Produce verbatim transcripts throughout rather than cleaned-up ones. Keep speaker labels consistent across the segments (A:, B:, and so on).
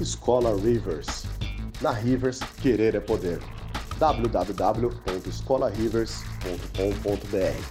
A: Escola Rivers. Na Rivers, querer é poder. w w w ponto escola rivers ponto com ponto b r.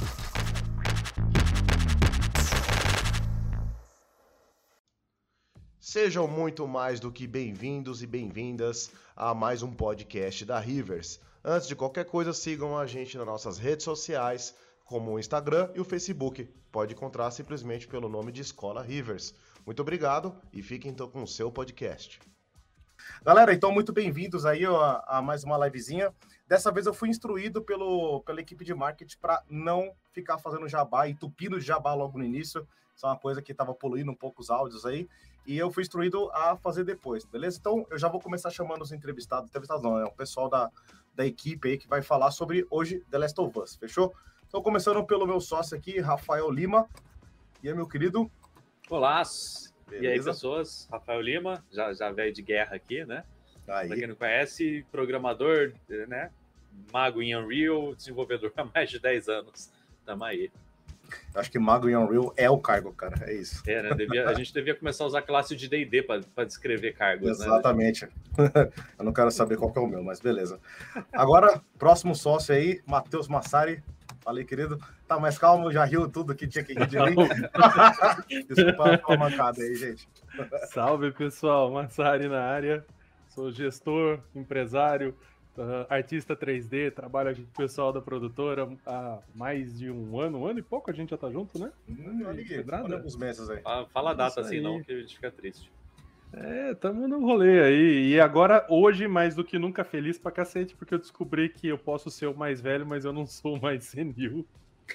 A: Sejam muito mais do que bem-vindos e bem-vindas a mais um podcast da Rivers. Antes de qualquer coisa, sigam a gente nas nossas redes sociais, como o Instagram e o Facebook. Pode encontrar simplesmente pelo nome de Escola Rivers. Muito obrigado e fiquem então com o seu podcast.
B: Galera, então muito bem-vindos aí a, a mais uma livezinha. Dessa vez eu fui instruído pelo, pela equipe de marketing para não ficar fazendo jabá, entupindo de jabá logo no início. Isso é uma coisa que estava poluindo um pouco os áudios aí. E eu fui instruído a fazer depois, beleza? Então eu já vou começar chamando os entrevistados. Entrevistados não, é o pessoal da, da equipe aí que vai falar sobre hoje The Last of Us, fechou? Então começando pelo meu sócio aqui, Rafael Lima. E aí, meu querido?
C: Olá,
B: beleza?
C: E aí, pessoas? Rafael Lima, já, já veio de guerra aqui, né?
B: Aí.
C: Pra quem não conhece, programador, né? Mago em Unreal, desenvolvedor há mais de dez anos. Tamo aí.
B: Acho que Mago em Unreal é o cargo, cara, é isso.
C: É, né? Devia, a gente devia começar a usar classe de D e D para descrever cargos,
B: exatamente. Né? Eu não quero saber qual que é o meu, mas beleza. Agora, próximo sócio aí, Matheus Massari. Falei, querido. Tá mais calmo, já riu tudo que tinha que rir de mim. Desculpa a mancada aí, gente.
D: Salve, pessoal. Massari na área. Sou gestor, empresário, uh, artista três D, trabalho aqui com o pessoal da produtora há mais de um ano, um ano e pouco a gente já tá junto, né?
B: Hum, olha alguns meses aí.
C: Ah, fala a data
D: Isso
C: assim,
D: aí.
C: não, que a gente fica triste.
D: É, tamo no rolê aí. E agora, hoje, mais do que nunca, feliz pra cacete, porque eu descobri que eu posso ser o mais velho, mas eu não sou o mais senil.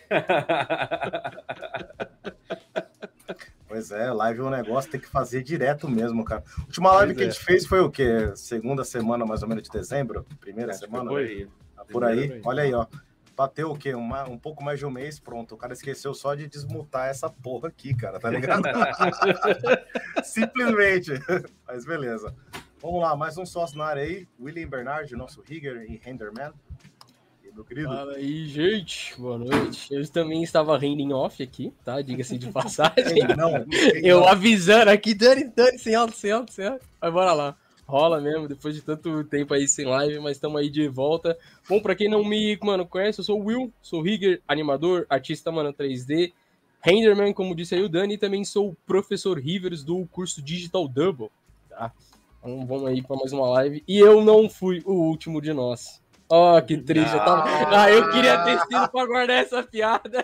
B: Pois é, live é um negócio, tem que fazer direto mesmo, cara. A última live
D: Pois
B: que
D: é.
B: a gente fez foi o quê? Segunda semana, mais ou menos, de dezembro? Primeira
C: Acho que
B: semana?
C: foi aí.
B: Tá por aí.
D: Primeiro aí.
B: Olha aí, ó. Bateu o quê? Uma, um pouco mais de um mês, pronto. O cara esqueceu só de desmutar essa porra aqui, cara, tá ligado? Simplesmente. Mas beleza. Vamos lá, mais um sócio na área aí. William Bernard, nosso rigger e renderman. E meu querido.
E: Fala aí, gente. Boa noite. Eu também estava rindo em off aqui, tá? Diga-se de passagem.
B: Não,
E: Eu avisando aqui, Dani, Dani, sem alto, sem alto, sem alto. Mas bora lá. Rola mesmo, depois de tanto tempo aí sem live, mas estamos aí de volta. Bom, pra quem não me, mano, conhece, eu sou o Will, sou rigger, animador, artista, mano, três D, renderman, como disse aí o Dani, e também sou o professor Rivers do curso Digital Double, tá? Então vamos aí pra mais uma live. E eu não fui o último de nós. Ó, oh, que triste. Eu tava... Ah, eu queria ter sido pra guardar essa piada.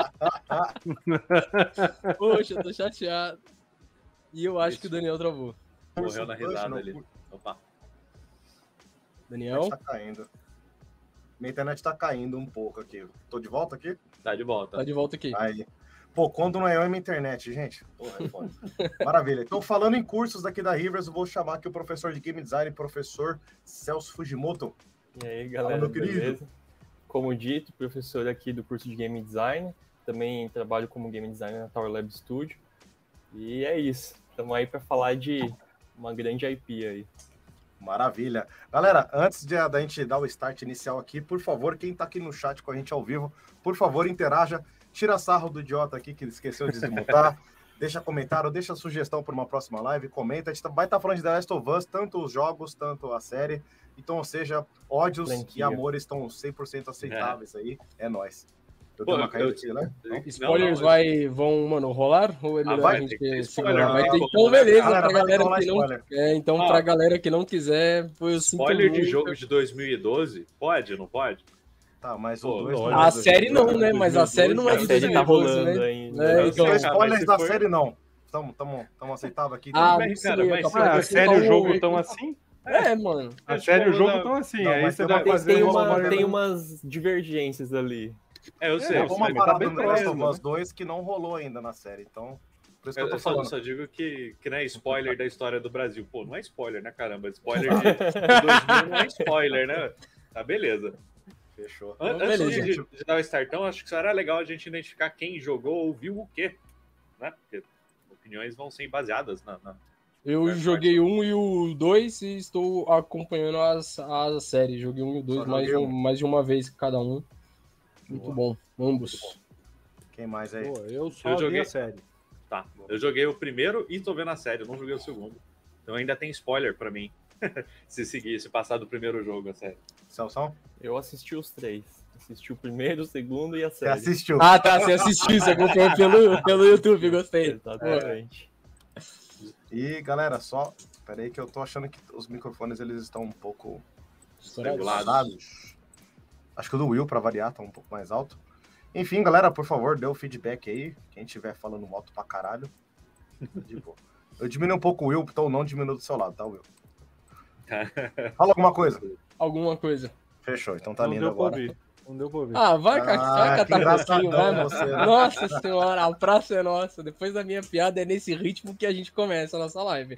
E: Poxa, eu tô chateado. E eu acho que o Daniel travou.
C: Morreu na risada ali. Opa.
E: Daniel?
B: Tá caindo. Minha internet tá caindo um pouco aqui. Tô de volta aqui?
C: Tá de volta.
E: Tá de volta aqui.
B: Aí. Pô, quando não é eu, é minha internet, gente. Porra, é foda. Maravilha. Então, falando em cursos daqui da Rivers, eu vou chamar aqui o professor de Game Design, professor Celso Fujimoto.
F: E aí, galera,
B: Fala, meu querido.
F: beleza? Como dito, professor aqui do curso de Game Design. Também trabalho como Game Designer na Tower Lab Studio. E é isso. Estamos aí para falar de uma grande I P aí.
B: Maravilha. Galera, antes de, da gente dar o start inicial aqui, por favor, quem tá aqui no chat com a gente ao vivo, por favor, interaja. Tira sarro do idiota aqui que ele esqueceu de desmutar. Deixa comentário, deixa sugestão para uma próxima live, comenta. A gente vai estar falando de The Last of Us, tanto os jogos, tanto a série. Então, ou seja, ódios
F: Franquia.
B: e amores estão cem por cento aceitáveis aí. É nóis. Eu
C: Pô,
B: dei uma caída
C: eu-
B: aqui, né? Não?
E: Spoilers
C: Não, não,
E: vai, vão, mano, rolar? Ou é melhor
B: vai
E: a
C: ter que ter
E: gente
C: spoiler,
E: segurar? Vai
C: não.
E: ter, então, beleza,
B: Galera,
E: pra
B: vai
E: galera
B: rolar
E: que não...
B: spoiler.
E: É, então,
C: Ó.
E: pra galera que não quiser, foi eu sinto
C: Spoiler de
E: muito.
C: jogo de dois mil e doze? Pode, não pode?
B: Tá, mas
C: Pô,
B: o dois...
D: olha,
E: A série não, né? Mas a série não é
F: A
E: de
F: série tá
E: dois mil e doze,
F: rolando
E: né?
F: ainda.
E: É,
C: Eu
E: então...
C: sei,
B: Os
C: cara,
B: spoilers
C: mas se
B: da
C: for-
B: série, não. Tamo, tamo, tamo aceitável aqui.
E: Ah,
C: Mas,
E: muito
C: cara,
E: sim,
C: mas
E: é capaz
D: Ah,
E: de
D: a
E: eu
D: série e
E: soltar
D: o jogo
E: o-
D: estão assim?
E: É, mano.
D: A
C: Tipo,
D: série e o jogo
C: não-
D: estão assim.
B: Não,
D: Aí
B: mas
D: você
B: tem
D: vai
B: uma-
F: Tem,
D: fazer
F: tem,
D: um
F: uma,
D: spoiler.
F: tem umas divergências ali.
C: É, eu sei.
D: É,
C: eu
B: Vamos
C: sei,
B: uma
C: mas tá
B: parada
C: bem
B: do The Last
C: próximo,
B: of Us
C: né?
B: dois que não rolou ainda na série, então... Por isso que eu
C: Eu,
B: tô
C: eu só, eu
B: falando.
C: só digo que, que não é spoiler da história do Brasil. Pô, não é spoiler, né, caramba? Spoiler de dois mil não é spoiler, né? Tá, beleza.
B: Fechou.
C: An-
E: Então,
C: Antes
E: beleza.
C: de, de dar o startão, acho que será legal a gente identificar quem jogou ou viu o quê, né? Porque opiniões vão ser baseadas na... na...
E: Eu
C: É,
E: joguei
C: parte.
E: um e o dois e estou acompanhando as, a série. Joguei um e o dois
B: Só
E: mais, de
B: joguei
E: um-
B: um.
E: mais de uma vez cada um. Muito
B: Boa.
E: bom, ambos.
B: Quem mais aí?
D: Pô, eu só
C: Eu
D: vi
C: joguei-
D: a série.
C: Tá, eu joguei o primeiro e tô vendo a série, eu não joguei o segundo. Então ainda tem spoiler pra mim, se seguir, se passar do primeiro jogo, a série.
B: Celso?
F: Eu assisti os três. Assisti o primeiro, o segundo e a
B: Você
F: série.
B: assistiu?
E: Ah, tá, você assistiu, você acompanhou pelo, pelo YouTube, gostei.
F: Exatamente.
B: E, galera, só... Pera aí que eu tô achando que os microfones, eles estão um pouco...
C: Regulados.
B: Acho que o do Will, pra variar, tá um pouco mais alto. Enfim, galera, por favor, dê o feedback aí. Quem estiver falando alto pra caralho. De boa. Eu diminui um pouco o Will, então não diminui do seu lado, tá, Will? Fala alguma coisa.
E: Alguma coisa.
B: Fechou, então tá
D: Não
B: lindo
D: deu pra
B: agora.
D: ouvir. Não deu pra ouvir.
E: Ah, vai,
B: Ah,
E: vai
B: que
E: catar pouquinho, vai,
B: engraçadão
E: mano.
B: você, né?
E: Nossa senhora, a praça é nossa. Depois da minha piada, é nesse ritmo que a gente começa a nossa live.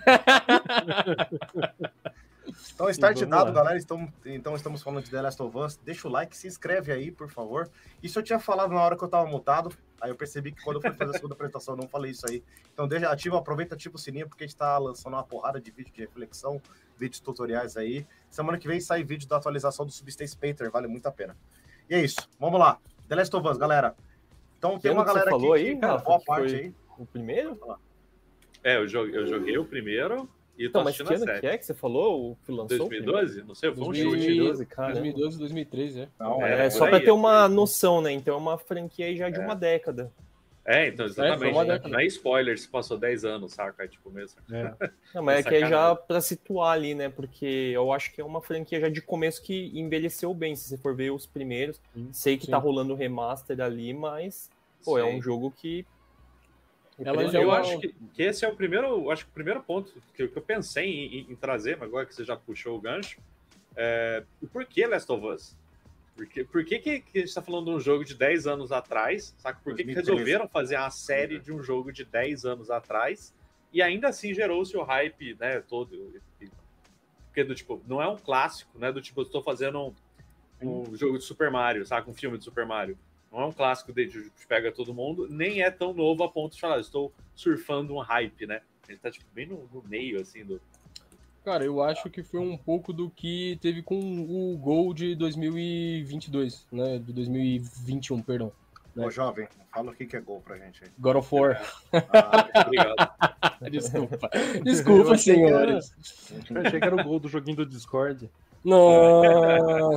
B: Então, start
D: Vamos
B: dado,
D: lá.
B: galera. Então, então, estamos falando de The Last of Us. Deixa o like, se inscreve aí, por favor. Isso eu tinha falado na hora que eu tava mutado. Aí eu percebi que quando eu fui fazer a segunda apresentação, eu não falei isso aí. Então, deixa, ativa, aproveita, ativa o sininho, porque a gente tá lançando uma porrada de vídeo de reflexão, vídeos tutoriais aí. Semana que vem sai vídeo da atualização do Substance Painter, vale muito a pena. E é isso, vamos lá. The Last of Us, galera. Então, tem
F: Que
B: uma
F: ano que você
B: galera
F: falou
B: aqui
F: aí,
B: que, cara,
F: Rafa,
B: boa
F: que
B: parte
F: foi-
B: aí.
F: O primeiro?
C: É, eu joguei, eu joguei o primeiro e tô
F: Então, mas que
C: assistindo a
F: ano que
C: série.
F: é que você falou? O que lançou? o
C: dois mil e
F: primeiro?
C: doze? Não sei, foi um
E: dois mil e
C: chute.
E: doze.
C: né?
F: dois mil e doze, cara.
E: dois mil e doze, dois mil e treze, é.
B: Não,
C: É,
F: É,
C: por
F: só
C: aí,
F: pra ter
C: é.
F: uma noção, né? Então é uma franquia aí já de
C: É.
F: uma década.
C: É, então,
E: É, foi
C: exatamente.
E: uma
C: né?
E: década.
C: Não é spoiler se passou dez anos, saca? É tipo mesmo.
D: É.
F: Não, mas é que é já
C: Sacanagem.
F: pra situar ali, né? Porque eu acho que é uma franquia já de começo que envelheceu bem. Se você for ver os primeiros,
D: Sim,
F: sei que
E: sim.
F: tá rolando remaster ali, mas, pô, é
C: Sim.
F: um jogo que.
E: Ela
C: Eu,
E: já é
C: eu
E: uma-
C: acho que, que esse é o primeiro, eu acho que o primeiro ponto que, que eu pensei em, em- em trazer, mas agora que você já puxou o gancho, é o porquê Last of Us? Por que, por que, que, que a gente está falando de um jogo de dez anos atrás? Sabe? Por que, que
B: dois mil e treze.
C: resolveram fazer a série de um jogo de dez anos atrás e ainda assim gerou-se o hype, né, todo? E- Porque do tipo, não é um clássico, né? Do tipo, eu estou fazendo um, um jogo de Super Mario, sabe? Um filme de Super Mario. Não é um clássico de, de, que pega todo mundo, nem é tão novo a ponto de falar, estou surfando um hype, né? Ele tá tipo, bem no, no meio, assim, do.
E: Cara, eu acho que foi um pouco do que teve com o Gol de dois mil e vinte e dois, né? De dois mil e vinte e um, perdão.
B: Ô, jovem, fala o que que é gol pra gente aí.
E: God of War.
B: Ah,
C: Obrigado.
E: Desculpa.
D: Eu
E: Desculpa,
D: achei que era-
E: senhores.
D: Eu achei que era o gol do joguinho do Discord.
E: Não.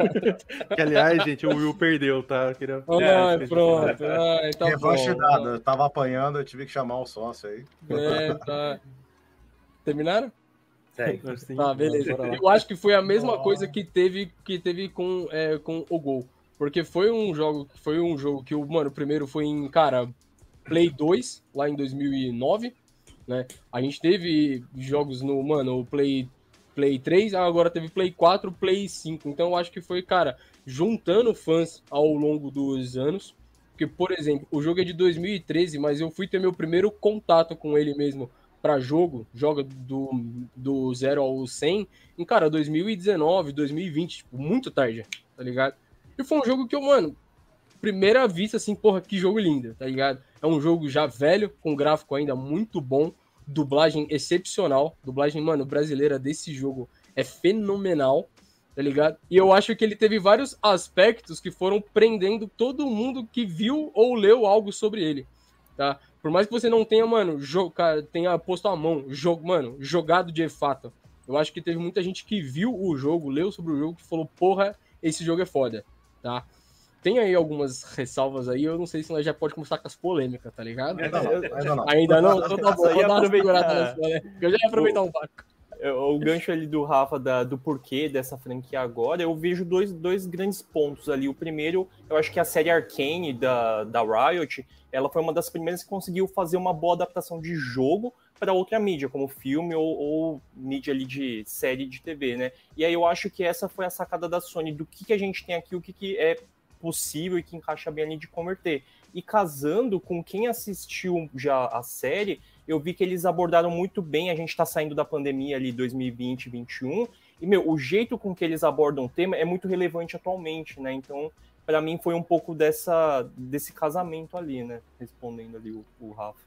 D: Que, aliás, gente, o Will perdeu, tá? Eu queria...
E: Ai,
D: É,
E: pronto. Ai, tá
B: revanche
E: bom.
B: dada. Eu tava apanhando, eu tive que chamar o sócio aí.
E: É, tá. Terminaram?
C: Segue.
D: Assim,
E: Tá, beleza.
D: bora lá.
E: Eu acho que foi a mesma coisa que teve, que teve com, é, com o Gol. Porque foi um jogo, foi um jogo que o, mano, o primeiro foi em, cara, Play dois, lá em dois mil e nove, né? A gente teve jogos no, mano, o Play, Play três, agora teve Play quatro, Play cinco. Então eu acho que foi, cara, juntando fãs ao longo dos anos. Porque, por exemplo, o jogo é de dois mil e treze, mas eu fui ter meu primeiro contato com ele mesmo para jogo, joga do, do zero ao cem, em, cara, dois mil e dezenove, dois mil e vinte, tipo, muito tarde, tá ligado? E foi um jogo que eu, mano, primeira vista, assim, porra, que jogo lindo, tá ligado? É um jogo já velho, com gráfico ainda muito bom, dublagem excepcional, dublagem, mano, brasileira desse jogo é fenomenal, tá ligado? E eu acho que ele teve vários aspectos que foram prendendo todo mundo que viu ou leu algo sobre ele, tá? Por mais que você não tenha, mano, jo- cara, tenha posto a mão, jogo, mano, jogado de fato, eu acho que teve muita gente que viu o jogo, leu sobre o jogo, que falou, porra, esse jogo é foda, tá? Tem aí algumas ressalvas aí, eu não sei se nós já pode começar com as polêmicas, tá ligado?
B: Ainda não, ainda não.
E: Ainda não? Então tá bom,
F: Só ia
E: vou dar uma
F: aproveitar.
E: segurada nas polêmicas, eu já ia aproveitar um pouco.
F: O gancho ali do Rafa, da- do porquê dessa franquia agora, eu vejo dois, dois grandes pontos ali. O primeiro, eu acho que a série Arcane da, da Riot, ela foi uma das primeiras que conseguiu fazer uma boa adaptação de jogo para outra mídia, como filme ou, ou mídia ali de série de T V, né? E aí eu acho que essa foi a sacada da Sony, do que, que a gente tem aqui, o que, que é possível e que encaixa bem ali de converter. E casando com quem assistiu já a série, eu vi que eles abordaram muito bem, a gente está saindo da pandemia ali dois mil e vinte, vinte e um, e, meu, o jeito com que eles abordam o tema é muito relevante atualmente, né? Então, para mim, foi um pouco dessa, desse casamento ali, né? Respondendo ali o, o Rafa.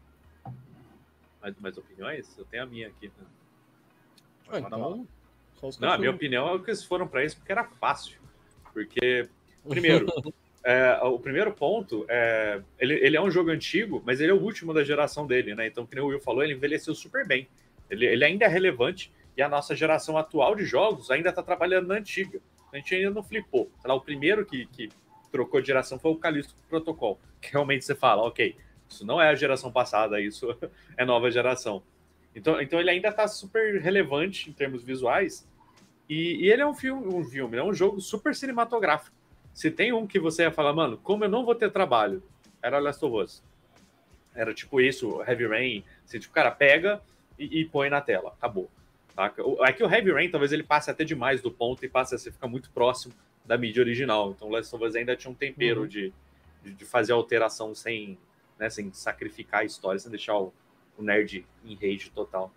C: Mais, mais opiniões? Eu tenho a minha aqui. Né?
E: Ah, então, só os
C: Não, a minha
E: cachorros.
C: opinião é que eles foram para isso porque era fácil. Porque, primeiro, é, o primeiro ponto é ele, ele é um jogo antigo, mas ele é o último da geração dele, né? Então, como o Will falou, ele envelheceu super bem. Ele, ele ainda é relevante e a nossa geração atual de jogos ainda está trabalhando na antiga. A gente ainda não flipou. Sei lá, o primeiro que, que trocou de geração foi o Callisto Protocol, que realmente você fala, ok, isso não é a geração passada, isso é nova geração. Então, então ele ainda está super relevante em termos visuais e, e ele é um filme, um filme, é um jogo super cinematográfico. Se tem um que você ia falar, mano, como eu não vou ter trabalho, era Last of Us. Era tipo isso, Heavy Rain, assim, tipo, cara, pega e, e põe na tela, acabou. Tá? É que o Heavy Rain, talvez ele passe até demais do ponto e passe a ficar muito próximo da mídia original. Então, Last of Us ainda tinha um tempero uhum. de, de, de fazer alteração sem, né, sem sacrificar a história, sem deixar o, o nerd em rage total.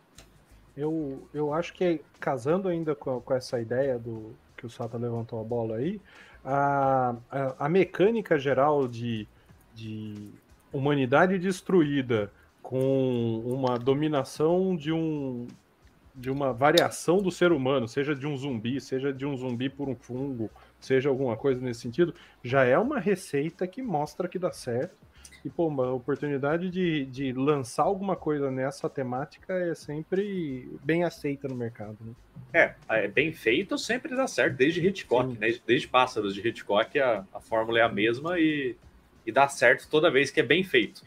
D: Eu, eu acho que, casando ainda com, com essa ideia do que o Sata levantou a bola aí, a, a, a mecânica geral de, de humanidade destruída com uma dominação de um de uma variação do ser humano, seja de um zumbi, seja de um zumbi por um fungo, seja alguma coisa nesse sentido, já é uma receita que mostra que dá certo. E, pô, uma oportunidade de, de lançar alguma coisa nessa temática é sempre bem aceita no mercado, né?
C: É, é bem feito sempre dá certo, desde Hitchcock, né? Desde Pássaros de Hitchcock, a, a fórmula é a mesma e, e dá certo toda vez que é bem feito.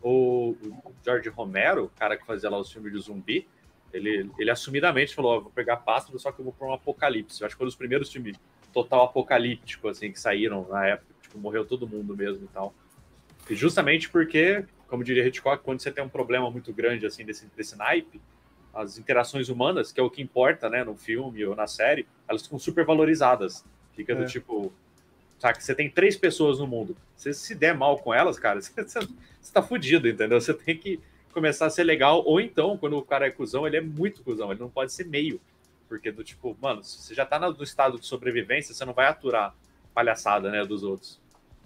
C: O, o George Romero, o cara que fazia lá os filmes de zumbi, Ele, ele assumidamente falou, oh, vou pegar Pássaro, só que eu vou pôr um apocalipse. Eu acho que foi um dos primeiros filmes total apocalíptico, assim, que saíram na época. Tipo, morreu todo mundo mesmo e tal. E justamente porque, como diria Hitchcock, quando você tem um problema muito grande, assim, desse, desse naipe, as interações humanas, que é o que importa, né, no filme ou na série, elas ficam super valorizadas. Fica do é. tipo... Sabe, você tem três pessoas no mundo. Se se der mal com elas, cara, você, você, você tá fudido, entendeu? Você tem que começar a ser legal, ou então, quando o cara é cuzão, ele é muito cuzão, ele não pode ser meio, porque do tipo, mano, se você já tá no estado de sobrevivência, você não vai aturar palhaçada, né, dos outros.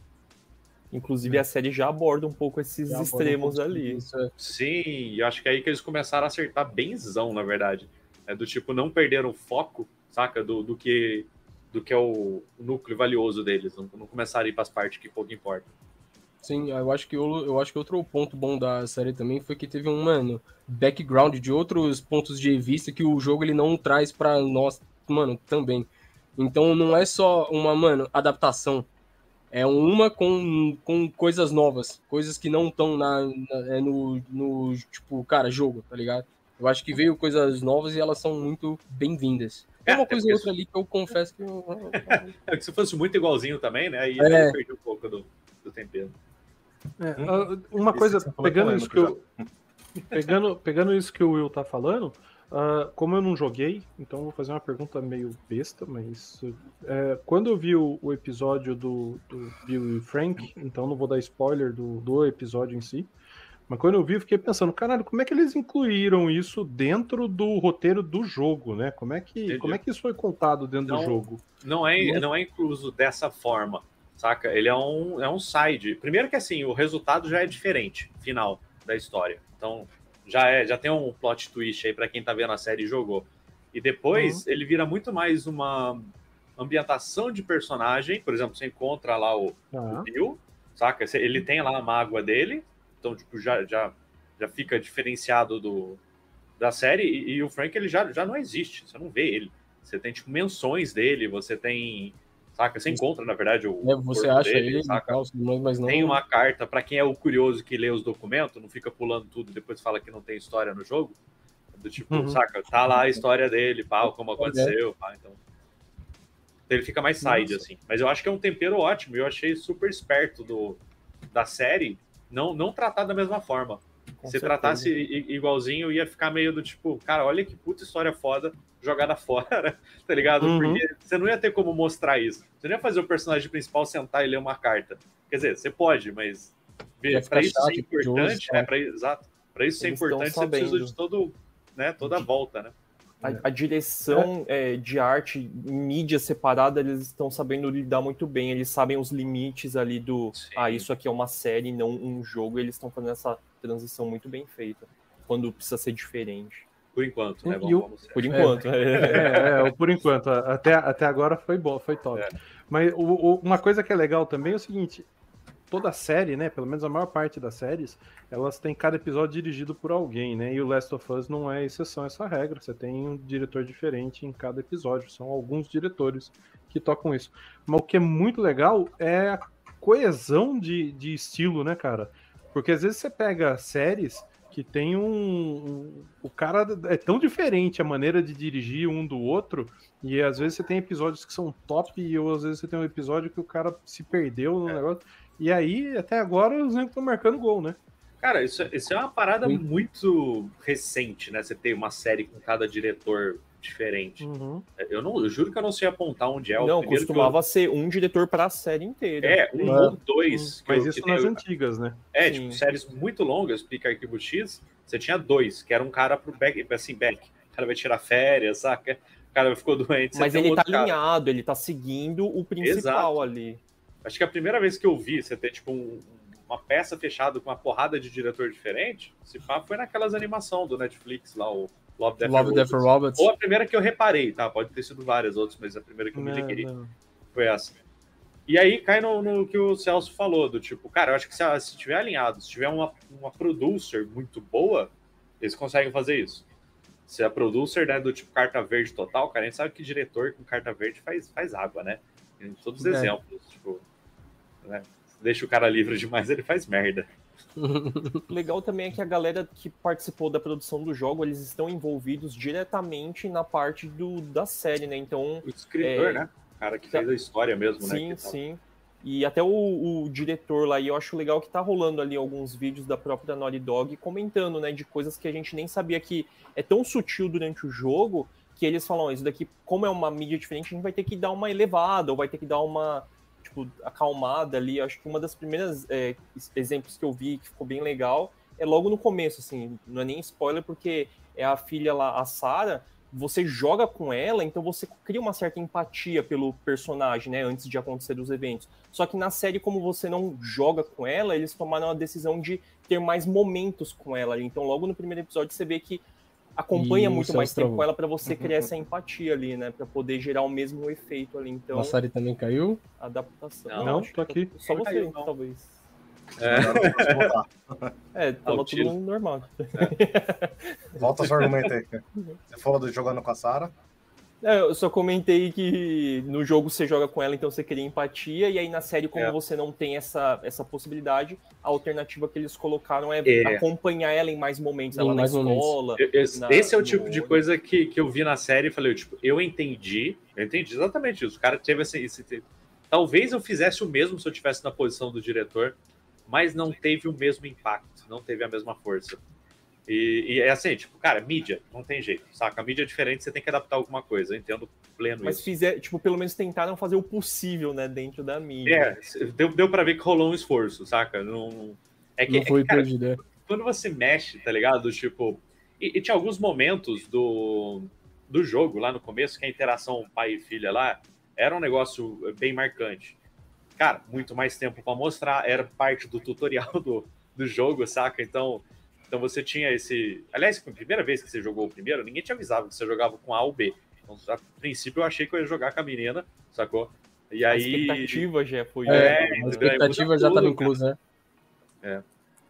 F: Inclusive, a série já aborda um pouco esses já extremos um ali.
C: Isso, é. Sim, e acho que é aí que eles começaram a acertar benzão, na verdade. É do tipo, não perderam o foco, saca, do, do, que, do que é o, o núcleo valioso deles, não, não começaram a ir pras partes que pouco importa.
E: Sim, eu acho que eu, eu acho que outro ponto bom da série também foi que teve um, mano, background de outros pontos de vista que o jogo ele não traz pra nós, mano, também. Então não é só uma, mano, adaptação. É uma com, com coisas novas, coisas que não estão na, na, no, no, tipo, cara, jogo, tá ligado? Eu acho que veio coisas novas e elas são muito bem-vindas. Tem uma coisa ou outra ali que eu confesso que... Eu...
C: É que se fosse muito igualzinho também, né, aí é. eu perdi um pouco do, do tempero.
D: É, uma coisa, pegando isso que eu, pegando, pegando isso que o Will tá falando, uh, como eu não joguei, então vou fazer uma pergunta meio besta, mas é, quando eu vi o, o episódio do, do Bill e Frank, então não vou dar spoiler do, do episódio em si, mas quando eu vi eu fiquei pensando, caralho, como é que eles incluíram isso dentro do roteiro do jogo, né? Como é que, como é que isso foi contado dentro
C: não,
D: do jogo?
C: Não é, não é incluso dessa forma. Saca? Ele é um, é um side. Primeiro que assim, o resultado já é diferente, final da história. Então, já é, já tem um plot twist aí pra quem tá vendo a série e jogou. E depois, uhum. ele vira muito mais uma ambientação de personagem. Por exemplo, você encontra lá o, uhum. o Bill, saca? Ele tem lá a mágoa dele, então tipo, já, já, já fica diferenciado do, da série. E, e o Frank, ele já, já não existe, você não vê ele. Você tem tipo menções dele, você tem... Saca? Você encontra, na verdade, o.
E: É, você acha dele, ele, saca? Tal, mas não...
C: Tem uma carta, para quem é o curioso que lê os documentos, não fica pulando tudo e depois fala que não tem história no jogo. Do tipo, uhum. saca? Tá lá a história dele, pá, como aconteceu, pá, então. Ele fica mais side, Nossa. assim. Mas eu acho que é um tempero ótimo. Eu achei super esperto do, da série não, não tratar da mesma forma. Com Se certeza. tratasse igualzinho, ia ficar meio do tipo, cara, olha que puta história foda jogada fora, tá ligado? Uhum. Porque você não ia ter como mostrar isso. Você não ia fazer o personagem principal sentar e ler uma carta. Quer dizer, você pode, mas para isso ser importante, né? Pra, exato. Para isso ser Eles importante, você precisa de todo, né, toda a volta, né?
F: A, a direção é. É, de arte, mídia separada, eles estão sabendo lidar muito bem. Eles sabem os limites ali do... Sim. Ah, isso aqui é uma série, não um jogo. Eles estão fazendo essa transição muito bem feita. Quando precisa ser diferente.
C: Por enquanto, né?
F: Vamos, vamos
C: por
F: enquanto.
D: É, é, é, por enquanto. Até, até agora foi bom, foi top. É. Mas o, o, uma coisa que é legal também é o seguinte... toda a série, né? Pelo menos a maior parte das séries, elas têm cada episódio dirigido por alguém, né? E o Last of Us não é exceção a essa regra. Você tem um diretor diferente em cada episódio. São alguns diretores que tocam isso. Mas o que é muito legal é a coesão de, de estilo, né, cara? Porque às vezes você pega séries que tem um, um... O cara é tão diferente a maneira de dirigir um do outro, e às vezes você tem episódios que são top, e ou às vezes você tem um episódio que o cara se perdeu no é. negócio. E aí, até agora, os negros estão marcando gol, né?
C: Cara, isso, isso é uma parada Sim. muito recente, né? Você tem uma série com cada diretor diferente. Uhum. Eu, não, eu juro que eu não sei apontar onde é o
F: não,
C: primeiro.
F: Não, costumava
C: eu...
F: ser um diretor para a série inteira.
C: É, um ou dois.
D: Mas
C: eu,
D: isso nas tem... antigas, né?
C: É,
F: Sim.
C: tipo, séries muito longas, Pica Arquivo X, você tinha dois, que era um cara pro back, assim, back. O cara vai tirar férias, saca? O cara ficou doente.
F: Mas ele
C: um
F: tá
C: cara.
F: alinhado, ele tá seguindo o principal
C: Exato.
F: ali.
C: Acho que a primeira vez que eu vi você ter, tipo, um, uma peça fechada com uma porrada de diretor diferente, se pá, foi naquelas animações do Netflix lá, o Love, Death,
E: Love, Death
C: Robots.
E: Robots.
C: Ou a primeira que eu reparei, tá? Pode ter sido várias outras, mas a primeira que eu me liguei não. foi essa. E aí cai no, no que o Celso falou, do tipo, cara, eu acho que se, se tiver alinhado, se tiver uma, uma producer muito boa, eles conseguem fazer isso. Se a producer, né, do tipo carta verde total, cara, a gente sabe que diretor com carta verde faz, faz água, né? Em todos os é. exemplos, tipo, né? Deixa o cara livre demais, ele faz merda.
F: Legal também é que a galera que participou da produção do jogo, eles estão envolvidos diretamente na parte do, da série, né? Então,
C: o escritor, é... né? O cara que fez a história mesmo,
F: sim,
C: né?
F: Sim, sim. E até o, o diretor lá, e eu acho legal que tá rolando ali alguns vídeos da própria Naughty Dog comentando, né, de coisas que a gente nem sabia que é tão sutil durante o jogo, que eles falam, isso daqui, como é uma mídia diferente, a gente vai ter que dar uma elevada, ou vai ter que dar uma, tipo, acalmada ali. Acho que uma das primeiras é, exemplos que eu vi, que ficou bem legal, é logo no começo, assim, não é nem spoiler, porque é a filha lá, a Sarah, você joga com ela, então você cria uma certa empatia pelo personagem, né, antes de acontecer os eventos. Só que na série, como você não joga com ela, eles tomaram a decisão de ter mais momentos com ela. Então, logo no primeiro episódio, você vê que acompanha
E: e
F: muito mais tempo
E: travou.
F: com ela para você criar essa empatia ali, né, para poder gerar o mesmo efeito ali. Então,
E: a série também caiu?
F: Adaptação.
D: Não, não tô aqui.
F: Só você,
C: caiu,
F: talvez.
B: É,
F: é tava tudo normal.
B: É. Volta seu argumento aí. Você falou do jogando com a Sarah.
F: É, eu só comentei que no jogo você joga com ela, então você cria empatia, e aí na série, como é. você não tem essa, essa possibilidade, a alternativa que eles colocaram é, é. acompanhar ela em mais momentos, ela na escola.
C: Eu, eu,
F: na,
C: esse é o tipo de coisa que, que eu vi na série e falei, tipo, eu entendi, eu entendi exatamente isso. O cara teve esse, esse. Talvez eu fizesse o mesmo se eu estivesse na posição do diretor, mas não teve o mesmo impacto, não teve a mesma força. E, e é assim, tipo, cara, mídia, não tem jeito, saca? A mídia é diferente, você tem que adaptar alguma coisa, eu entendo pleno
F: mas
C: isso.
F: Mas fizer, tipo, pelo menos tentaram fazer o possível, né, dentro da mídia.
C: É, deu, deu pra ver que rolou um esforço, saca? Não, é que,
E: não foi
C: é que, cara,
E: perdido, é.
C: Quando você mexe, tá ligado? Tipo, e, e tinha alguns momentos do, do jogo, lá no começo, que a interação pai e filha lá era um negócio bem marcante. Cara, muito mais tempo pra mostrar, era parte do tutorial do, do jogo, saca? Então... Então você tinha esse... Aliás, a primeira vez que você jogou o primeiro, ninguém te avisava que você jogava com A ou B. Então, a princípio, eu achei que eu ia jogar com a menina, sacou? E aí...
F: A expectativa já foi...
E: É, é a expectativa já estava inclusa, né?
C: É.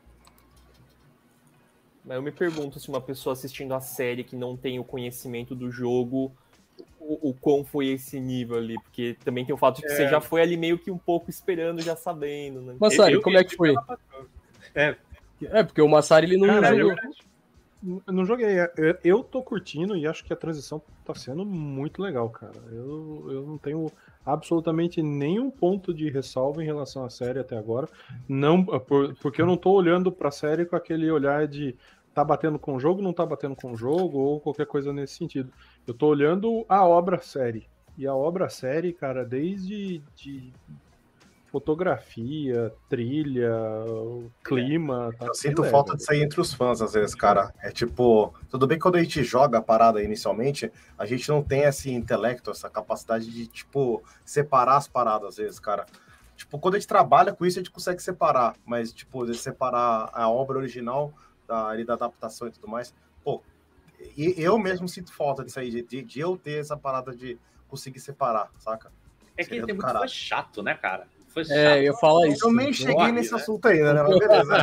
F: Mas eu me pergunto se uma pessoa assistindo a série que não tem o conhecimento do jogo, o, o quão foi esse nível ali, porque também tem o fato de que é. você já foi ali meio que um pouco esperando, já sabendo, né?
E: Mas, sério, como é que foi?
C: É...
E: É, porque o Massari, ele não
D: Cara,
E: jogou.
D: Eu, eu não joguei. Eu, eu tô curtindo e acho que a transição tá sendo muito legal, cara. Eu, eu não tenho absolutamente nenhum ponto de ressalva em relação à série até agora. Não, por, porque eu não tô olhando pra série com aquele olhar de tá batendo com o jogo, não tá batendo com o jogo, ou qualquer coisa nesse sentido. Eu tô olhando a obra série. E a obra série, cara, desde... De, fotografia, trilha, clima... Tá
B: eu sinto leve. Falta de sair entre os fãs, às vezes, cara. É tipo... Tudo bem que quando a gente joga a parada inicialmente, a gente não tem esse intelecto, essa capacidade de, tipo, separar as paradas, às vezes, cara. Tipo, quando a gente trabalha com isso, a gente consegue separar. Mas, tipo, de separar a obra original da, ali, da adaptação e tudo mais... Pô, e eu mesmo sinto falta disso aí, de, de, de eu ter essa parada de conseguir separar, saca?
C: É que tem muito fã chato, né, cara? Foi chato.
E: É, eu ia falar isso.
B: Eu nem cheguei
C: Morre,
B: nesse
C: né?
B: assunto ainda, né? Mas beleza.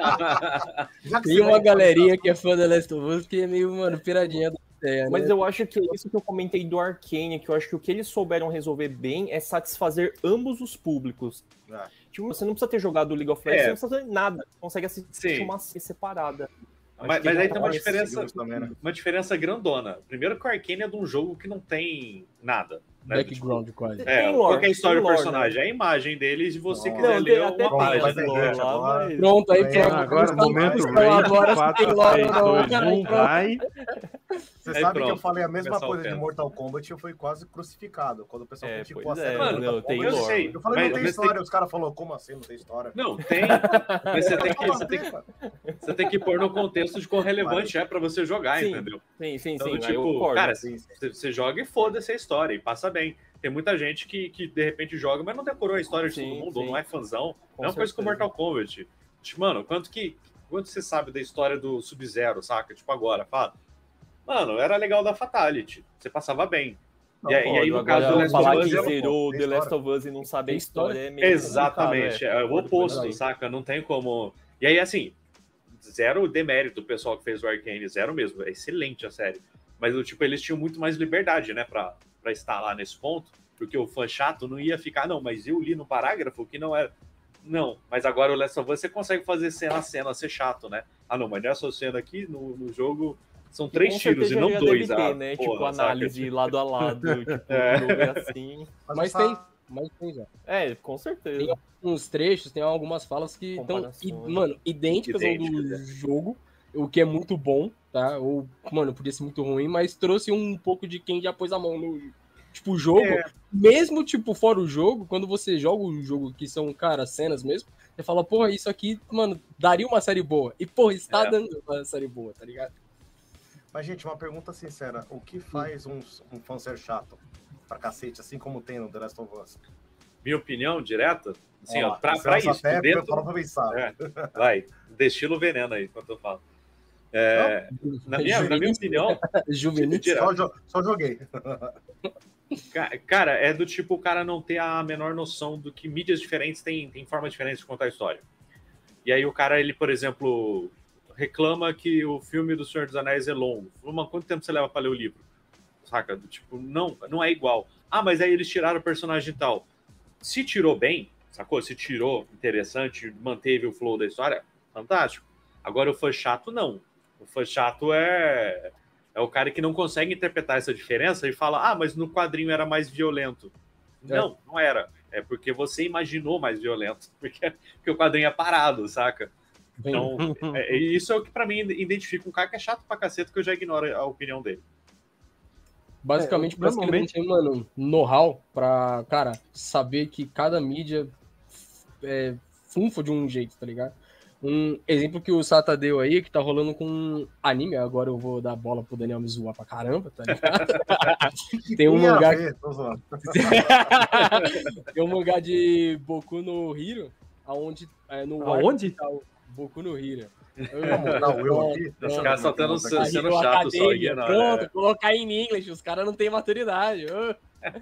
B: Já que
E: Tem
B: você
E: uma
B: vai-
E: galerinha que é fã da Last of Us que é meio, mano, piradinha da ideia, né?
F: Mas eu acho que é isso que eu comentei do Arcane, que eu acho que o que eles souberam resolver bem é satisfazer ambos os públicos.
B: É.
F: Tipo, você não precisa ter jogado League of Legends,
C: É.
F: você não precisa fazer nada. Você consegue assistir
C: Sim.
F: uma série separada. Acho
C: Mas,
F: que
C: mas aí
F: já
C: tem uma
F: rola
C: diferença,
B: seguimos também, né?
C: uma diferença grandona. Primeiro que o Arcane é de um jogo que não tem nada. Né?
E: Background quase.
C: É,
F: Tem lore,
C: qual que é a história
F: tem
C: do
F: lore,
C: personagem? É a imagem dele, e se você
B: Não,
C: quiser
F: Não,
C: ler
F: tem, até
C: uma
B: Pronto,
F: tem
B: vai
C: página.
F: esse
B: ter
F: lore
B: gente
F: lá,
B: agora.
F: mas...
E: Pronto, aí
B: Aí,
E: pronto.
D: Agora,
E: Começou-
D: momento
E: começou
D: Rage,
E: agora, se tem lore
D: três,
E: ou não,
D: dois,
E: cara,
D: um,
E: pronto.
D: vai.
B: Você
C: Aí
B: sabe que eu
C: pronto,
B: falei a mesma
C: começar o
B: coisa de
C: tema.
B: Mortal Kombat e eu fui quase crucificado. Quando o pessoal
F: É,
B: criticou
F: pois
B: a série
F: é,
B: do
C: Mano,
B: Mortal
F: não, tem
B: Kombat,
C: eu
F: lore.
C: sei.
B: eu falei,
C: Mas-
B: não tem
C: mas
B: história.
C: tem-
B: Os caras falaram, como assim não tem história?
C: Não, tem. Mas você tem, que,
B: Como
C: você, tem,
B: assim, cara?
C: você tem que pôr no contexto de quão relevante é pra você jogar,
F: Sim,
C: entendeu?
F: Sim, sim,
C: Então,
F: sim. aí eu
C: tipo,
F: concordo.
C: cara,
B: Sim, sim.
C: você, você joga e foda-se a história, e passa bem. Tem muita gente que, que de repente joga, mas não decorou a história de
F: Sim,
C: todo mundo,
F: sim.
C: ou não é fãzão.
F: Com
C: é uma coisa com o
F: certeza.
C: Mortal Kombat. Tipo, mano, quanto que. Quanto você sabe da história do Sub-Zero, saca? Tipo, agora, fala. Mano, era legal da Fatality. Você passava bem.
B: Não,
C: e, aí- e aí, no
F: Agora,
C: caso do Last of
F: falar
C: Us,
F: que
C: é-
F: zerou
B: tem
F: The Last
B: história.
F: of Us e não sabe a
E: Tem
F: história
E: história.
F: é meio
C: Exatamente,
F: complicado,
C: é, o oposto,
B: Verdade.
C: saca? Não tem como. E aí, assim, zero demérito do pessoal que fez o Arcane, zero mesmo. É excelente a série. Mas, tipo, eles tinham muito mais liberdade, né, pra, pra estar lá nesse ponto. Porque o fã chato não ia ficar, não, mas eu li no parágrafo que não era. Não, mas agora o Last of Us você consegue fazer cena a cena ser chato, né? Ah, não, mas nessa cena aqui no, no jogo são
F: E
C: três
F: com
C: tiros e
F: certeza
C: não
F: já
C: dois.
F: deve ter,
C: ah,
F: né?
C: porra,
F: tipo,
C: saca?
F: análise lado a lado. Tipo,
C: É.
F: o jogo é assim.
E: Mas
B: essa-
E: tem, mas tem já.
F: É, com certeza.
E: Tem uns trechos, tem algumas falas que estão,
F: Comparações.
E: mano, idênticas ao
C: Idênticas,
E: do
C: é.
E: jogo, o que é muito bom, tá? Ou, mano, podia ser muito ruim, mas trouxe um pouco de quem já pôs a mão no, tipo, jogo.
C: É.
E: Mesmo, tipo, fora o jogo, quando você joga o jogo, que são, cara, cenas mesmo, você fala, porra, isso aqui, mano, daria uma série boa. E, porra, está
C: É.
E: dando uma série boa, tá ligado?
B: Mas, gente, uma pergunta sincera. O que faz um, um fã ser chato pra cacete, assim como tem no The Last of Us?
C: Minha opinião direta, assim, ó,
B: Ó,
C: pra,
B: essa
C: pra
B: nossa
C: isso,
B: até
C: dentro,
B: parou pra pensar.
C: É. vai, destila o veneno aí, enquanto eu falo. É, na, minha, na minha opinião,
E: Juvenil.
C: direto,
B: Só, jo- só joguei.
C: Ca- Cara, é do tipo o cara não ter a menor noção do que mídias diferentes têm, têm formas diferentes de contar a história. E aí o cara, ele, por exemplo, reclama que o filme do Senhor dos Anéis é longo. Mas quanto tempo você leva pra ler o livro? Saca? Do tipo, não, não é igual. Ah, mas aí eles tiraram o personagem e tal. Se tirou bem, sacou? Se tirou interessante, manteve o flow da história, fantástico. Agora o fã chato, não. O fã chato é... É o cara que não consegue interpretar essa diferença e fala, ah, mas no quadrinho era mais violento.
E: É.
C: Não, não era. É porque você imaginou mais violento. Porque, porque o quadrinho é parado, saca? Então, é, isso é o que pra mim identifica um cara que é chato pra caceta, que eu já ignoro a opinião dele.
E: Basicamente,
D: É,
E: parece que ele não
D: normalmente-
E: tem, mano, know-how pra, cara, saber que cada mídia é funfa de um jeito, tá ligado? Um exemplo que o Sata deu aí, que tá rolando com anime, agora eu vou dar bola pro Daniel me zoar pra caramba, tá ligado? Tem um
B: Ih, a
E: mangá
B: ver, tô zoando.
E: Tem um mangá de Boku no Hero, aonde é, no arco
D: Aonde?
E: que tá o Boku no Hero.
B: Vamos dar o eu aqui?
C: Os
E: Não,
C: caras só
B: não,
C: tendo
B: não,
C: sendo
E: A
C: chato
E: Hero
C: só,
E: Academia,
C: ignora.
E: pronto,
C: é.
E: colocar em inglês, os caras não têm maturidade. ô.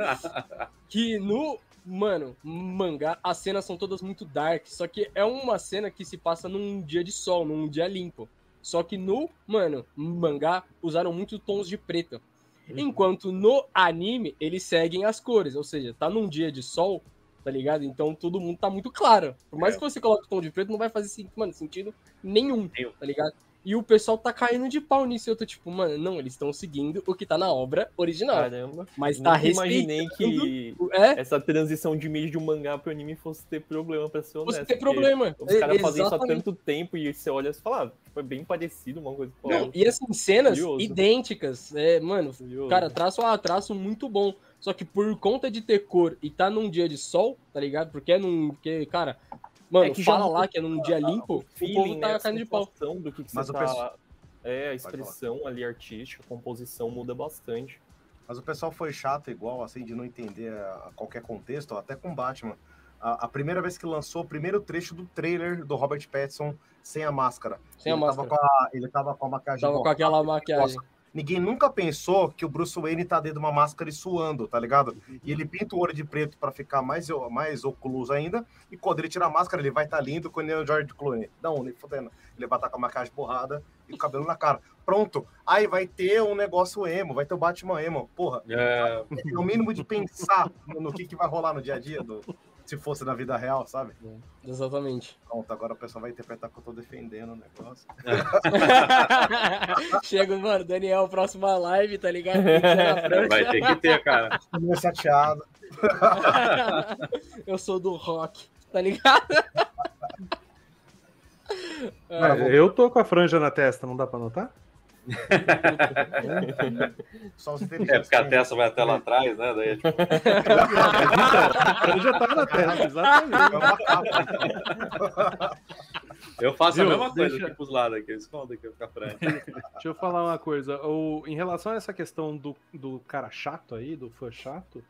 E: Que no, mano, mangá, as cenas são todas muito dark, só que é uma cena que se passa num dia de sol, num dia limpo. Só que no, mano, mangá, usaram muito tons de preto. Enquanto no anime, eles seguem as cores, ou seja, tá num dia de sol, tá ligado? Então todo mundo tá muito claro. Por mais
C: É.
E: que você coloque o tom de preto, não vai fazer, mano, sentido nenhum,
C: Nenhum.
E: tá ligado? E o pessoal tá caindo de pau nisso. Eu tô tipo, mano, não, eles estão seguindo o que tá na obra original.
F: Caramba.
E: Mas tá
F: Nunca
E: respeitando...
F: imaginei que
E: É,
F: essa transição de mídia de um mangá pro anime fosse ter problema, pra ser honesto.
E: você tem
F: porque
E: problema.
F: Os caras fazem isso há
E: Exatamente.
F: tanto tempo e você olha e fala, ah, tipo, é bem parecido uma coisa com a
E: Não,
F: outra.
E: e assim, cenas
F: Curioso.
E: idênticas. É, mano,
F: Curioso.
E: cara, traço a traço muito bom. Só que por conta de ter cor e tá num dia de sol, tá ligado? Porque é num. Porque, cara, mano,
F: É que já
E: fala
F: muda
E: lá que é num dia limpo, o
F: feeling,
E: povo tá
F: né, a
E: caindo de pau.
F: sensação do que, que
B: Mas
F: você
B: o
F: tá...
B: pessoal-
F: É, a
B: Pode
F: expressão ali artística, a composição muda bastante.
B: Mas o pessoal foi chato igual, assim, de não entender a, a qualquer contexto, até com Batman. A, a primeira vez que lançou, o primeiro trecho do trailer do Robert Pattinson sem a máscara.
E: Sem a
B: ele
E: máscara.
B: Tava com a, ele tava com a maquiagem
E: Tava com
B: borrada,
E: aquela maquiagem.
B: Ninguém nunca pensou que o Bruce Wayne tá dentro de uma máscara e suando, tá ligado? E ele pinta o olho de preto pra ficar mais, mais ocluso ainda. E quando ele tira a máscara, ele vai estar tá lindo com o George Clooney. Não, nem fodendo. Ele vai estar com a maquiagem borrada e o cabelo na cara. Pronto. Aí vai ter um negócio emo, vai ter o Batman emo. Porra. É, é o mínimo de pensar no, no que, que vai rolar no dia a dia do... Se fosse na vida real, sabe?
E: É, exatamente.
B: Pronto, agora o pessoal vai interpretar que eu tô defendendo o negócio.
E: Chega, mano, Daniel, próxima live, tá ligado?
C: Vai ter que ter, cara.
B: Tô meio chateado.
E: Eu sou do rock, tá ligado?
D: É, eu tô com a franja na testa, não dá pra notar?
B: Só os
C: é, porque a testa vai até lá atrás, né? Daí, tipo...
D: a franja tá na testa, exatamente.
C: Eu faço
D: Viu?
C: a mesma coisa
D: Deixa...
C: aqui pros lados, aqui, eu escondo aqui com a franja.
D: Deixa eu falar uma coisa. O, em relação a essa questão do, do cara chato aí, do fã chato,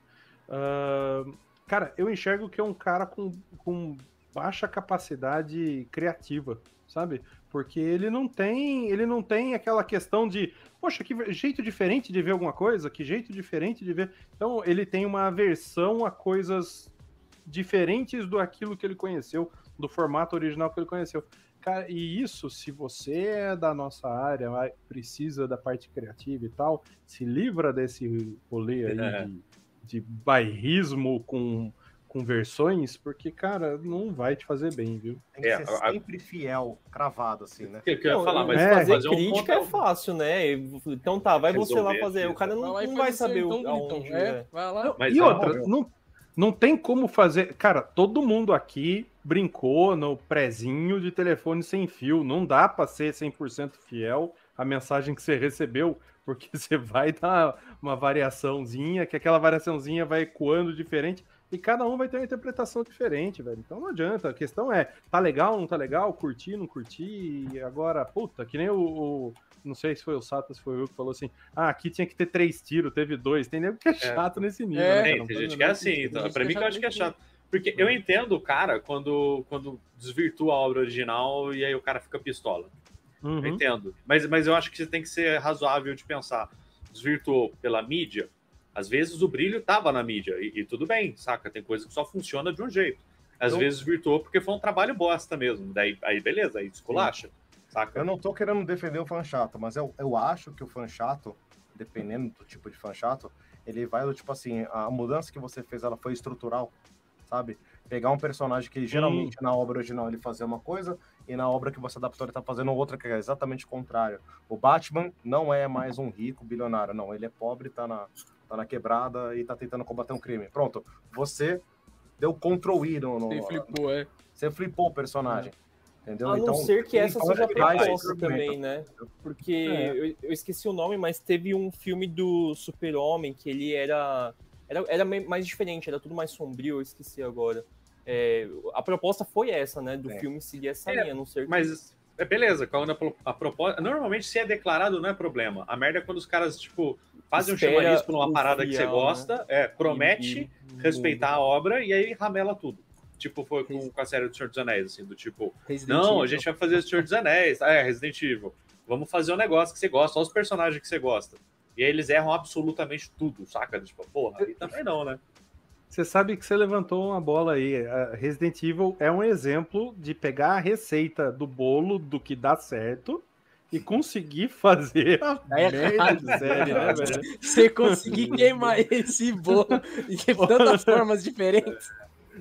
D: uh, cara, eu enxergo que é um cara com, com baixa capacidade criativa, sabe? Porque ele não tem, ele não tem aquela questão de, poxa, que jeito diferente de ver alguma coisa, que jeito diferente de ver. Então, ele tem uma aversão a coisas diferentes do aquilo que ele conheceu, do formato original que ele conheceu. Cara, e isso, se você é da nossa área, precisa da parte criativa e tal, se livra desse rolê aí
C: É.
D: de, de bairrismo com... com versões, porque, cara, não vai te fazer bem, viu?
B: Tem que
C: É,
B: ser
C: a-
B: sempre fiel, cravado, assim, né?
C: O que, que eu ia
F: Não,
C: falar? Mas
D: é,
F: fazer
C: fazer um
F: crítica
C: ponto-
F: é fácil, né? Então tá, vai você lá
C: Resolver
F: fazer.
C: aqui,
F: O cara não,
E: Vai lá e
F: não
E: faz
F: vai
E: o seu,
F: saber
E: então,
F: o- aonde.
E: bonitão. É,
F: é.
E: vai lá.
C: Mas
D: e
C: é,
D: outra,
B: não,
D: não, não tem como fazer... Cara, todo mundo aqui brincou no prezinho de telefone sem fio. Não dá pra ser cem por cento fiel à mensagem que você recebeu, porque você vai dar uma variaçãozinha, que aquela variaçãozinha vai ecoando diferente, e cada um vai ter uma interpretação diferente, velho. Então não adianta. A questão é, tá legal, não tá legal? Curti, não curti? E agora, puta, que nem o... o- não sei se foi o Sato, se foi eu que falou assim, ah, aqui tinha que ter três tiros, teve dois. Tem nego que é chato nesse nível,
E: É,
D: né,
C: Tem,
D: cara? Não
C: tem
D: faz
C: gente
D: o
C: que é
D: menor
C: assim,
D: sentido.
C: então,
E: gente
C: pra
E: que
C: mim
E: é
C: que eu acho que é
E: chato
C: chato. Porque eu entendo o cara quando, quando desvirtua a obra original e aí o cara fica pistola.
D: Uhum.
C: Eu entendo. Mas, mas eu acho que você tem que ser razoável de pensar. Desvirtuou pela mídia, às vezes o brilho tava na mídia, e, e tudo bem, saca? Tem coisa que só funciona de um jeito. Às
B: Eu-
C: vezes desvirtuou porque foi um trabalho bosta mesmo. Daí, aí beleza, aí desculacha, saca?
B: Eu não tô querendo defender o fã chato, mas eu, eu acho que o fã chato, dependendo do tipo de fã chato, ele vai do tipo assim, a mudança que você fez, ela foi estrutural, sabe? Pegar um personagem que geralmente na obra original ele fazia uma coisa e na obra que você adaptou ele tá fazendo outra que é exatamente o contrário. O Batman não é mais um rico bilionário, não. Ele é pobre, tá na, tá na quebrada e tá tentando combater um crime. Pronto. Você deu Ctrl I no... no
E: Você flipou, é.
B: você flipou o personagem. Entendeu?
F: A não
B: então,
F: ser que essa
B: então,
F: seja a
B: ele traz
F: proposta
B: esse
F: também,
B: argumento.
F: né? Porque
D: É.
F: eu, eu esqueci o nome, mas teve um filme do Super-Homem que ele era, era, era me- mais diferente, era tudo mais sombrio, eu esqueci agora. É, a proposta foi essa, né? Do
B: É.
F: filme seguir essa
C: É,
F: linha, a não ser que...
C: Mas é beleza, quando a, pro- a proposta. Normalmente, se é declarado, não é problema. A merda é quando os caras, tipo, fazem um
F: Espera
C: chamariz pra uma
F: o
C: parada que você
F: fiel,
C: gosta, é, promete
F: e- e
C: respeitar a
F: muda.
C: obra e aí ramela tudo. Tipo, foi com, com a série do Senhor dos Anéis, assim, do tipo,
E: Resident
C: não,
E: Evil.
C: a gente vai fazer o Senhor dos Anéis, é, Resident Evil. Vamos fazer um negócio que você gosta, olha os personagens que você gosta. E aí eles erram absolutamente tudo, saca? Tipo, porra, aí também não, né?
D: Você sabe que você levantou uma bola aí. A Resident Evil é um exemplo de pegar a receita do bolo do que dá certo e conseguir fazer a
E: Tá errado.
D: merda de série, né, velho?
E: Você conseguir queimar esse bolo de tantas formas diferentes.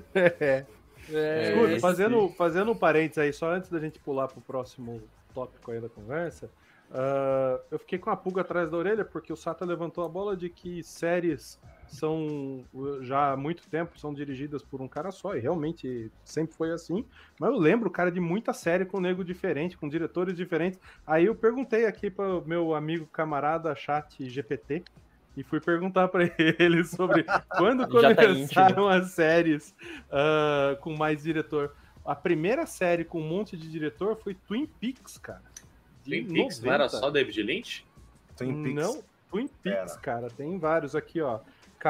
D: É.
E: É,
D: Escuta,
E: esse-
D: fazendo, fazendo um parênteses aí, só antes da gente pular pro próximo tópico aí da conversa, ah, eu fiquei com a pulga atrás da orelha porque o Sata levantou a bola de que séries são, já há muito tempo, são dirigidas por um cara só, e realmente sempre foi assim, mas eu lembro, cara, de muita série com nego diferente, com diretores diferentes. Aí eu perguntei aqui para o meu amigo camarada Chat G P T, e fui perguntar para ele sobre quando
F: Já tá
D: começaram as séries ah, com mais diretor. A primeira série com um monte de diretor foi Twin Peaks, cara. de
C: Twin Peaks não era
D: noventa.
C: só David Lynch?
B: Twin Peaks.
D: Não, Twin Peaks,
B: Pera.
D: cara. Tem vários aqui, ó.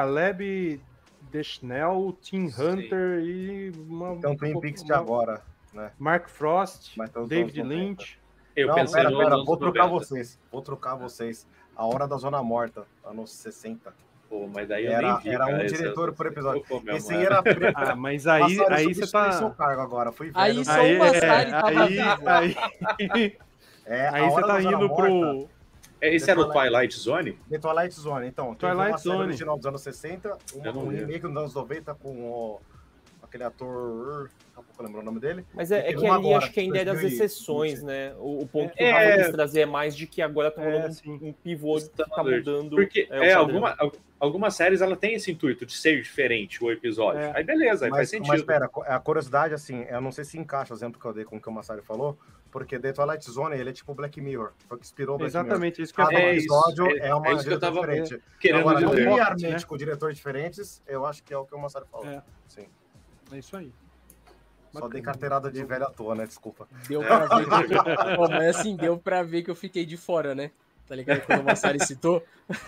D: Caleb Deschanel, Tim
C: Sim.
D: Hunter e uma,
B: Então, Twin Peaks de
D: uma-
B: agora, né?
D: Mark Frost,
B: Mas tá os
D: David
B: anos noventa.
D: Lynch.
C: Eu
B: Não,
C: pensei
B: pera,
C: no
B: pera,
C: anos
B: vou trocar
C: noventa.
B: vocês. Vou trocar vocês. A Hora da Zona Morta, anos sessenta.
C: Pô, mas daí eu
B: Era,
C: nem vi,
B: era um
C: cara, esse
B: diretor
C: é-
B: por episódio.
C: Pô, meu,
B: Esse aí
C: mano.
B: era... pre-
D: Ah, mas aí,
B: Massaro,
D: aí você
B: substitui seu
D: tá.
B: cargo agora, foi velho.
E: Aí só
D: Aí,
E: o Massari
D: é,
E: tava
D: aí,
E: vivo.
D: aí,
B: É, A
D: aí você
B: Hora
D: tá
B: da Zona
D: indo
B: Morta,
D: pro.
C: É, Esse era o Twilight Zone?
B: The Twilight Zone, então. Teve
D: Twilight
B: uma série
D: Zone.
B: original dos anos sessenta, uma,
C: Eu não
B: um
C: vi.
B: remake dos anos noventa com o, aquele ator... Daqui a pouco eu lembro o nome dele.
F: Mas é, é
B: Teve
F: que
B: uma
F: ali
B: agora,
F: acho que ainda é das
B: dois mil e vinte.
F: exceções, né? O, o ponto que
C: É.
F: o Rafa quis trazer é mais de que agora tá
D: É,
F: rolando
D: sim.
F: um, um pivô que tá
C: Standard.
F: mudando.
C: Porque
F: o
C: é,
F: padrão.
C: alguma, al- algumas séries ela tem esse intuito de ser diferente o episódio.
D: É.
C: Aí beleza, aí faz
B: Mas, mas
C: sentido.
B: pera, a curiosidade, assim, eu não sei se encaixa o exemplo que eu dei com o que o Massari falou, porque The Twilight Zone, ele é tipo Black Mirror, foi o que inspirou o Black Mirror.
D: Exatamente isso que eu ia
B: Cada
C: É
D: falar.
C: isso,
B: episódio
C: é-
B: é, uma
C: é isso que eu
B: diretor
C: tava
B: diferente.
C: Querendo
B: Agora, não
C: dizer.
B: linearmente
D: né?
B: com diretores diferentes, eu acho que é o que o Massari falou.
D: É.
B: Sim.
D: É isso aí.
B: Só dei carteirada de velho à toa, né? Desculpa.
E: Deu pra ver que eu... Pô, mas assim, deu pra ver que eu fiquei de fora, né? Tá ligado? Quando o Massari citou.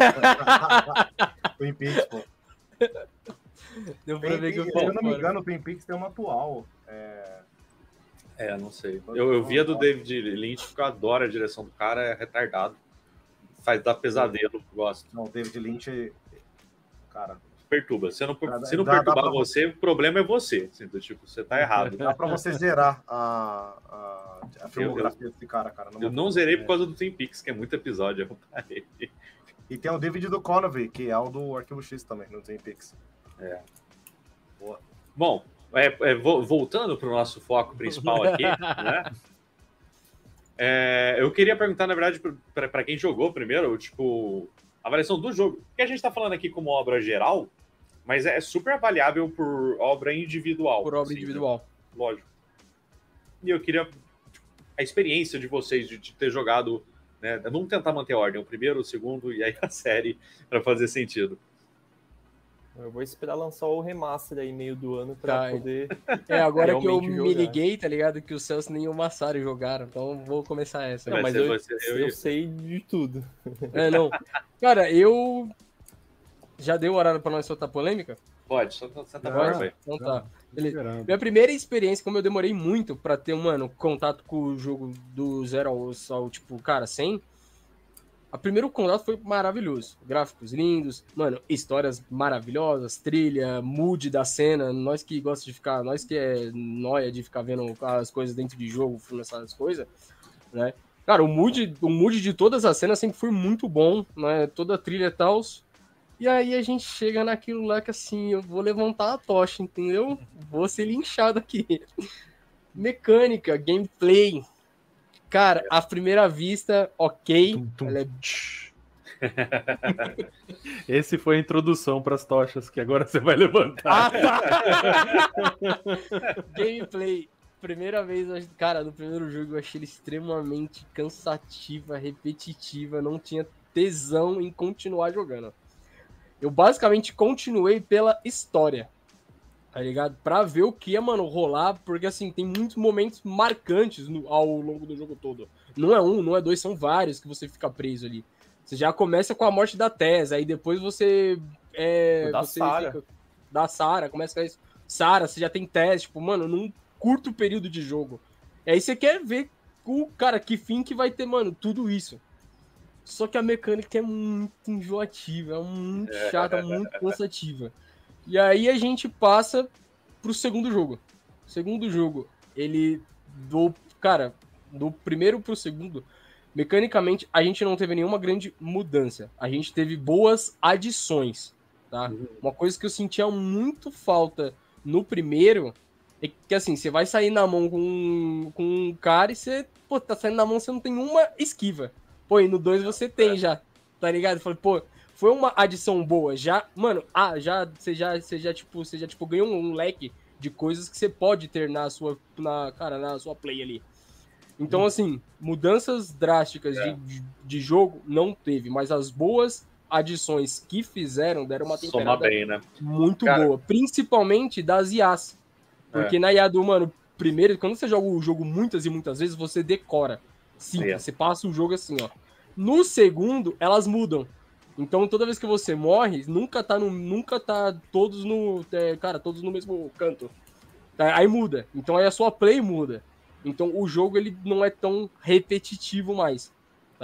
B: Twin Peaks, pô.
E: Deu pra
B: Twin
E: ver que eu
B: Peaks,
E: fiquei
B: se eu
E: de
B: não me
E: fora.
B: engano, o Twin Peaks tem uma atual. É...
C: É, não sei. Eu, eu via do David Lynch, porque eu adoro a direção do cara, é retardado. Faz dar pesadelo, gosto.
B: Não, o David Lynch... Cara,
C: Perturba. Se não,
B: Dá-
C: se não
B: dá- dá
C: perturbar
B: pra-
C: você, o problema é você. Assim, do tipo, você tá errado.
B: dá pra você zerar a, a, a filmografia desse cara, cara.
C: Eu não
B: É.
C: zerei por causa do Twin Peaks, que é muito episódio. Eu parei.
B: E tem o David Duchovny, que é o do Arquivo X também, no Twin Peaks.
C: Bom, é, é, vo- voltando para o nosso foco principal aqui, né? É, eu queria perguntar, na verdade, para quem jogou primeiro, tipo, a avaliação do jogo. Porque a gente está falando aqui como obra geral, mas é super avaliável por obra individual.
E: Por obra
C: assim,
E: individual.
C: né? Lógico. E eu queria tipo, a experiência de vocês de, de ter jogado, né? Vamos tentar manter a ordem, o primeiro, o segundo e aí a série, para fazer sentido.
F: Eu vou esperar lançar o remaster aí meio do ano pra
E: Tá,
F: poder.
E: É, agora que eu
F: realmente
E: me
F: jogar.
E: liguei, tá ligado? Que o Celso nem o Massari jogaram. Então vou começar essa.
F: Não,
C: Vai
F: mas
C: ser
F: eu,
C: você, eu
F: eu
C: e-
F: sei de tudo.
E: É, não. Cara, eu. Já deu horário pra nós soltar polêmica?
C: Pode, só senta
D: Ah,
C: fora, vai.
E: Então tá. Beleza.
D: Esperando.
E: Minha primeira experiência, como eu demorei muito pra ter, mano, contato com o jogo do zero ao, ao tipo, cara, cem. A primeiro contato foi maravilhoso. Gráficos lindos, mano, histórias maravilhosas, trilha, mood da cena. Nós que gosta de ficar, nós que é nóia de ficar vendo as coisas dentro de jogo, filme, essas coisas, né? Cara, o mood, o mood de todas as cenas sempre foi muito bom, né? Toda a trilha e tal. E aí a gente chega naquilo lá que assim, eu vou levantar a tocha, entendeu? Vou ser linchado aqui. Mecânica, gameplay. Cara, à primeira vista, ok.
D: Tum, tum.
E: Ela é...
D: Esse foi a introdução para as tochas que agora você vai levantar.
E: Ah, tá! Gameplay. Primeira vez, eu- cara, no primeiro jogo eu achei ele extremamente cansativa, repetitiva, não tinha tesão em continuar jogando. Eu basicamente continuei pela história, tá ligado? Pra ver o que ia, mano, rolar, porque assim, tem muitos momentos marcantes no- ao longo do jogo todo. Não é um, não é dois, são vários que você fica preso ali. Você já começa com a morte da Tess, aí depois você... É,
F: O da
E: você
F: Sarah.
E: fica- da Sarah, começa com isso. Sarah, você já tem Tess, tipo, mano, num curto período de jogo. E aí você quer ver o cara, que fim que vai ter, mano, tudo isso. Só que a mecânica é muito enjoativa, é muito chata, muito cansativa. E aí a gente passa pro segundo jogo. O segundo jogo, ele do, cara, do primeiro pro segundo, mecanicamente a gente não teve nenhuma grande mudança. A gente teve boas adições, tá? Uma coisa que eu sentia muito falta no primeiro é que assim, você vai sair na mão com, com um cara e você, pô, tá saindo na mão, você não tem uma esquiva. Pô, e no dois você tem já, tá ligado? Eu falei, pô, foi uma adição boa. Já, mano, ah, já, você já, você já, tipo, você já, tipo, ganhou um, um leque de coisas que você pode ter na sua, na, cara, na sua play ali. Então, assim, mudanças drásticas
C: É.
E: de, de, de jogo não teve, mas as boas adições que fizeram deram uma
C: Soma
E: temperada
C: bem, né?
E: muito
C: Cara.
E: boa, principalmente das I As. Porque na I A do, mano, primeiro, quando você joga o jogo muitas e muitas vezes, você decora. Sim,
C: É.
E: você passa o jogo assim, ó. No segundo, elas mudam. Então, toda vez que você morre, nunca tá no, nunca tá todos no, é, cara, todos no mesmo canto. Tá? Aí muda. Então aí a sua play muda. Então o jogo ele não é tão repetitivo mais, tá?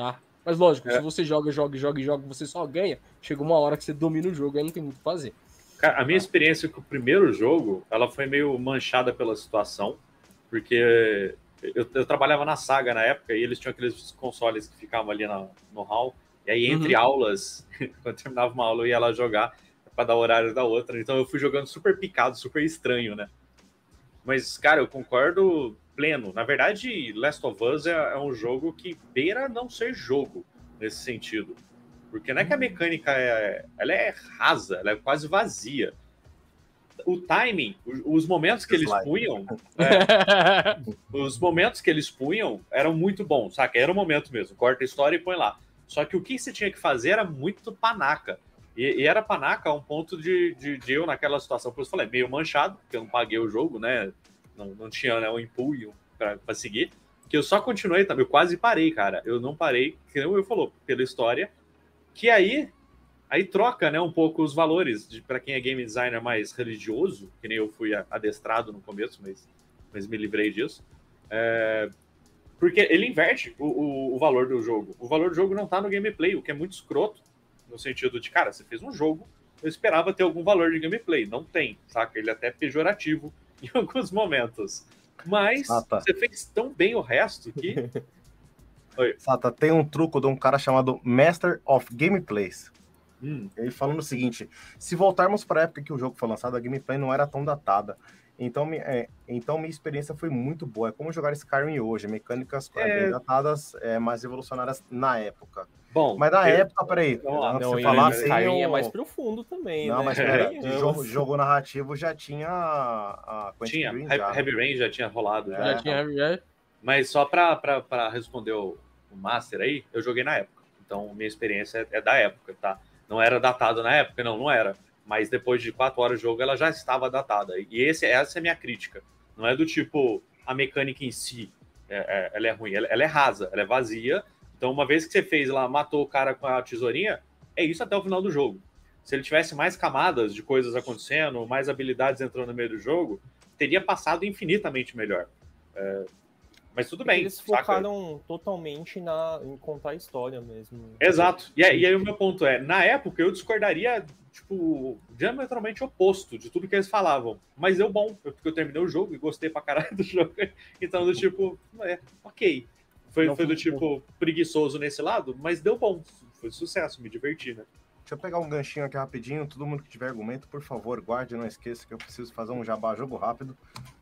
E: Mas lógico,
C: É.
E: se você joga, joga, joga e joga, você só ganha, chega uma hora que você domina o jogo, aí não tem muito o que fazer.
C: Cara, a minha experiência com o primeiro jogo, ela foi meio manchada pela situação, porque eu, eu trabalhava na Saga na época e eles tinham aqueles consoles que ficavam ali na, no hall, e aí entre
E: Uhum.
C: aulas, quando terminava uma aula, eu ia lá jogar para dar horário da outra, então eu fui jogando super picado, super estranho, né? Mas, cara, eu concordo pleno. Na verdade, Last of Us é, é um jogo que beira não ser jogo nesse sentido. Porque não é que a mecânica é, ela é rasa, ela é quase vazia. O timing, os momentos que eles
B: Slide.
C: punham, é, os momentos que eles punham eram muito bons, saca? Era o momento mesmo, corta a história e põe lá. Só que o que você tinha que fazer era muito panaca. E, e era panaca a um ponto de, de, de eu, naquela situação, por isso eu falei, meio manchado, porque eu não paguei o jogo, né? Não, não tinha, né, um empunho pra, pra seguir. Que eu só continuei também, eu quase parei, cara. Eu não parei, que nem o Will falou, pela história. Que aí, aí troca, né, um pouco os valores de para quem é game designer mais religioso, que nem eu fui adestrado no começo, mas, mas me livrei disso. É, porque ele inverte o, o, o valor do jogo. O valor do jogo não tá no gameplay, o que é muito escroto, no sentido de, cara, você fez um jogo, eu esperava ter algum valor de gameplay. Não tem, saca? Ele é até pejorativo em alguns momentos. Mas
B: Ah, tá.
C: você fez tão bem o resto que... Oi.
B: Sata, tem um truco de um cara chamado Master of Gameplays.
C: Hum.
B: Ele falando o seguinte: se voltarmos para a época que o jogo foi lançado, a gameplay não era tão datada. Então, mi- é, então minha experiência foi muito boa. É como jogar Skyrim hoje, mecânicas é,
C: É.
B: bem datadas, é, mais evolucionárias na época.
C: Bom,
B: Mas na
C: eu-
B: época, peraí,
C: Vamos lá.
B: antes de
F: Não,
B: você
F: e
B: falar,
F: o
B: sem
F: Skyrim é
B: o-
F: mais profundo também,
B: Não,
F: né?
B: mas pera,
F: É,
B: de
F: é,
B: jogo,
F: mas-
B: jogo narrativo já tinha a, a Quantic
C: tinha,
B: Dream
C: Heavy,
B: já.
C: Heavy Rain já tinha rolado.
B: É.
C: Já.
E: Já tinha Heavy Rain.
C: Mas só para responder o, o Master aí, eu joguei na época. Então, minha experiência é, é da época, tá? Não era datado na época? Não, não era. Mas depois de quatro horas de jogo, ela já estava datada. E esse, essa é a minha crítica. Não é do tipo, a mecânica em si, é, é, ela é ruim. Ela, ela é rasa, ela é vazia. Então, uma vez que você fez lá, matou o cara com a tesourinha, é isso até o final do jogo. Se ele tivesse mais camadas de coisas acontecendo, mais habilidades entrando no meio do jogo, teria passado infinitamente melhor. É, mas tudo bem,
F: Eles
C: saca?
F: focaram totalmente na, em contar a história mesmo.
C: Exato. E, aí- e aí o meu ponto é, na época eu discordaria, tipo, diametralmente oposto de tudo que eles falavam. Mas deu bom, porque eu terminei o jogo e gostei pra caralho do jogo. Então, do tipo, é, ok. Foi,
B: Não
C: foi do
B: foi-
C: tipo preguiçoso nesse lado, mas deu bom. Foi sucesso, me diverti, né?
B: Deixa eu pegar um ganchinho aqui rapidinho. Todo mundo que tiver argumento, por favor, guarde. Não esqueça que eu preciso fazer um jabá jogo rápido.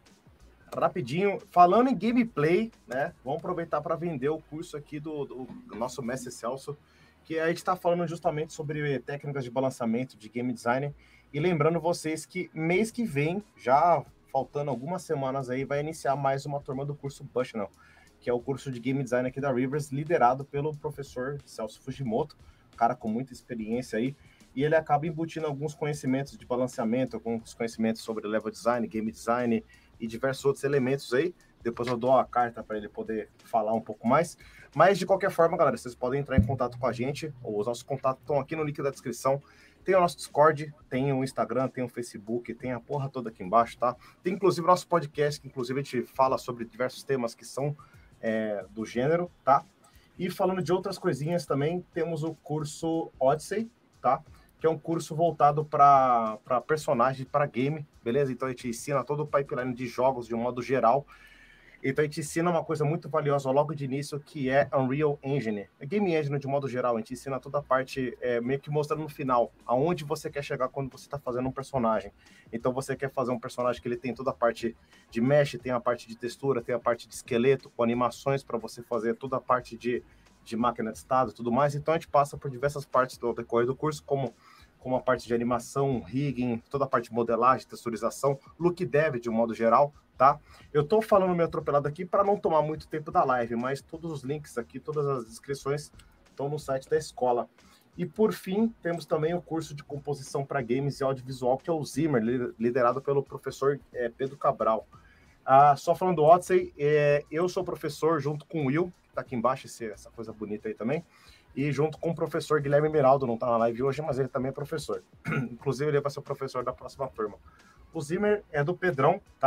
B: Rapidinho, falando em gameplay, né? Vamos aproveitar para vender o curso aqui do, do nosso mestre Celso, que a gente está falando justamente sobre técnicas de balanceamento, de game design. E lembrando vocês que mês que vem, já faltando algumas semanas aí, vai iniciar mais uma turma do curso Bushnell, que é o curso de game design aqui da Rivers, liderado pelo professor Celso Fujimoto, um cara com muita experiência aí. E ele acaba embutindo alguns conhecimentos de balanceamento, alguns conhecimentos sobre level design, game design e diversos outros elementos aí. Depois eu dou a carta para ele poder falar um pouco mais. Mas, de qualquer forma, galera, vocês podem entrar em contato com a gente. Os nossos contatos estão aqui no link da descrição. Tem o nosso Discord, tem o Instagram, tem o Facebook, tem a porra toda aqui embaixo, tá? Tem, inclusive, o nosso podcast, que, inclusive, a gente fala sobre diversos temas que são é, do gênero, tá? E falando de outras coisinhas também, temos o curso Odyssey, tá? Que é um curso voltado para personagem, para game, beleza? Então a gente ensina todo o pipeline de jogos de um modo geral. Então a gente ensina uma coisa muito valiosa logo de início, que é Unreal Engine. É Game Engine de modo geral, a gente ensina toda a parte, é, meio que mostrando no final, aonde você quer chegar quando você está fazendo um personagem. Então você quer fazer um personagem que ele tem toda a parte de mesh, tem a parte de textura, tem a parte de esqueleto, com animações para você fazer toda a parte de, de máquina de estado e tudo mais. Então a gente passa por diversas partes do decorrer do curso, como como a parte de animação, rigging, toda a parte de modelagem, texturização, look dev de um modo geral, tá? Eu tô falando meio atropelado aqui para não tomar muito tempo da live, mas todos os links aqui, todas as inscrições estão no site da escola. E por fim, temos também o curso de composição para games e audiovisual, que é o Zimmer, liderado pelo professor é, Pedro Cabral. Ah, só falando do Odyssey, é, eu sou professor junto com o Will, que tá aqui embaixo, esse, essa coisa bonita aí também, e junto com o professor Guilherme Miraldo, não está na live hoje, mas ele também é professor. Inclusive, ele vai ser o professor da próxima turma. O Zimmer é do Pedrão, tá?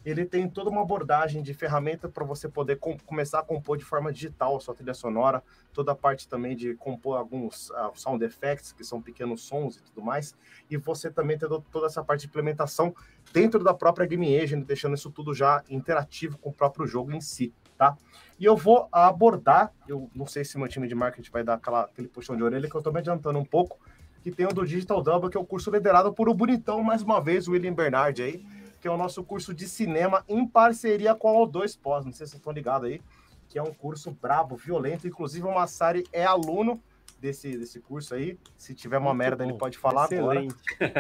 B: ele tem toda uma abordagem de ferramenta para você poder com, começar a compor de forma digital a sua trilha sonora, toda a parte também de compor alguns uh, sound effects, que são pequenos sons e tudo mais, e você também tem toda essa parte de implementação dentro da própria Game Engine, deixando isso tudo já interativo com o próprio jogo em si, tá? E eu vou abordar, eu não sei se meu time de marketing vai dar aquela, aquele puxão de orelha, que eu estou me adiantando um pouco, que tem o do Digital Double, que é o curso liderado por o bonitão, mais uma vez, o William Bernard aí, que é o nosso curso de cinema em parceria com a O dois Pós, não sei se vocês estão ligados aí, que é um curso brabo, violento, inclusive o Massari é aluno desse, desse curso aí, se tiver uma
D: Muito
B: merda
D: bom.
B: ele pode falar
D: Excelente.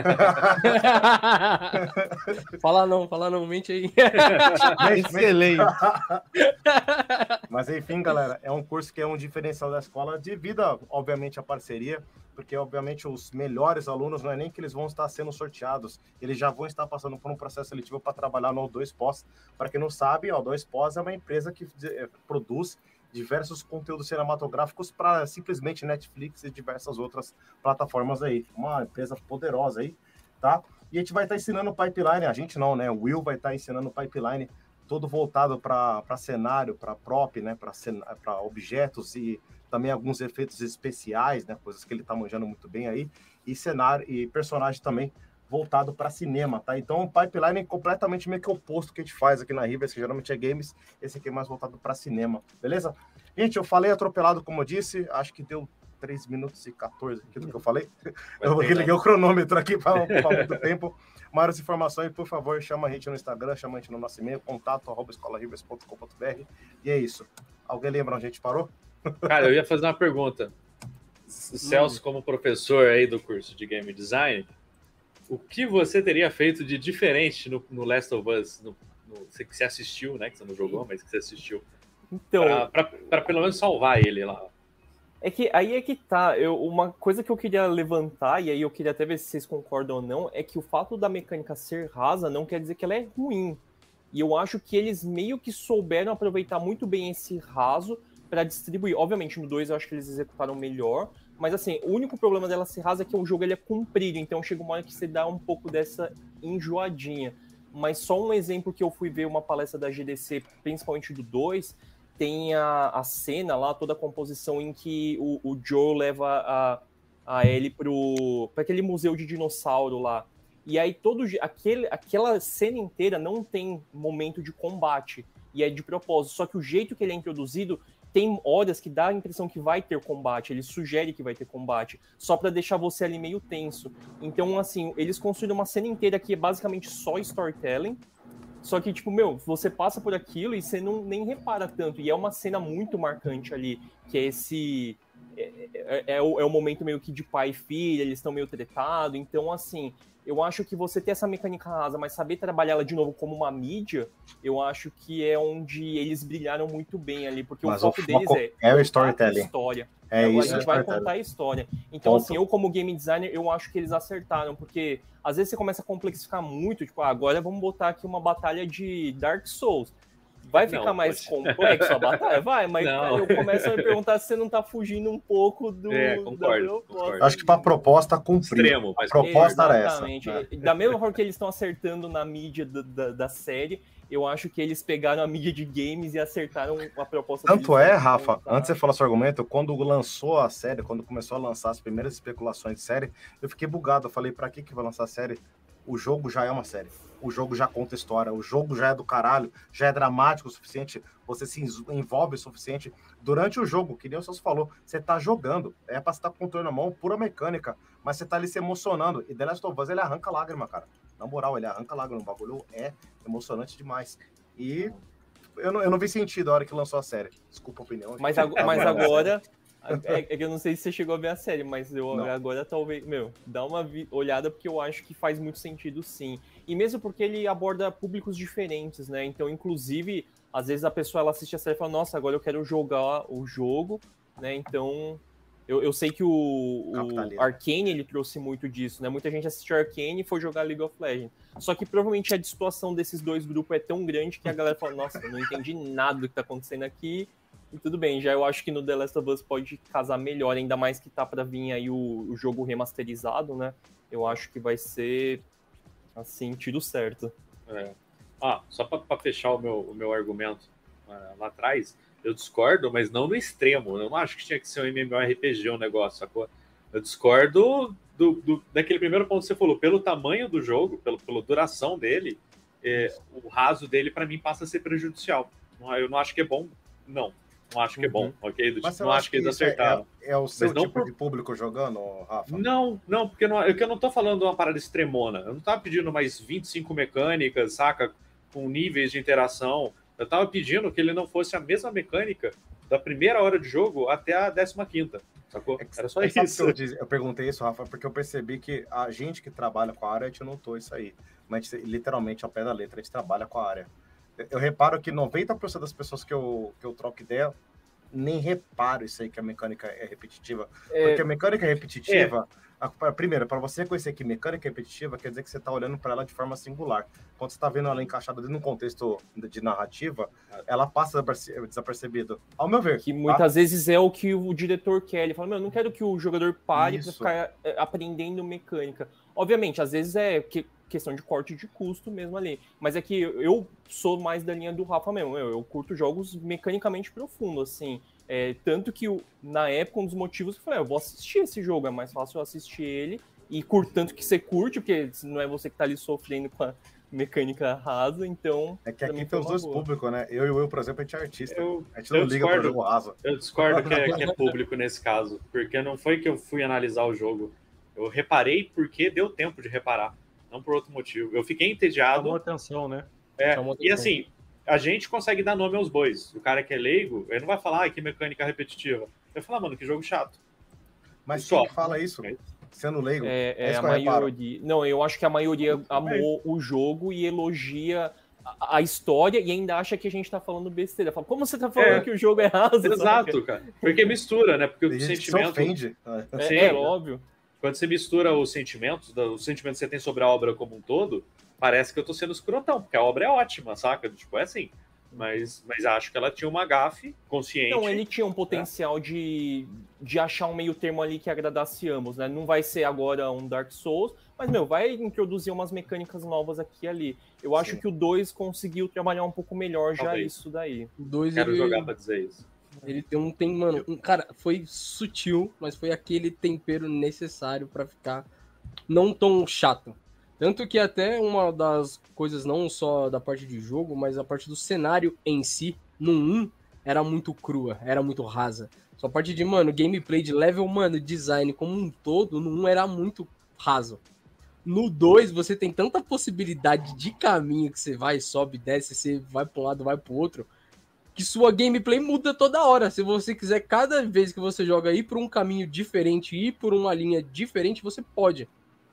B: agora.
E: Fala não, fala não, mente aí.
D: Excelente.
B: Mas enfim, galera, é um curso que é um diferencial da escola devido, a, obviamente, à parceria, porque, obviamente, os melhores alunos não é nem que eles vão estar sendo sorteados, eles já vão estar passando por um processo seletivo para trabalhar no O dois Pós. Para quem não sabe, a O dois Pós é uma empresa que é, produz diversos conteúdos cinematográficos para simplesmente Netflix e diversas outras plataformas aí. Uma empresa poderosa aí, tá? E a gente vai estar ensinando o pipeline, a gente não, né? O Will vai estar ensinando o pipeline todo voltado para cenário, para prop, né? Para objetos e também alguns efeitos especiais, né? Coisas que ele tá manjando muito bem aí. E cenário e personagem também voltado para cinema, tá? Então, o pipeline é completamente meio que oposto que a gente faz aqui na Rivers, que geralmente é games, esse aqui é mais voltado para cinema, beleza? Gente, eu falei atropelado, como eu disse, acho que deu três minutos e quatorze aqui do que eu falei. Eu liguei o cronômetro aqui para muito tempo. Maiores informações, por favor, chama a gente no Instagram, chama a gente no nosso e-mail, contato arroba escola rivers ponto com ponto b r. E é isso. Alguém lembra onde a gente parou?
C: Cara, eu ia fazer uma pergunta. O Celso, como professor aí do curso de Game Design, o que você teria feito de diferente no, no Last of Us? No, no, que você assistiu, né? Que você não jogou, mas que você assistiu.
F: Então,
C: para pelo menos salvar ele lá.
F: É que aí é que tá, eu, uma coisa que eu queria levantar, e aí eu queria até ver se vocês concordam ou não, é que o fato da mecânica ser rasa não quer dizer que ela é ruim. E eu acho que eles meio que souberam aproveitar muito bem esse raso para distribuir. Obviamente, no dois eu acho que eles executaram melhor, mas assim, o único problema dela ser rasa é que o jogo ele é comprido, então chega uma hora que você dá um pouco dessa enjoadinha. Mas só um exemplo que eu fui ver uma palestra da G D C, principalmente do dois, tem a, a cena lá, toda a composição em que o, o Joe leva a, a Ellie para aquele museu de dinossauro lá. E aí todo aquele, aquela cena inteira não tem momento de combate, e é de propósito. Só que o jeito que ele é introduzido, tem horas que dá a impressão que vai ter combate, ele sugere que vai ter combate, só para deixar você ali meio tenso. Então, assim, eles construíram uma cena inteira que é basicamente só storytelling, só que, tipo, meu, você passa por aquilo e você não, nem repara tanto. E é uma cena muito marcante ali, que é esse... É, é, é, o, é o momento meio que de pai e filha, eles estão meio tretados. Então, assim, eu acho que você ter essa mecânica rasa, mas saber trabalhar ela de novo como uma mídia, eu acho que é onde eles brilharam muito bem ali. Porque
B: mas
F: o foco,
B: o foco
F: deles é,
B: é o storytelling.
F: História.
B: É
F: então,
B: isso,
F: a gente vai contar a história. Então,
B: Ponto.
F: assim, eu como game designer, eu acho que eles acertaram, porque às vezes você começa a complexificar muito, tipo, ah, agora vamos botar aqui uma batalha de Dark Souls. Vai ficar
C: não,
F: mais
C: pode...
F: complexo a batalha? Vai, mas
C: não.
F: eu começo a me perguntar se você não tá fugindo um pouco do...
C: É, concordo, concordo.
B: Acho que para proposta cumprir.
C: Extremo, mas
B: a proposta era essa.
F: Exatamente. Né? Da mesma forma que eles estão acertando na mídia da, da, da série, eu acho que eles pegaram a mídia de games e acertaram a proposta.
B: Tanto é, Rafa, contar. Antes de você falar seu argumento, quando lançou a série, quando começou a lançar as primeiras especulações de série, eu fiquei bugado. Eu falei, pra que que vai lançar a série? O jogo já é uma série. O jogo já conta história. O jogo já é do caralho. Já é dramático o suficiente. Você se envolve o suficiente. Durante o jogo, que nem o Celso falou, você tá jogando. É pra você estar com o controle na mão, pura mecânica. Mas você tá ali se emocionando. E The Last of Us, ele arranca lágrima, cara. Na moral, ele arranca lágrima. O bagulho é emocionante demais. E eu não, eu não vi sentido a hora que lançou a série. Desculpa a opinião.
F: Mas, ag mas agora... É, é que eu não sei se você chegou a ver a série, mas eu não. Agora talvez, meu, dá uma olhada porque eu acho que faz muito sentido sim. E mesmo porque ele aborda públicos diferentes, né? Então, inclusive, às vezes a pessoa ela assiste a série e fala, nossa, agora eu quero jogar o jogo, né? Então, eu, eu sei que o, o Arcane, ele trouxe muito disso, né? Muita gente assistiu Arcane e foi jogar League of Legends. Só que provavelmente a distorção desses dois grupos é tão grande que a galera fala, nossa, eu não entendi nada do que tá acontecendo aqui. E tudo bem, já eu acho que no The Last of Us pode casar melhor, ainda mais que tá pra vir aí o, o jogo remasterizado, né? Eu acho que vai ser, assim, tiro certo.
C: É. Ah, só para fechar o meu, o meu argumento uh, lá atrás, eu discordo, mas não no extremo. Eu não acho que tinha que ser um MMORPG o um negócio, sacou? Eu discordo do, do, daquele primeiro ponto que você falou, pelo tamanho do jogo, pelo, pela duração dele, é, o raso dele, para mim, passa a ser prejudicial. Eu não acho que é bom, não. Não acho que é bom, ok? Do, tipo, não acho que eles acertaram.
B: É, é o seu
C: mas
B: tipo
C: por...
B: de público jogando, Rafa?
C: Não, não, porque não, eu, eu não tô falando de uma parada extremona. Eu não tava pedindo mais vinte e cinco mecânicas, saca? Com níveis de interação. Eu tava pedindo que ele não fosse a mesma mecânica da primeira hora de jogo até a décima quinta, sacou?
B: É que,
C: Era só
B: é
C: isso.
B: Eu, diz, eu perguntei isso, Rafa, porque eu percebi que a gente que trabalha com a área, a gente notou isso aí. Mas literalmente, ao pé da letra, a gente trabalha com a área. Eu, eu reparo que noventa por cento das pessoas que eu, que eu troco ideia nem reparo isso aí, que a mecânica é repetitiva. É... Porque a mecânica é repetitiva... É. A, primeiro, para você conhecer que mecânica é repetitiva, quer dizer que você está olhando para ela de forma singular. Quando você está vendo ela encaixada dentro de um contexto de narrativa, ela passa desapercebida. Ao meu ver.
F: Que muitas tá? vezes é o que o diretor quer. Ele fala, meu, eu não quero que o jogador pare para ficar aprendendo mecânica. Obviamente, às vezes é que, questão de corte de custo mesmo ali. Mas é que eu sou mais da linha do Rafa mesmo. Eu, eu curto jogos mecanicamente profundos, assim. É, tanto que na época, um dos motivos que eu falei, eu vou assistir esse jogo, é mais fácil eu assistir ele e curto tanto que você curte, porque não é você que tá ali sofrendo com a mecânica rasa, então...
B: É que aqui tem os dois públicos, né? Eu e o Will, por exemplo, a gente é artista.
C: Eu,
B: a gente não liga
C: discordo,
B: pro jogo raso.
C: Eu discordo que é, que é público nesse caso, porque não foi que eu fui analisar o jogo. Eu reparei porque deu tempo de reparar, não por outro motivo. Eu fiquei entediado.
D: Chamou atenção, né?
C: É,
D: Chamou
C: e
D: atenção.
C: assim... A gente consegue dar nome aos bois. O cara que é leigo, ele não vai falar, ah, que mecânica repetitiva. Ele vai falar, mano, que jogo chato.
B: Mas quem que fala isso? Sendo leigo?
F: É, é, é a maioria. Não, eu acho que a maioria amou o jogo e elogia a, a história e ainda acha que a gente tá falando besteira. Fala, como você tá falando é. que o jogo é raso?
C: Exato,
F: sabe?
C: cara. Porque mistura, né? Porque o sentimento...
B: Se ofende.
F: É, Sim, é óbvio.
C: Quando você mistura os sentimentos, os sentimentos que você tem sobre a obra como um todo, parece que eu tô sendo escrotão, porque a obra é ótima, saca? Tipo, é assim. Mas, mas acho que ela tinha uma gafe consciente.
F: Não, ele tinha um potencial é. de, de achar um meio termo ali que agradasse ambos, né? Não vai ser agora um Dark Souls, mas, meu, vai introduzir umas mecânicas novas aqui e ali. Eu acho Sim. que o dois conseguiu trabalhar um pouco melhor já Talvez. isso daí.
E: O dois
C: Quero
E: ele...
C: jogar pra dizer isso.
E: Ele tem um, tem, mano, um, cara, foi sutil, mas foi aquele tempero necessário pra ficar não tão chato. Tanto que até uma das coisas, não só da parte de jogo, mas a parte do cenário em si, no um, era muito crua, era muito rasa. Só a parte de, mano, gameplay de level, mano, design como um todo, no um era muito raso. No dois, você tem tanta possibilidade de caminho que você vai, sobe, desce, você vai pra um lado, vai pro outro, que sua gameplay muda toda hora. Se você quiser, cada vez que você joga, ir por um caminho diferente, ir por uma linha diferente, você pode.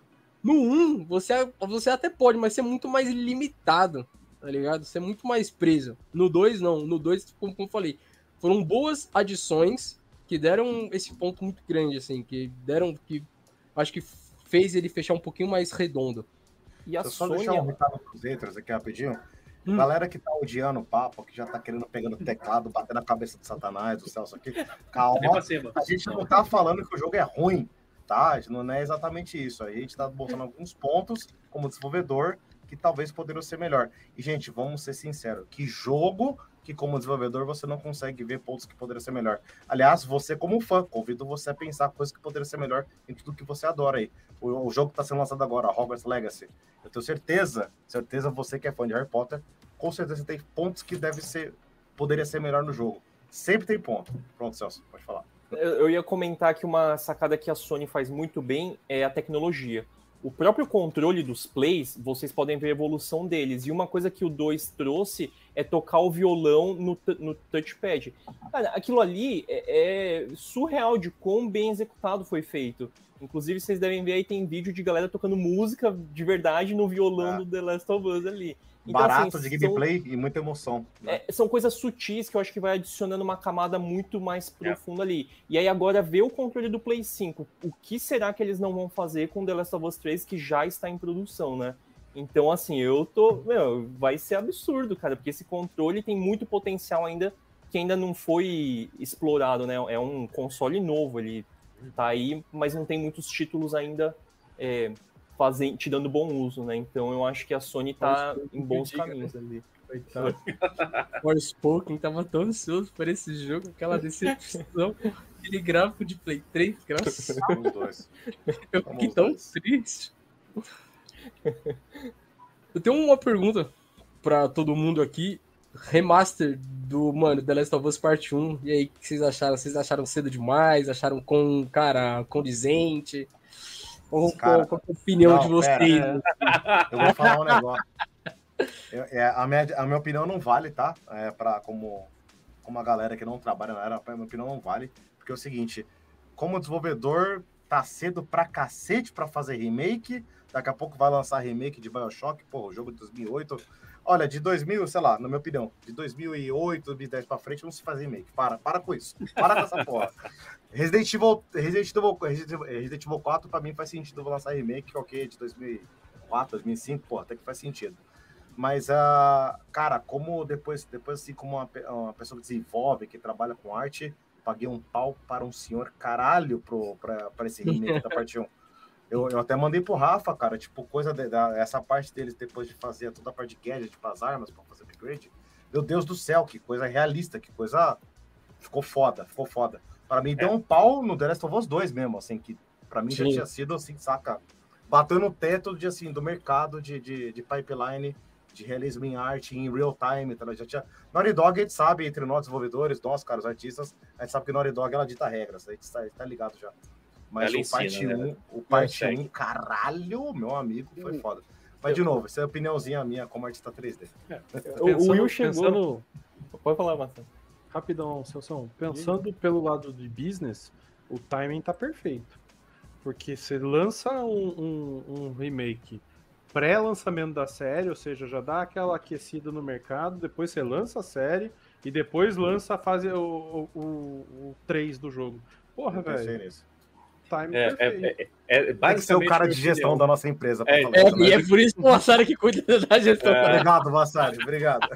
E: No um, você, você até pode, mas você é muito mais limitado, tá ligado? Você é muito mais preso. No dois, não. No dois, como eu falei, foram boas adições que deram esse ponto muito grande, assim, que deram, que acho que fez ele fechar um pouquinho mais redondo.
B: E a Só Sony... deixar um recado pros letras aqui rapidinho. Hum. Galera que tá odiando o papo, que já tá querendo pegando o teclado, batendo na cabeça do Satanás, do Celso aqui, calma. A gente não tá falando que o jogo é ruim, tá? Não é exatamente isso. A gente tá botando alguns pontos como desenvolvedor que talvez poderiam ser melhor. E, gente, vamos ser sinceros, que jogo que como desenvolvedor você não consegue ver pontos que poderiam ser melhor. Aliás, você como fã, convido você a pensar coisas que poderiam ser melhor em tudo que você adora aí. O, o jogo que está sendo lançado agora, Hogwarts Legacy, eu tenho certeza, certeza você que é fã de Harry Potter, com certeza tem pontos que deve ser, poderia ser melhor no jogo. Sempre tem ponto. Pronto, Celso, pode falar.
F: Eu ia comentar que uma sacada que a Sony faz muito bem é a tecnologia. O próprio controle dos plays, vocês podem ver a evolução deles. E uma coisa que o dois trouxe é tocar o violão no, no touchpad. Cara, aquilo ali é, é surreal de quão bem executado foi feito. Inclusive, vocês devem ver aí, tem vídeo de galera tocando música de verdade no violão é. do The Last of Us ali.
B: Então, barato assim, de gameplay são, e muita emoção. Né?
F: É, são coisas sutis que eu acho que vai adicionando uma camada muito mais profunda é. ali. E aí agora ver o controle do Play cinco. O que será que eles não vão fazer com The Last of Us três que já está em produção, né? Então, assim, eu tô... Meu, vai ser absurdo, cara, porque esse controle tem muito potencial ainda que ainda não foi explorado, né? É um console novo, ele tá aí, mas não tem muitos títulos ainda... É, fazem, te dando bom uso, né? Então eu acho que a Sony tá em bons
E: diga,
F: caminhos
E: né?
F: ali.
E: Coitado. Forspoken tava tão ansioso por esse jogo, aquela decepção, aquele gráfico de Play três, graças a
B: Vamos dois.
E: Eu
B: Vamos
E: fiquei tão
B: dois.
E: triste. Eu tenho uma pergunta pra todo mundo aqui. Remaster do, mano, The Last of Us Part um. E aí, o que vocês acharam? Vocês acharam cedo demais? Acharam com, cara, condizente? Qual,
B: Cara,
E: qual, qual é a opinião
B: não,
E: de vocês?
B: Eu vou falar um negócio. Eu- é, a, minha, a minha opinião não vale, tá? É, pra, como, como a galera que não trabalha na área, a minha opinião não vale. Porque é o seguinte, como desenvolvedor, tá cedo pra cacete pra fazer remake. Daqui a pouco vai lançar remake de BioShock, pô, o jogo de dois mil e oito. Olha, de dois mil, sei lá, na minha opinião, de dois mil e oito, dois mil e dez pra frente, não se faz remake. Para, para com isso. Para com essa porra. Resident Evil, Resident Evil, Resident Evil, Resident Evil quatro, pra mim, faz sentido eu lançar remake, que é o quê? De dois mil e quatro, dois mil e cinco, pô, até que faz sentido. Mas, uh, cara, como depois, depois assim, como uma, pe- uma pessoa que desenvolve, que trabalha com arte, paguei um pau para um senhor caralho pro, pra, pra esse remake da parte um. Eu, eu até mandei pro Rafa, cara, tipo, coisa de- da, essa parte deles, depois de fazer toda a parte de gadget para as armas, para fazer upgrade. Meu Deus do céu, que coisa realista, que coisa... Ficou foda, ficou foda. Para mim, deu um pau no The Last of Us dois mesmo, assim, que para mim já
E: Sim.
B: tinha sido, assim, saca? Bateu no teto de, assim, do mercado de, de, de pipeline, de realismo em arte, em real time, tá? Já tinha... Naughty Dog, a gente sabe, entre nós desenvolvedores, nós, caros artistas, a gente sabe que Naughty Dog, ela dita regras, a gente tá, tá ligado já. Mas
C: Ela
B: o parte
C: ensina, né?
B: um, o parte
C: Consegue.
B: um, caralho, meu amigo, foi foda. Mas, de novo, essa é a opiniãozinha minha como artista três D.
F: O, o Will chegou.
D: Pensando,
F: Pode falar, Marcelo.
D: rapidão, Celção, pensando pelo lado de business, o timing tá perfeito. Porque você lança um, um- um remake pré-lançamento da série, ou seja, já dá aquela aquecida no mercado, depois você lança a série e depois lança a fase, o, o, o três do jogo. Porra,
B: Eu pensei
D: velho,
B: nisso.
D: timing
C: É,
D: perfeito.
C: é, é, é,
B: Tem que ser o
C: basicamente
B: cara
C: minha
B: de gestão
C: opinião.
B: da nossa empresa pra
C: É,
B: falar
E: É,
B: isso, né?
E: e é por isso que o Massaro que cuida da gestão.
C: É.
B: Obrigado, Vassari, obrigado.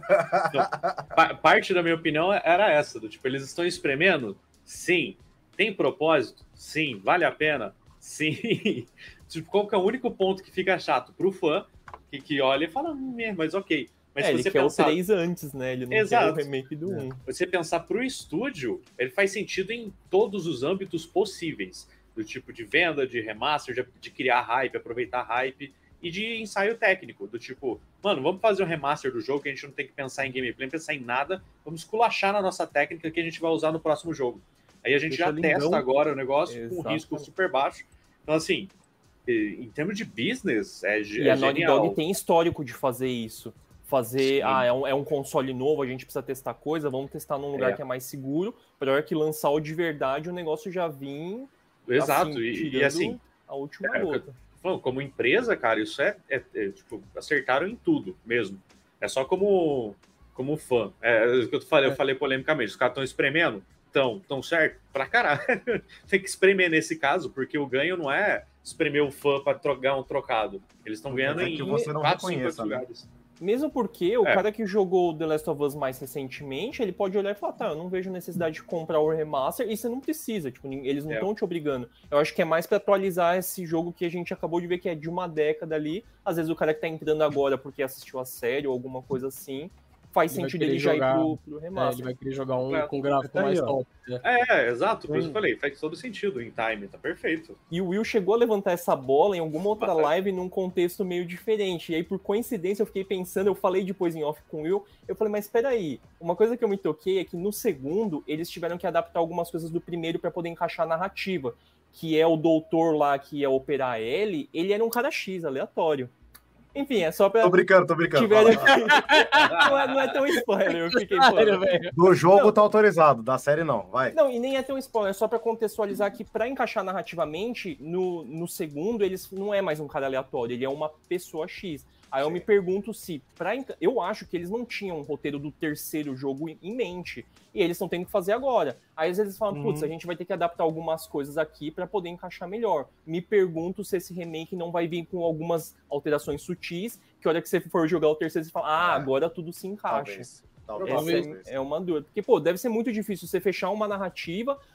C: Pa- parte da minha opinião era essa, do tipo, eles estão espremendo? Sim. Tem propósito? Sim. Vale a pena? Sim. Tipo, qual que é o único ponto que fica chato pro fã, que, que olha e fala, hum, é, mas ok. Mas
F: É,
C: se
F: ele
C: você
F: quer
C: pensar,
F: o três antes, né? Ele não
C: Exato.
F: quer o remake do
B: É.
F: um.
C: você pensar pro estúdio, ele faz sentido em todos os âmbitos possíveis. Do tipo de venda, de remaster, de, de criar hype, aproveitar hype e de ensaio técnico. Do tipo, mano, vamos fazer um remaster do jogo que a gente não tem que pensar em gameplay, não pensar em nada. Vamos esculachar na nossa técnica que a gente vai usar no próximo jogo. Aí a gente
D: Deixa
C: já
D: lindão.
C: testa agora o negócio com um
F: Exatamente.
C: risco super baixo. Então, assim, e- em termos de business, é, ge-
F: E
C: é
F: a Naughty
C: genial.
F: Dog tem histórico de fazer isso. Fazer,
C: Sim.
F: ah, é um, é um console novo, a gente precisa testar coisa, vamos testar num lugar
C: É.
F: que é mais seguro, pra hora que lançar o de verdade, o negócio já vir
C: Exato,
F: assim,
C: e, e
F: tirando
C: assim,
F: a última
C: é,
F: gota.
C: Bom, como empresa, cara, isso é, é- é, tipo, acertaram em tudo mesmo. É só como, como fã. É, é o que eu falei, eu falei polemicamente, os caras estão espremendo? Estão, estão certo? Pra caralho. Tem que espremer nesse caso, porque o ganho não é espremer o fã pra trocar um trocado. Eles estão ganhando
B: Quer dizer
C: em
B: que você não
C: quatro, cinco
B: reconheça, né?
C: lugares.
F: Mesmo porque o
C: É.
F: cara que jogou The Last of Us mais recentemente, ele pode olhar e falar, tá, eu não vejo necessidade de comprar o remaster, e você não precisa, tipo, nin- eles não
C: É.
F: estão te obrigando. Eu acho que é mais pra atualizar esse jogo que a gente acabou de ver que é de uma década ali. Às vezes o cara que tá entrando agora porque assistiu a série ou alguma coisa assim, faz
E: Ele vai
F: sentido
E: querer
F: ele já
E: jogar-
F: ir pro, pro
E: É,
F: remaster.
E: ele vai querer jogar um
C: É.
E: com gráfico
D: Tá aí,
E: mais
D: ó.
E: top. né?
C: É, exato, por isso que eu
D: Sim.
C: falei, faz todo sentido em time, tá perfeito.
F: E o Will chegou a levantar essa bola em alguma outra
C: Bastante.
F: live num contexto meio diferente. E aí, por coincidência, eu fiquei pensando, eu falei depois em off com o Will, eu falei, mas peraí, uma coisa que eu me toquei é que no segundo, eles tiveram que adaptar algumas coisas do primeiro para poder encaixar a narrativa. Que é o doutor lá que ia operar ele, ele era um cara X, aleatório. Enfim, é só pra...
B: Tô brincando, tô brincando.
F: Tiveram...
B: Fala, fala.
F: não, é, não é tão spoiler, eu fiquei... pô,
E: Caralho, velho.
B: Do jogo tá autorizado, da série não, vai.
F: Não, e nem é tão spoiler, é só pra contextualizar que pra encaixar narrativamente, no, no segundo, eles não é mais um cara aleatório, ele é uma pessoa X. Aí eu me pergunto se, pra, enca- eu acho que eles não tinham um roteiro do terceiro jogo em- em mente, e eles estão tendo que fazer agora. Aí às vezes eles falam, putz,
D: Uhum.
F: a gente vai ter que adaptar algumas coisas aqui pra poder encaixar melhor. Me pergunto se esse remake não vai vir com algumas alterações sutis, que a hora que você for jogar o terceiro, você fala, ah,
B: É.
F: agora tudo se encaixa.
B: Talvez. Talvez.
F: Essa
B: talvez.
F: é, é uma dúvida. Porque, pô, deve ser muito difícil você fechar uma narrativa,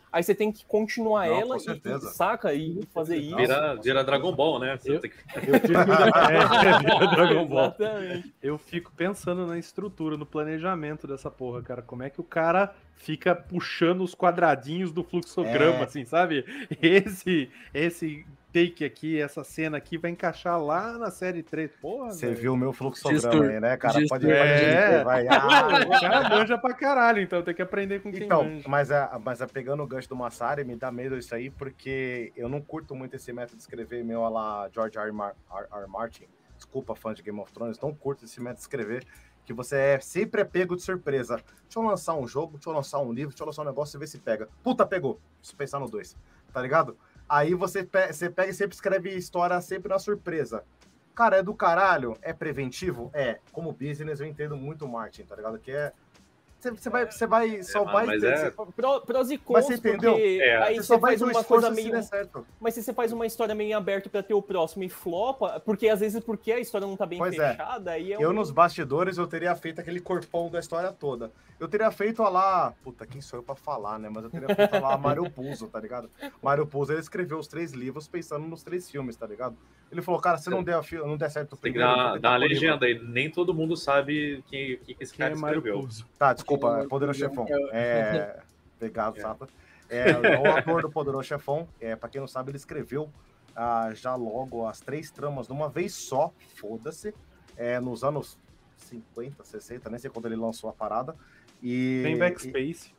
F: aí você tem que continuar
B: Não,
F: ela
B: com
F: e,
B: certeza.
F: saca? E fazer isso.
C: Vira, vira Dragon Ball, né? Você
D: Eu-
C: tem que-
D: Eu fico, é, vira Dragon Ball.
F: Exatamente.
D: Eu fico pensando na estrutura, no planejamento dessa porra, cara. Como é que o cara fica puxando os quadradinhos do fluxograma,
B: É.
D: assim, sabe? Esse, esse take aqui, essa cena aqui vai encaixar lá na série três. Porra,
B: Você
D: velho.
B: viu o meu fluxograma
E: Gestor.
B: aí, né, cara?
E: Gestor.
B: Pode, pode
D: É.
B: dizer, vai. Ah,
D: O cara manja pra caralho, então tem que aprender com quem
B: Então,
D: manja.
B: mas, a, mas a, pegando o gancho do Massari, me dá medo isso aí, porque eu não curto muito esse método de escrever meu a lá George R. R. Mar- R. R. Martin. Desculpa, fã de Game of Thrones, não curto esse método de escrever, que você é, sempre é pego de surpresa. Deixa eu lançar um jogo, deixa eu lançar um livro, deixa eu lançar um negócio e ver se pega. Puta, pegou. Preciso pensar no dois, tá ligado? Aí você, pe você pega e sempre escreve história sempre na surpresa. Cara, é do caralho? É preventivo? É. Como business, eu entendo muito o Martin, tá ligado? Que é... Você, você vai, você vai, só
C: mas-
B: vai...
C: mas
B: ter-
C: é-
F: Pro- Prós e
B: Mas
F: contras,
B: você entendeu?
F: porque
C: É.
F: aí
B: Você
F: você
B: só vai
F: faz
B: ter um
F: uma
B: esforço
F: coisa
B: se
F: meio...
B: der certo.
F: Mas se você faz uma história meio aberta pra ter o próximo e flopa, porque às vezes porque a história não tá bem
B: Pois é.
F: fechada, aí é
B: Eu
F: um...
B: nos bastidores, eu teria feito aquele corpão da história toda. Eu teria feito a lá... Puta, quem sou eu pra falar, né? Mas eu teria feito a lá a Mário Puzo, tá ligado? Mário Puzo, ele escreveu os três livros pensando nos três filmes, tá ligado? Ele falou, cara, se não der, a fi- não der certo o
C: Tem que
B: primeiro... eu vou
C: dar,
B: tentar
C: dar uma
B: pro livro.
C: legenda aí. Nem todo mundo sabe quem, quem que esse
D: Quem é
C: cara
D: Mário
C: escreveu.
D: Puzo?
B: Tá, desculpa,
E: Mário
B: Poderoso
E: Puzo
B: Chefão.
E: é-
B: É... Obrigado, Sata. É, o autor do Poderoso Chefão, é, pra quem não sabe, ele escreveu ah, já logo as três tramas de uma vez só, foda-se, é, nos anos cinquenta, sessenta, nem sei quando ele lançou a parada. E,
D: Tem
B: e-
D: backspace.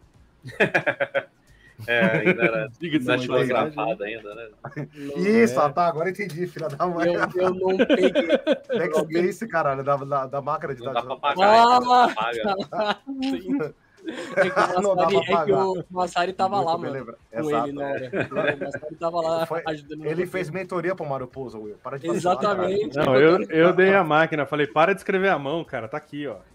C: É, ainda era
D: Diga de
C: datilografada ainda, né?
B: Isso,
D: É.
B: ah, tá, agora entendi, filha da mãe.
E: Eu, eu não peguei.
B: Backspace, caralho, da, da, da máquina de
C: Não dá pra
B: dados.
C: pagar.
E: Ah!
C: então você paga.
E: Sim. É que o
B: Não dá
E: Massari,
B: pra
E: é que
B: pagar.
E: o Massari tava
B: Muito
E: lá,
B: bem
E: mano.
B: lembrado.
E: Com
B: Exato.
E: ele na hora. O Massari tava lá
B: Foi-
E: ajudando.
B: Ele
E: você.
B: fez mentoria pro Mario Puzo, Will. Para de vacilar,
E: Exatamente.
D: Não, eu, eu dei a máquina, falei, para de escrever a mão, cara, tá aqui, ó.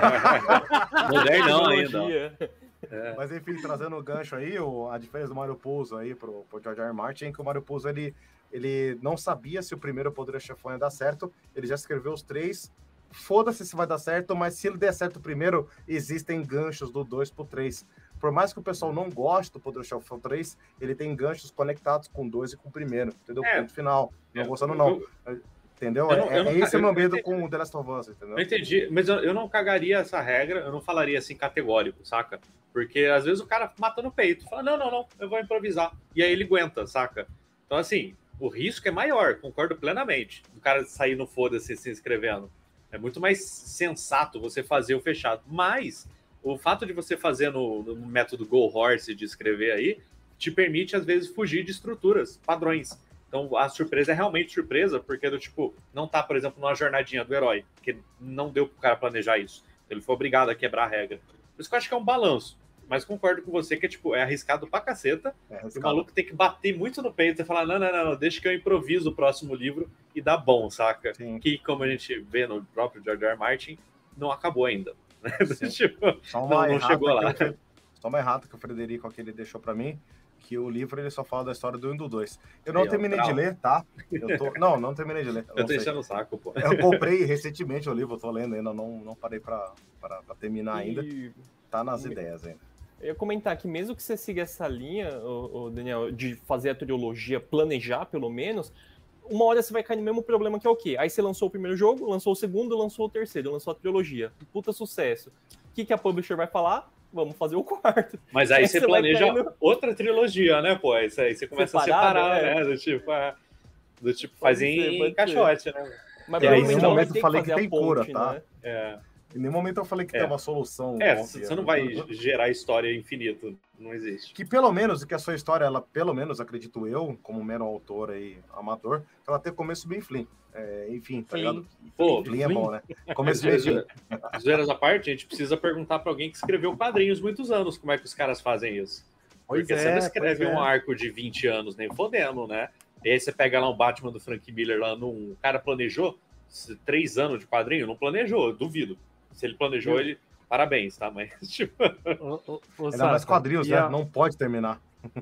C: Modernão ainda. ó.
F: Tecnologia.
B: cara. Mas enfim, trazendo o gancho aí, o, a diferença do Mario Puzo aí pro, pro George R. R. Martin é que o Mario Puzo, ele, ele não sabia se o primeiro Poderoso Chefão ia dar certo, ele já escreveu os três, foda-se se vai dar certo, mas se ele der certo primeiro, existem ganchos do dois pro três. Por mais que o pessoal não goste do Poderoso Chefão três, ele tem ganchos conectados com o dois e com o primeiro, entendeu?
C: É.
B: Ponto final. Não
C: É,
B: gostando não,
C: eu-
B: entendeu?
C: eu não-
B: é
C: eu não-
B: é esse
C: eu
B: o meu
C: não
B: medo
C: entendi.
B: com o The Last of Us, entendeu?
C: Eu entendi, mas eu, eu não cagaria essa regra, eu não falaria assim categórico, saca? Porque às vezes o cara mata no peito, fala, não, não, não, eu vou improvisar. E aí ele aguenta, saca? Então, assim, o risco é maior, concordo plenamente. O cara sair no foda-se se inscrevendo. É muito mais sensato você fazer o fechado. Mas o fato de você fazer no, no método Go Horse de escrever aí, te permite, às vezes, fugir de estruturas, padrões. Então, a surpresa é realmente surpresa, porque do tipo, não tá, por exemplo, numa jornadinha do herói, que não deu pro cara planejar isso. Ele foi obrigado a quebrar a regra. Por isso que eu acho que é um balanço. Mas concordo com você que é, tipo, é arriscado pra caceta.
B: É,
C: E o
B: arriscado.
C: maluco tem que bater muito no peito e falar, não, não, não, não, deixa que eu improviso o próximo livro e dá bom, saca?
B: Sim.
C: Que, como a gente vê no próprio George R. R. Martin, não acabou ainda. né?
B: Sim.
C: Tipo,
B: Só uma
C: Não, não
B: errata
C: chegou
B: que
C: lá.
B: o Fre- Só uma errata que o Frederico aqui ele deixou pra mim, que o livro ele só fala da história do um e do dois. Eu não
C: Aí, ó,
B: terminei de
C: trauma.
B: ler, tá? Eu tô... Não, não terminei de ler.
C: eu
B: não
C: tô
B: sei.
C: enchendo o saco, pô.
B: Eu comprei recentemente o livro, eu tô lendo ainda, não, não parei pra, pra, pra terminar ainda.
F: E
B: Tá nas ideias ainda.
F: eu ia comentar que mesmo que você siga essa linha, ô, ô, Daniel, de fazer a trilogia, planejar pelo menos, uma hora você vai cair no mesmo problema que é o quê? Aí você lançou o primeiro jogo, lançou o segundo, lançou o terceiro, lançou a trilogia. Puta sucesso. O que, que a publisher vai falar? Vamos fazer o quarto.
C: Mas aí
F: Aí
C: você
F: você vai
C: planeja
F: caindo-
C: outra trilogia, né, pô? Isso aí você começa
F: Separado,
C: a separar,
F: é.
C: né? Do tipo, é, do tipo
F: Pode
C: faz
F: ser,
C: em,
F: pode
C: em caixote, né?
F: Mas
C: E aí, em
F: provavelmente
C: nenhum
F: ela vai
B: momento
F: ter que
B: falei
F: fazer
B: que
F: a
B: tem cura,
F: ponte,
B: tá?
F: né?
C: É,
B: Em nenhum momento eu falei que
C: É.
B: tem uma solução.
C: é
B: óbvia.
C: você não vai gerar história infinita, não existe.
B: Que pelo menos, que a sua história, ela, pelo menos, acredito eu, como mero autor aí, amador, que ela tem começo bem flim. É, enfim, tá
F: Flim.
B: ligado?
C: Pô,
B: Flim é bom, né? Começo bem flim.
C: zoeiras à parte, a gente precisa perguntar pra alguém que escreveu quadrinhos muitos anos como é que os caras fazem isso.
D: Pois
C: Porque
D: é,
C: você não escreve
D: pois é.
C: um arco de vinte anos nem fodendo, né? E aí você pega lá um Batman do Frank Miller lá no. O cara planejou três anos de quadrinho? Não planejou, eu duvido. Se ele planejou, ele. Parabéns, tá? Mas, tipo.
D: Ô, ô, ô,
B: Ainda mais
D: Sata,
B: quadrinhos,
D: e
B: né?
D: a-
B: Não pode terminar.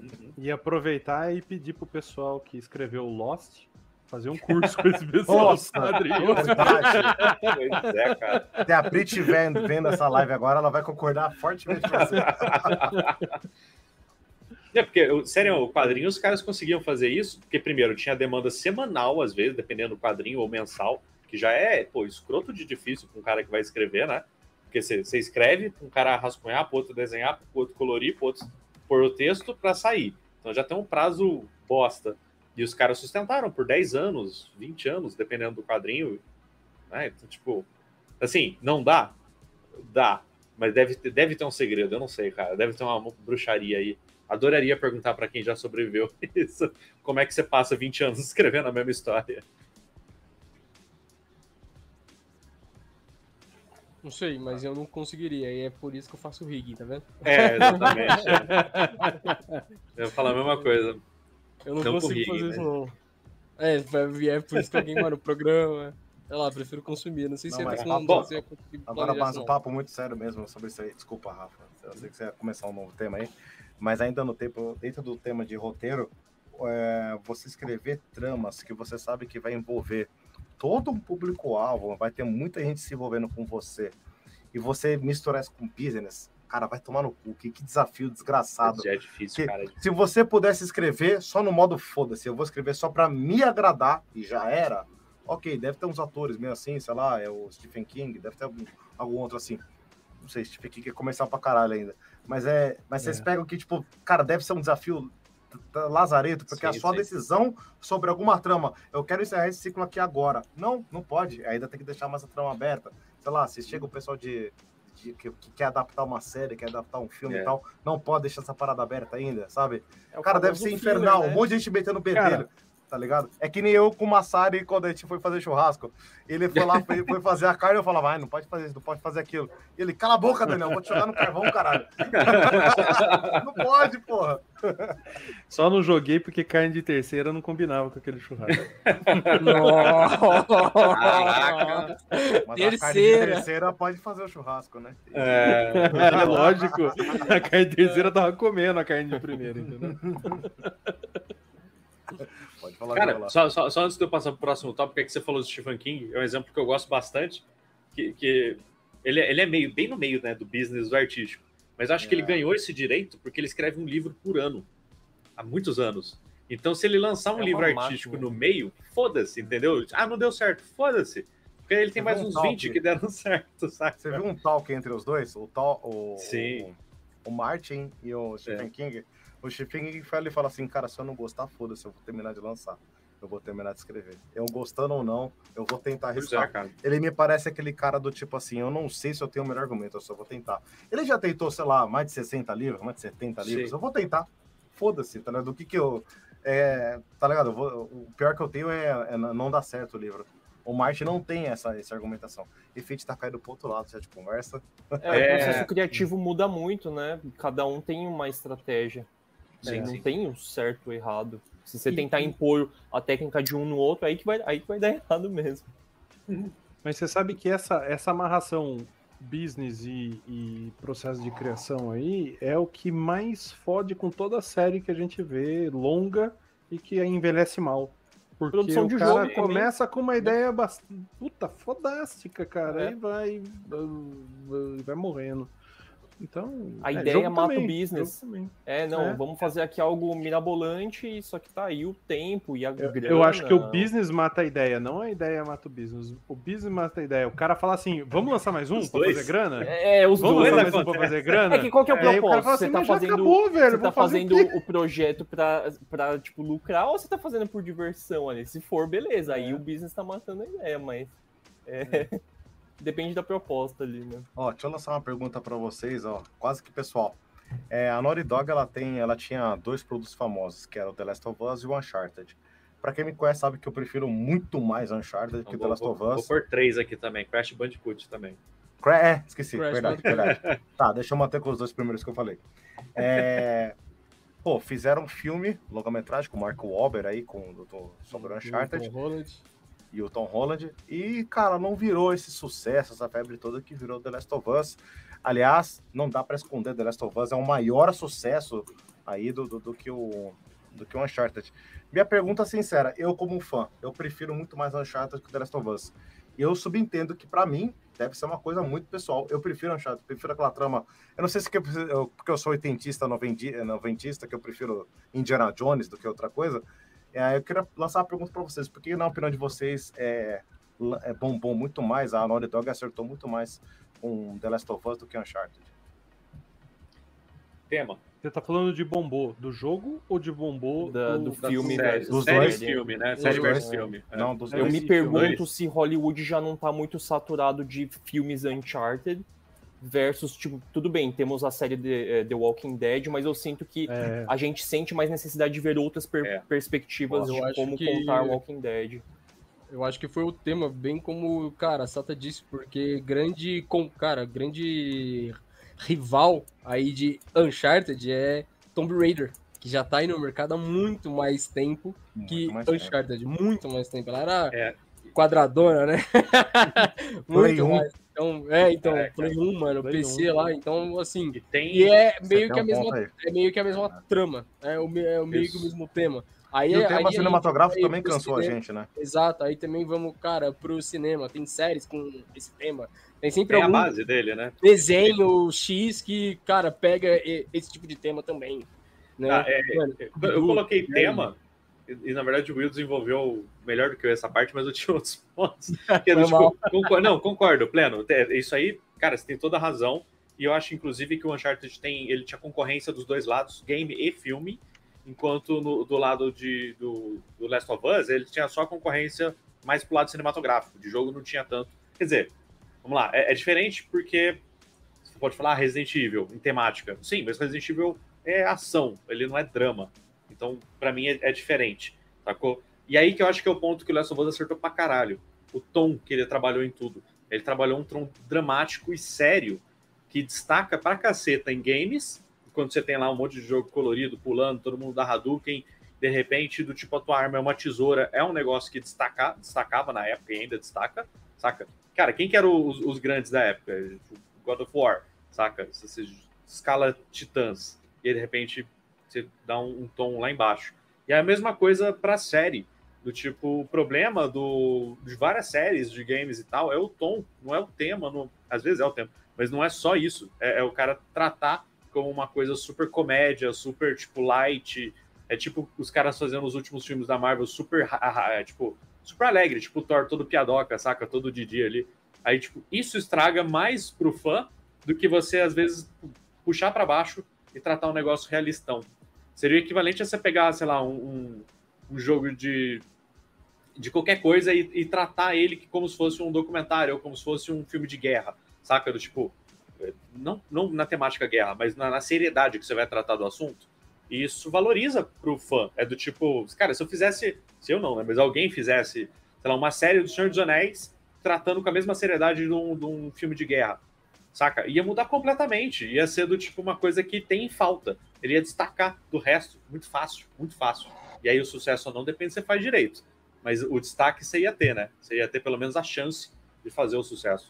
D: E aproveitar e pedir pro pessoal que escreveu Lost fazer um curso com esse pessoal.
B: Nossa,
D: quadrinhos.
B: verdade.
C: Pois é, cara.
B: Se a Pri estiver vendo essa live agora, ela vai concordar fortemente com você.
C: É, porque, sério, o quadrinho, os caras conseguiam fazer isso, porque, primeiro, tinha demanda semanal, às vezes, dependendo do quadrinho, ou mensal, que já é, pô, escroto de difícil para um cara que vai escrever, né? Porque você escreve, para um cara rascunhar, para outro desenhar, para outro colorir, para outro pôr o texto para sair. Então já tem um prazo bosta. E os caras sustentaram por dez anos, vinte anos, dependendo do quadrinho, né? Então, tipo, assim, não dá? Dá. Mas deve ter, deve ter um segredo, eu não sei, cara. Deve ter uma bruxaria aí. Adoraria perguntar para quem já sobreviveu isso. Como é que você passa vinte anos escrevendo a mesma história?
E: Não sei, mas eu não conseguiria. E é por isso que eu faço o rigging, tá vendo?
C: É, exatamente. É. Eu ia falar a mesma coisa.
E: Eu não,
C: Não
E: consigo
C: rigging,
E: fazer
C: né?
E: isso, não. É, é por isso que alguém, mano, programa. Sei lá, prefiro consumir. Não sei se
B: Não,
E: é
B: mas
E: não,
B: bom,
E: não sei se é
B: Agora,
E: planejar
B: mas
E: isso,
B: um
E: não.
B: papo muito sério mesmo sobre isso aí. Desculpa, Rafa. Eu sei que você ia começar um novo tema aí. Mas ainda no tempo, dentro do tema de roteiro, é, você escrever tramas que você sabe que vai envolver todo um público-alvo, vai ter muita gente se envolvendo com você, e você misturar isso com business, cara, vai tomar no cu. Que, que desafio desgraçado.
C: Já é difícil,
B: Que,
C: cara.
B: se você pudesse escrever só no modo foda-se, eu vou escrever só pra me agradar, e já era, ok, deve ter uns atores meio assim, sei lá, é o Stephen King, deve ter algum, algum outro assim. Não sei, Stephen King é comercial pra caralho ainda. Mas, é, mas vocês
D: É.
B: pegam que, tipo, cara, deve ser um desafio lazareto, porque
C: Sim,
B: a sua
C: sim.
B: decisão sobre alguma trama, eu quero encerrar esse ciclo aqui agora. Não, não pode. Ainda tem que deixar mais a trama aberta. Sei lá, se chega o pessoal de, de que, que quer adaptar uma série, quer adaptar um filme
C: É.
B: e tal, não pode deixar essa parada aberta ainda, sabe?
F: É o
B: Cara, deve
F: famoso
B: ser
F: filler,
B: infernal.
F: né?
B: Um monte de gente metendo bedelho.
D: Cara.
B: Tá ligado? É que nem eu com o Massari quando a gente foi fazer churrasco. Ele foi lá, foi, foi fazer a carne, eu falava, ai, não pode fazer isso, não pode fazer aquilo. E ele, cala a boca, Daniel, vou te jogar no carvão, caralho. Não pode, porra.
D: Só não joguei porque carne de terceira não combinava com aquele churrasco.
C: Caraca.
B: Mas a carne de
E: Terceira.
B: terceira pode fazer o churrasco, né?
C: É,
D: É lógico. A carne de terceira tava comendo a carne de primeira, entendeu?
B: Pode falar,
C: cara,
B: lá.
C: só, só, só antes de eu passar pro próximo tópico, é que você falou do Stephen King, é um exemplo que eu gosto bastante, que, que ele, ele é meio, bem no meio, né, do business, do artístico. Mas eu acho que ele
B: É.
C: ganhou esse direito porque ele escreve um livro por ano, há muitos anos. Então, se ele lançar um
F: É uma
C: livro
F: máquina.
C: artístico no meio, foda-se, entendeu? Ah, não deu certo, foda-se. Porque ele tem
B: Você
C: mais
B: viu um
C: uns
B: tal
C: vinte
B: que-
C: que deram certo, saca?
B: Você viu um talk entre os dois? O, tal, o,
C: Sim.
B: o, o Martin e o Stephen
C: É.
B: King. O Stephen King fala, ele fala assim, cara, se eu não gostar, foda-se, eu vou terminar de lançar. Eu vou terminar de escrever. Eu gostando ou não, eu vou tentar
C: Pois
B: arriscar.
C: é, cara.
B: Ele me parece aquele cara do tipo assim, eu não sei se eu tenho o melhor argumento, eu só vou tentar. Ele já tentou, sei lá, mais de sessenta livros, mais de setenta
C: Sim.
B: livros, eu vou tentar. Foda-se, tá ligado? Do que que eu... É, tá ligado? Eu vou, o pior que eu tenho é, é não dar certo o livro. O Martin não tem essa, essa argumentação. E Fate tá caindo pro outro lado já de conversa.
F: É,
C: É.
F: o processo criativo muda muito, né? Cada um tem uma estratégia.
C: Sim,
F: não
C: sim.
F: tem o certo ou errado. Se você
E: E-
F: tentar
E: e-
F: impor a técnica de um no outro, aí que vai, aí que vai dar errado mesmo.
D: Mas você sabe que essa, essa amarração business e, e processo de criação aí é o que mais fode com toda a série que a gente vê, longa e que envelhece mal. Porque
F: Produção
D: o
F: de
D: cara
F: jogo também.
D: começa com uma ideia bastante, puta, fodástica, cara,
F: É.
D: aí vai, vai, vai morrendo. Então,
F: A
D: é,
F: ideia
D: jogo
F: mata o
D: também,
F: business.
D: jogo também.
F: É, não,
D: É.
F: vamos fazer aqui algo mirabolante, só que tá aí o tempo e a
D: Eu,
F: grana.
D: eu acho que o business mata a ideia, não a ideia mata o business. O business mata a ideia. O cara fala assim, vamos lançar mais um
C: Os
D: pra
C: dois.
D: fazer grana?
F: É, os
D: Vamos
F: dois.
D: lançar mais um pra fazer grana?
F: É que qual que é o
D: E aí o cara
F: propósito?
D: fala
F: Você
D: assim,
F: tá
D: mas já
F: fazendo,
D: acabou, velho,
F: você
D: vou
F: tá
D: fazer o
F: fazendo
D: quê?
F: o projeto pra, pra, tipo, lucrar ou você tá fazendo por diversão ali? Se for, beleza, aí
D: É.
F: o business tá matando a ideia, mas é, depende da proposta ali, né?
B: Ó, deixa eu lançar uma pergunta para vocês, ó, quase que pessoal. É, a Naughty Dog, ela tem, ela tinha dois produtos famosos, que era o The Last of Us e o Uncharted. Para quem me conhece sabe que eu prefiro muito mais Uncharted que o The
C: Vou,
B: Last
C: vou,
B: of
C: vou
B: Us.
C: pôr três aqui também, Crash Bandicoot também.
B: Cra- É, esqueci,
E: Crash
B: verdade, verdade. Tá, deixa eu manter com os dois primeiros que eu falei. É, pô, fizeram um filme, longa-metragem, com o Mark Wahlberg aí, com, do, sobre o Uncharted.
E: Tom Holland.
B: E o Tom Holland. E, cara, não virou esse sucesso, essa febre toda que virou The Last of Us. Aliás, não dá para esconder, The Last of Us é um maior sucesso aí do, do, do, que o, do que o Uncharted. Minha pergunta sincera, eu como fã, eu prefiro muito mais Uncharted que o The Last of Us. eu subentendo que, pra mim, deve ser uma coisa muito pessoal. Eu prefiro Uncharted, eu prefiro aquela trama... Eu não sei se que eu, eu, porque eu sou oitentista, noventista, que eu prefiro Indiana Jones do que outra coisa. É, eu queria lançar uma pergunta pra vocês. Por que, na opinião de vocês, é, é bombou muito mais, a Naughty Dog acertou muito mais com The Last of Us do que Uncharted?
C: Tema.
D: Você tá falando de bombô do jogo ou de bombô
F: Da- do filme,
C: Série,
B: dos
C: série
B: dois.
C: filme, né?
B: Dos
C: Série
B: dois.
C: versus filme. É.
B: Não, dos
F: Eu
B: dois.
F: me
D: Esse
F: pergunto
C: filme.
F: se Hollywood já não tá muito saturado de filmes Uncharted versus, tipo, tudo bem, temos a série de, The Walking Dead, mas eu sinto que
D: É,
F: a gente sente mais necessidade de ver outras per-
C: É.
F: perspectivas
E: Eu
F: de
E: acho
F: como
E: que-
F: contar Walking Dead.
E: Eu acho que foi o tema, bem como, cara, a Sata disse, porque grande, com, cara, grande rival aí de Uncharted é Tomb Raider, que já tá aí no mercado há muito mais tempo que
B: Muito mais tempo.
E: Uncharted, muito mais tempo. Ela era
C: É.
E: quadradona, né?
B: Play
E: muito
B: um.
E: mais. Então, é, então,
C: É,
E: Play um, mano,
D: Play
E: P C
D: um.
E: lá, então, assim,
C: E tem.
E: e é
B: Você
E: meio
B: tem
E: que a
B: um
E: mesma,
B: ponto aí.
E: é meio que a mesma trama, é, o, me- é o meio que o
C: Isso.
E: mesmo tema. Aí,
B: E o
E: aí
B: tema
E: a gente
B: cinematográfico
E: vai
B: também
E: pro
B: cansou a
E: cinema.
B: gente, né?
E: Exato, aí também vamos, cara, pro cinema. Tem séries com esse tema. Tem sempre
C: Tem a
E: algum
C: base dele, né?
E: desenho X que, cara, pega e- esse tipo de tema também. Né?
C: Ah, é,
E: Mano,
C: Eu
E: Scooby-Doo,
C: coloquei
E: né?
C: tema, e, e, na verdade o Will desenvolveu melhor do que eu essa parte, mas eu tinha outros pontos. Que é do,
E: Foi mal.
C: tipo, concordo, não, concordo, pleno. É, isso aí, cara, você tem toda a razão. E eu acho, inclusive, que o Uncharted tem, ele tinha concorrência dos dois lados, game e filme, enquanto no, do lado de, do, do Last of Us, ele tinha só a concorrência mais pro lado cinematográfico. De jogo não tinha tanto. Quer dizer, vamos lá, é, é diferente porque você pode falar Resident Evil em temática. Sim, mas Resident Evil é ação, ele não é drama. Então, pra mim, é, é diferente, sacou? E aí que eu acho que é o ponto que o Last of Us acertou pra caralho. O tom que ele trabalhou em tudo. Ele trabalhou um tom dramático e sério, que destaca pra caceta em games, quando você tem lá um monte de jogo colorido, pulando, todo mundo da Hadouken, de repente, do tipo, a tua arma é uma tesoura, é um negócio que destaca, destacava na época e ainda destaca, saca? Cara, quem que eram os, os grandes da época? God of War, saca? Você escala titãs, e aí, de repente, você dá um, um tom lá embaixo. E é a mesma coisa pra série, do tipo, o problema do, de várias séries de games e tal é o tom, não é o tema, não, às vezes é o tema, mas não é só isso, é, é o cara tratar como uma coisa super comédia, super, tipo, light, é tipo os caras fazendo os últimos filmes da Marvel super, é, tipo, super alegre, tipo o Thor todo piadoca, saca? Todo Didi ali. Aí, tipo, isso estraga mais pro fã do que você, às vezes, puxar pra baixo e tratar um negócio realistão. Seria o equivalente a você pegar, sei lá, um, um, um jogo de, de qualquer coisa e, e tratar ele como se fosse um documentário ou como se fosse um filme de guerra, saca? Do tipo, não, não na temática guerra, mas na, na seriedade que você vai tratar do assunto. E isso valoriza pro fã. É do tipo, cara, se eu fizesse, se eu não, né, mas alguém fizesse, sei lá, uma série do Senhor dos Anéis tratando com a mesma seriedade de um, de um filme de guerra, saca? Ia mudar completamente. Ia ser do tipo uma coisa que tem falta. Ele ia destacar do resto. Muito fácil, muito fácil. E aí o sucesso ou não depende se você faz direito. Mas o destaque você ia ter, né? Você ia ter pelo menos a chance de fazer o sucesso.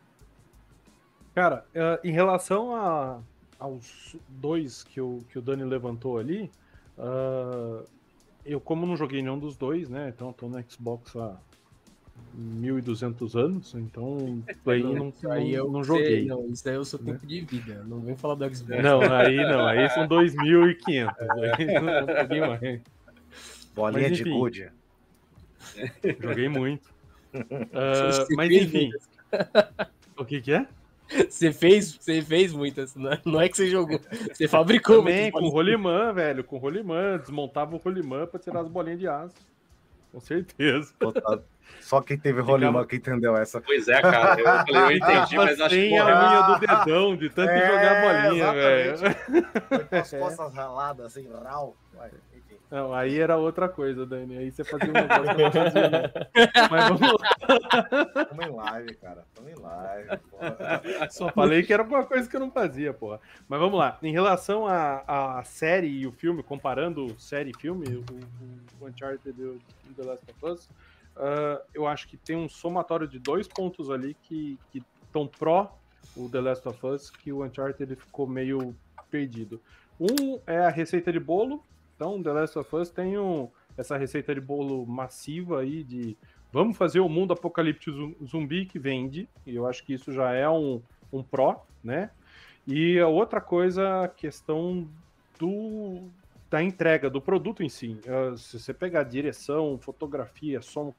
D: Cara, uh, em relação a, aos dois que o, que o Dani levantou ali, uh, eu como não joguei nenhum dos dois, né? Então tô no Xbox há mil e duzentos anos, então Play não, não,
E: aí eu
D: não
E: sei,
D: joguei.
E: Não, isso aí é o seu tempo de vida. Não vem falar do Xbox.
D: Não, aí não, aí são dois mil e quinhentos. Aí não, um pouquinho mais.
B: Bolinha
D: Mas,
B: de
D: enfim.
B: gude.
D: Joguei muito. Uh,
E: Você
D: mas
E: fez
D: enfim.
E: muitas.
D: O que que é?
E: Você fez, você fez muitas, não é, não é que você jogou. Você fabricou
D: Também,
E: muitas
D: com
E: bolinhas.
D: rolimã, velho. Com rolimã. Desmontava o rolimã pra tirar as bolinhas de aço. Com certeza.
B: Total. Só quem teve rolimã que entendeu essa.
C: Pois é, cara. Eu falei, eu entendi,
D: Tava
C: mas acho que
D: sem a
C: morreu.
D: unha do dedão, de tanto
B: É,
D: jogar bolinha, velho.
B: Foi com as costas raladas, assim, rau. Vai, enfim.
D: Não, aí era outra coisa, Dani. Aí você fazia um negócio que eu não fazia, não. Mas vamos lá.
B: Tamo em live, cara. Tamo em live. Porra.
D: Só falei que era alguma coisa que eu não fazia, porra. Mas vamos lá. Em relação à, à série e o filme, comparando série e filme, o, o Uncharted e o The Last of Us, uh, eu acho que tem um somatório de dois pontos ali que estão pró o The Last of Us, que o Uncharted ele ficou meio perdido. Um é a receita de bolo. Então, The Last of Us tem um, essa receita de bolo massiva aí de vamos fazer o mundo apocalíptico zumbi que vende, e eu acho que isso já é um, um pró, né? E a outra coisa, a questão do, da entrega, do produto em si. Uh, se você pegar direção, fotografia, som...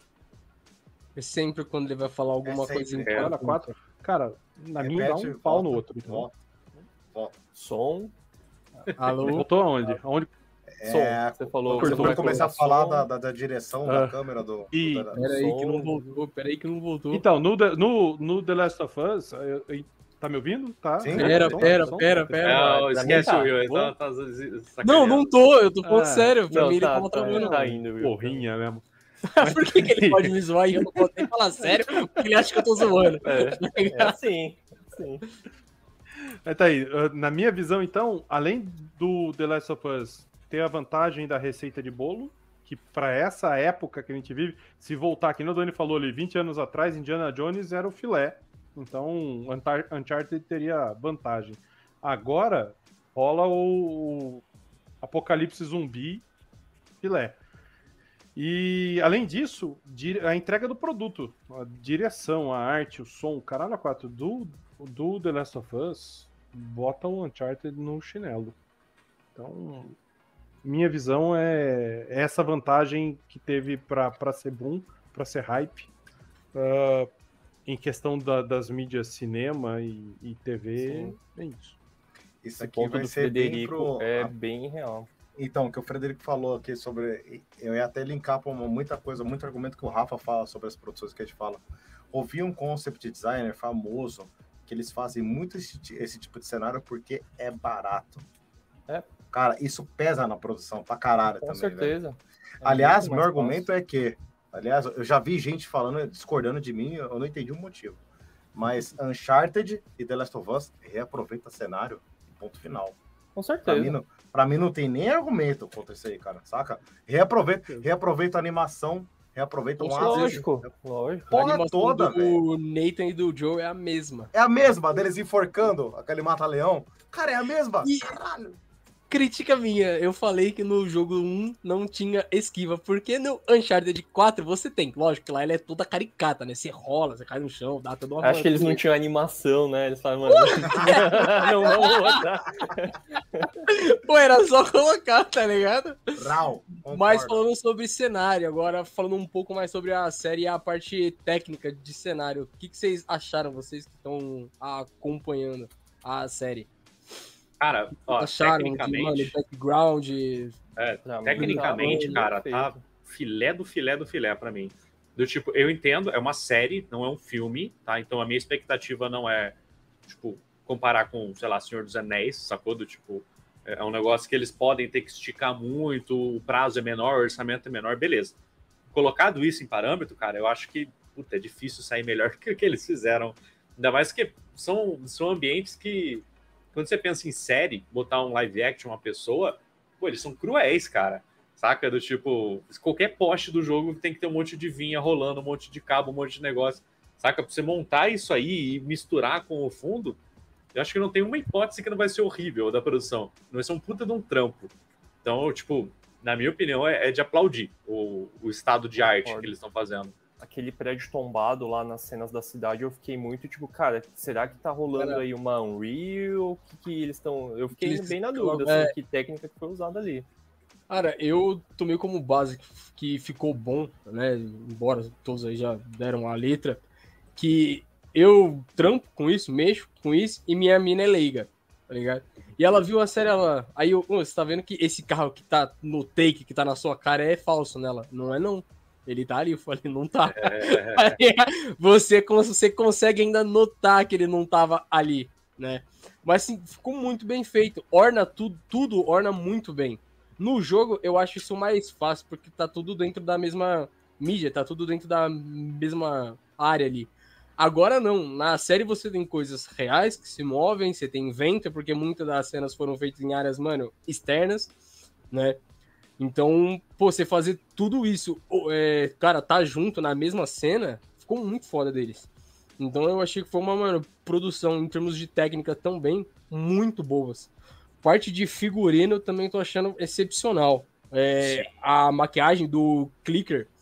E: É sempre quando ele vai falar alguma
B: É
E: coisa em
C: é.
D: Olha, quatro, cara, na minha dá um
B: Repete,
D: pau
B: volta,
D: no outro. Então.
B: volta, volta.
F: Som.
E: Alô?
D: Voltou aonde? aonde?
F: Som.
B: É,
F: Você falou.
B: Quando você
D: Cortou,
B: for começar a
F: som.
B: falar da, da, da direção
D: Ah.
B: da câmera do.
D: E-
B: do- da-
E: Pera aí que não
F: som.
E: voltou, pera aí que não voltou.
D: Então, no, The- no, no The Last of Us, eu- eu- tá me ouvindo? Tá.
B: Sim.
E: Pera,
D: Som,
E: pera,
D: som.
E: pera,
C: É,
E: pera.
C: ó,
F: pra
C: esquece
F: mim tá.
C: o Will,
F: Vou-
C: então tá
E: Não,
C: sacaneando.
E: não tô, eu tô falando
D: Ah,
E: sério. Pra
F: Não,
E: mim ele
F: tá,
E: tava
F: tá,
E: travando.
F: tá indo, Will.
D: Porrinha mesmo.
E: Por que, que ele pode me zoar e eu não posso nem falar sério? Porque ele acha que eu tô zoando.
F: É, é assim. assim.
D: Mas tá aí, uh, na minha visão, então, além do The Last of Us ter a vantagem da receita de bolo, que para essa época que a gente vive, se voltar, que o Dani falou ali, vinte anos atrás, Indiana Jones era o filé. Então, Untar- Uncharted teria vantagem. Agora, rola o, o Apocalipse Zumbi filé. E, além disso, di- a entrega do produto, a direção, a arte, o som, o caralho a quatro do, do The Last of Us, bota o Uncharted no chinelo. Então, minha visão é essa vantagem que teve para ser boom, para ser hype, ah, em questão da- das mídias cinema e, e T V,
F: Sim.
D: é isso.
B: Isso
F: Esse
B: aqui
F: ponto
B: vai
F: do
B: ser bem
F: Frederico
B: pro.
F: é
B: a-
F: bem real.
B: Então, o que o Frederico falou aqui sobre. Eu ia até linkar para muita coisa, muito argumento que o Rafa fala sobre as produções que a gente fala. Ouvi um concept designer famoso que eles fazem muito esse, ti- esse tipo de cenário porque é barato.
F: É.
B: Cara, isso pesa na produção pra caralho
F: Com
B: também. velho.
F: certeza. É
B: Aliás,
F: muito
B: meu
F: mais
B: argumento
F: fácil.
B: é que. Aliás, eu já vi gente falando, discordando de mim, eu não entendi o motivo. Mas Uncharted e The Last of Us reaproveita cenário, ponto final.
F: Com
B: Pra mim,
F: certeza.
B: não, pra mim não tem nem argumento contra isso aí, cara, saca? Reaproveita, reaproveita a animação, reaproveita um assets.
F: Lógico, lógico.
E: A
B: Porra
E: animação
B: toda, velho.
E: do Nathan e do Joe é a mesma.
B: É a mesma, deles enforcando aquele mata-leão. Cara, é a mesma.
E: E-
B: Caralho.
E: Crítica minha, eu falei que no jogo um não tinha esquiva, porque no Uncharted quatro você tem. Lógico que lá ela é toda caricata, né? Você rola, você cai no chão, dá toda uma
F: Acho que eles não
E: voadinha.
F: tinham animação, né? Eles falaram, mano, não vamos botar.
E: Pô, era só colocar, tá ligado?
B: Rau.
E: Mas
B: concordo.
E: falando sobre cenário, agora falando um pouco mais sobre a série e a parte técnica de cenário, o que, que vocês acharam, vocês que estão acompanhando a série?
C: Cara, ó,
E: acharam de, mano,
C: tecnicamente,
E: background,
C: é,
F: Pra mim,
C: tecnicamente,
F: tá
C: cara,
F: perfeito.
C: tá filé do filé do filé pra mim. Do tipo, eu entendo, é uma série, não é um filme, tá? Então a minha expectativa não é, tipo, comparar com, sei lá, Senhor dos Anéis, sacou? Do tipo, é um negócio que eles podem ter que esticar muito, o prazo é menor, o orçamento é menor, beleza. Colocado isso em parâmetro, cara, eu acho que, puta, é difícil sair melhor que o que eles fizeram. Ainda mais que são, são ambientes que, quando você pensa em série, botar um live action, uma pessoa, pô, eles são cruéis, cara. Saca? Do tipo, qualquer poste do jogo tem que ter um monte de vinha rolando, um monte de cabo, um monte de negócio. Saca? Pra você montar isso aí e misturar com o fundo, eu acho que não tem uma hipótese que não vai ser horrível da produção. Não vai ser um puta de um trampo. Então, tipo, na minha opinião, é, é de aplaudir o, o estado de arte
F: Concordo.
C: que eles estão fazendo.
F: Aquele prédio tombado lá nas cenas da cidade, eu fiquei muito tipo, cara, será que tá rolando
E: Cara,
F: aí uma Unreal? O que, que eles estão. Eu fiquei
E: eles
F: bem na
E: colocam-
F: dúvida, assim,
E: é.
F: que técnica que foi usada ali.
E: Cara, eu tomei como base que ficou bom, né? Embora todos aí já deram a letra, que eu trampo com isso, mexo com isso, e minha mina é leiga, tá ligado? E ela viu a série, ela. Aí eu, "Ô, você tá vendo que esse carro que tá no take, que tá na sua cara, é falso nela? Não é não. Ele tá ali, eu falei, não tá.
C: É,
E: você, cons- você consegue ainda notar que ele não tava ali, né? Mas assim, ficou muito bem feito. Orna tudo, tudo orna muito bem. No jogo, eu acho isso mais fácil, porque tá tudo dentro da mesma mídia, tá tudo dentro da mesma área ali. Agora não, na série você tem coisas reais que se movem, você tem vento, porque muitas das cenas foram feitas em áreas, mano, externas, né? Então, pô, você fazer tudo isso, é, cara, tá junto na mesma cena, ficou muito foda deles. Então eu achei que foi uma, mano, produção em termos de técnica também muito boas. Parte de figurino eu também tô achando excepcional. É, a maquiagem do Clicker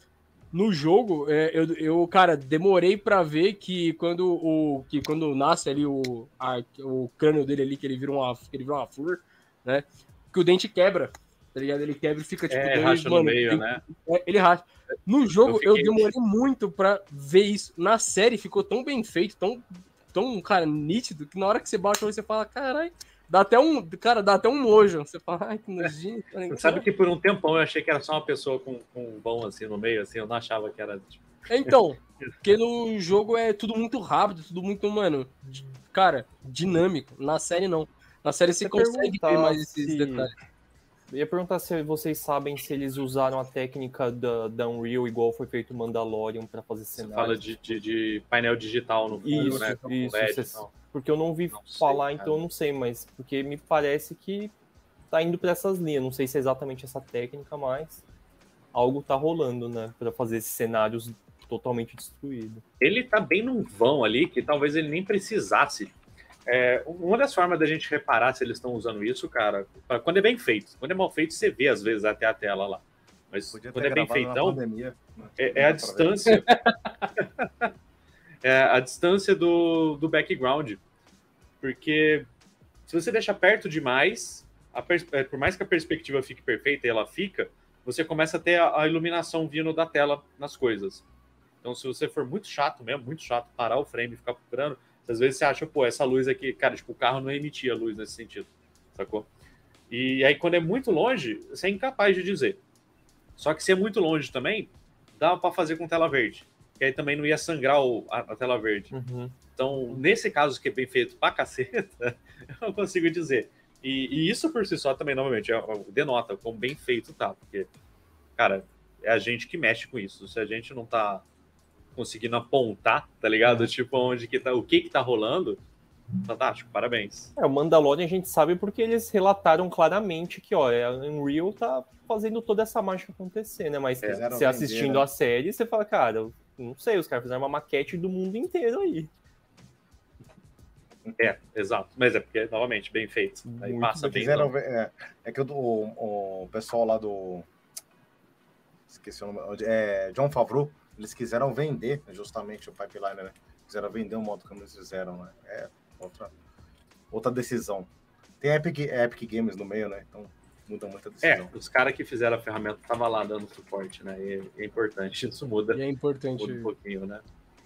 E: no jogo, é, eu, eu, cara, demorei pra ver que quando o que quando nasce ali o, a, o crânio dele ali, que ele vira uma, que ele vira uma flor, né? Que o dente quebra, tá ligado? Ele quebra e fica tipo
C: É,
E: dois,
C: racha
E: mano,
C: no meio,
E: tem-
C: né?
E: é, ele racha. No jogo,
C: Eu
E: eu,
C: fiquei-
E: demorei muito pra ver isso. Na série ficou tão bem feito, tão, tão, cara, nítido, que na hora que você bate, você fala, caralho, dá até um, cara, dá até um nojo. Você fala, ai, que nojinho. tá ligado?
C: Sabe que por um tempão eu achei que era só uma pessoa com, com um vão assim no meio, assim, eu não achava que era. Tipo...
E: Então, porque no jogo é tudo muito rápido, tudo muito, mano, di- cara, dinâmico. Na série não. Na série você
F: Eu ia
E: consegue ver
F: perguntar
E: mais esses
F: se-
E: detalhes.
F: Eu ia perguntar se vocês sabem se eles usaram a técnica da, da Unreal, igual foi feito o Mandalorian, pra fazer
C: Você
F: cenário.
C: fala de, de, de painel digital no fundo,
F: Isso,
C: né? Com
F: isso.
C: L E D,
F: cês-
C: não.
F: Porque eu não ouvi
C: Não sei,
F: falar,
C: cara.
F: então eu não sei, mas porque me parece que tá indo pra essas linhas. Não sei se é exatamente essa técnica, mas algo tá rolando, né? Pra fazer esses cenários totalmente destruídos.
C: Ele tá bem num vão ali que talvez ele nem precisasse. É, uma das formas da gente reparar se eles estão usando isso, cara, pra- quando é bem feito. Quando é mal feito, você vê às vezes até a tela lá. Mas
B: Podia
C: quando
B: ter
C: é bem
B: gravado na
C: feitão,
B: pandemia, né?
C: é, é a
B: Dá pra ver.
C: distância. É a distância do, do background. Porque se você deixa perto demais, a pers- é, por mais que a perspectiva fique perfeita e ela fica, você começa a ter a, a iluminação vindo da tela nas coisas. Então, se você for muito chato mesmo, muito chato, parar o frame e ficar procurando, às vezes você acha, pô, essa luz aqui, cara, tipo, o carro não emitia luz nesse sentido, sacou? E aí, quando é muito longe, você é incapaz de dizer. Só que se é muito longe também, dá pra fazer com tela verde. Que aí também não ia sangrar o- a, a tela verde.
F: Uhum.
C: Então, nesse caso que é bem feito pra caceta, eu não consigo dizer. E, e isso por si só também, novamente, é- é- denota como bem feito tá. Porque, cara, é a gente que mexe com isso. Se a gente não tá conseguindo apontar, tá ligado? Tipo, onde que tá, o que que tá rolando, fantástico, parabéns.
F: É, o Mandalorian a gente sabe porque eles relataram claramente que, ó, a Unreal tá fazendo toda essa mágica acontecer, né? Mas
B: Fizeram
F: você
B: vender,
F: assistindo
B: né?
F: a série, você fala, cara, eu não sei, os caras fizeram uma maquete do mundo inteiro aí.
C: É, exato. Mas é porque, novamente, bem feito. Aí
F: Muito
C: passa
F: bem.
C: bem.
B: Fizeram,
C: então.
B: ve- é, é que o, o, o pessoal lá do. Esqueci o nome. É, John Favreau, eles quiseram vender justamente o pipeline, né? Quiseram vender o modo como eles fizeram, né? É outra, outra decisão. Tem Epic, Epic Games no meio, né? Então muda muita
C: É,
B: decisão.
C: os caras que fizeram a ferramenta estavam lá dando suporte, né? E é importante, isso muda,
E: E é importante.
C: muda um pouquinho, né?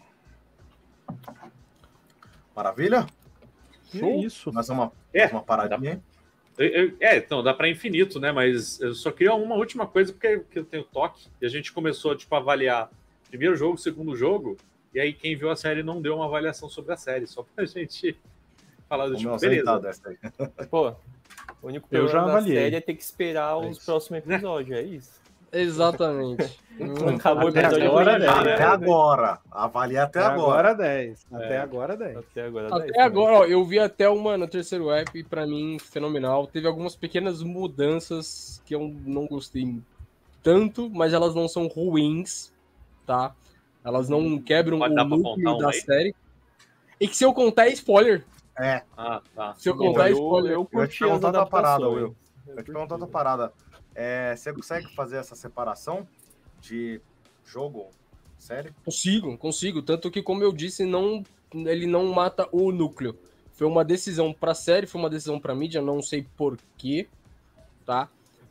B: Maravilha?
D: Que isso?
B: Mais uma,
C: É,
B: mais uma paradinha.
C: Eu- eu- É, então, dá para infinito, né? Mas eu só queria uma última coisa, porque, porque eu tenho toque, e a gente começou tipo, a avaliar primeiro jogo, segundo jogo, e aí quem viu a série não deu uma avaliação sobre a série, só pra gente falar do
B: Vamos
C: tipo,
B: ausentar
C: beleza.
B: dessa aí.
F: Pô, o único
D: Eu
F: problema
D: já
F: da
D: avaliei.
F: série é ter que esperar
D: É
F: os
D: isso.
F: próximos episódios, é isso.
E: Exatamente. Hum,
F: Acabou o
D: Até
F: episódio
D: agora,
F: primeiro,
D: né?
B: Até agora. Avaliar até,
D: Até
B: agora.
D: agora dez. Até agora dez.
F: Até agora.
E: Até
F: dez,
E: agora, ó, eu vi até uma no terceiro app e pra mim, fenomenal. Teve algumas pequenas mudanças que eu não gostei tanto, mas elas não são ruins, tá? Elas não quebram
C: Pode
E: o
C: dar pra
E: núcleo
C: contar uma
E: da
C: aí?
E: série. E que se eu contar é spoiler.
B: É,
C: Ah, tá.
E: Se eu
F: Bom,
E: contar é
F: eu,
E: spoiler.
F: eu
B: eu ia te
F: curti as
B: perguntar outra parada,
F: adaptações.
B: Will. Eu te perguntar outra parada. É, você consegue fazer essa separação de jogo, série?
E: Consigo, consigo. Tanto que, como eu disse, não, ele não mata o núcleo. Foi uma decisão pra série, foi uma decisão pra mídia, não sei porquê, tá?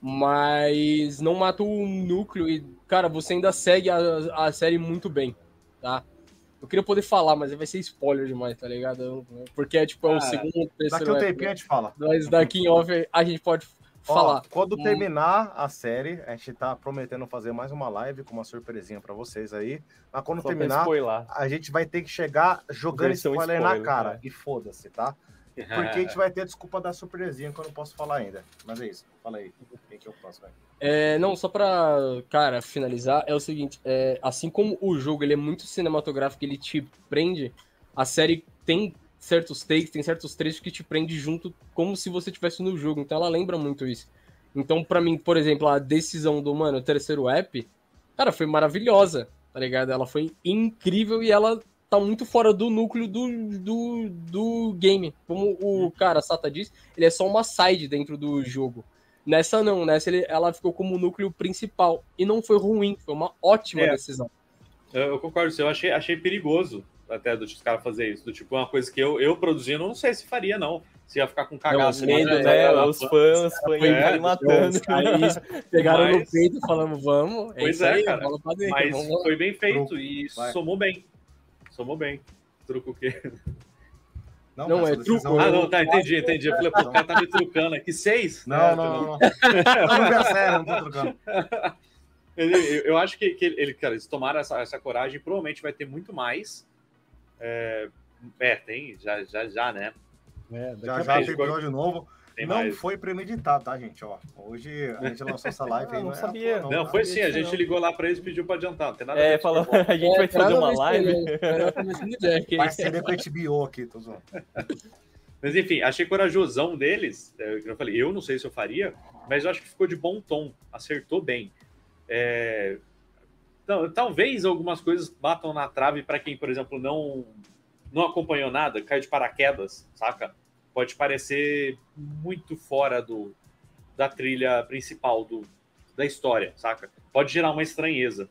E: Mas não mata o núcleo e, cara, você ainda segue a, a série muito bem, tá? Eu queria poder falar, mas vai ser spoiler demais, tá ligado? Porque é tipo, é o
C: Cara,
E: segundo,
B: Daqui
E: terceiro
B: um
E: app,
B: tempinho a gente fala.
E: mas daqui em off a gente pode
B: Ó,
E: falar.
B: quando
E: Hum.
B: terminar a série, a gente tá prometendo fazer mais uma live com uma surpresinha pra vocês aí. Mas quando
F: Só pra
B: terminar,
F: spoiler.
B: a gente vai ter que chegar jogando
F: Versão
B: spoiler, na
F: spoiler,
B: cara.
F: é.
B: E foda-se, tá? Porque a gente vai ter a desculpa da surpresinha que eu não posso falar ainda. Mas é isso. Fala aí. Quem que é o próximo? Aí?
E: É, não, só pra, cara, finalizar, é o seguinte, é, assim como o jogo ele é muito cinematográfico, ele te prende, a série tem certos takes, tem certos trechos que te prende junto, como se você estivesse no jogo, então ela lembra muito isso. Então, pra mim, por exemplo, a decisão do, mano, terceiro app, cara, foi maravilhosa, tá ligado? Ela foi incrível e ela tá muito fora do núcleo do, do, do game. Como o cara, Sata disse, ele é só uma side dentro do jogo. Nessa não, nessa ele, ela ficou como núcleo principal. E não foi ruim, foi uma ótima
C: É.
E: decisão.
C: Eu, eu concordo com você, eu achei, achei perigoso até dos caras fazer isso. Do tipo, uma coisa que eu, eu produzindo, não sei se faria, não. Se ia ficar com cagaço.
F: Medo,
C: mas,
F: né?
C: é,
F: Os fãs, os fãs
C: foi-
F: iam
C: é,
F: matando.
E: Aí pegaram
C: Mas-
E: no peito falando, vamos. É
C: Pois
E: isso
C: é,
E: aí,
C: cara.
E: bola pra dentro,
C: Mas
E: vamos lá.
C: foi bem feito
B: Truco.
C: e
B: Vai.
C: somou bem. Somou bem. Truco o quê?
E: Não,
B: essa
E: é
B: decisão-
E: truco.
C: Ah, não, tá, entendi, entendi. Eu falei, pô, o cara tá me trucando aqui. Seis?
B: Não,
C: É,
B: não, não, não. Não, não é sério, não tô trocando.
C: Ele- Eu, eu acho que, que ele, cara, eles tomaram essa, essa coragem, provavelmente vai ter muito mais. É, é, tem, já, já, já, né?
D: É, daqui
B: Já
D: a
B: já
C: pouco.
B: tem episódio novo.
C: Tem
B: Não
C: mais.
B: foi premeditado, tá, gente? Ó, hoje a gente lançou essa live
F: Ah,
B: aí.
F: não
B: é à
F: sabia.
B: toa,
C: Não,
B: tá?
C: foi sim, a
F: isso
C: gente
F: não.
C: ligou lá pra eles e pediu pra adiantar. Não tem nada a
F: É,
C: ver com
F: falou,
C: Super Bowl.
F: a gente vai fazer uma live.
E: Era começando do Jack, hein?
B: Parceria com a H B O aqui, tô zoando.
C: Mas enfim, achei corajosão deles. É, eu falei, eu não sei se eu faria, mas eu acho que ficou de bom tom, acertou bem. É, então, talvez algumas coisas batam na trave para quem, por exemplo, não, não acompanhou nada, caiu de paraquedas, saca? Pode parecer muito fora do, da trilha principal do, da história, saca? Pode gerar uma estranheza.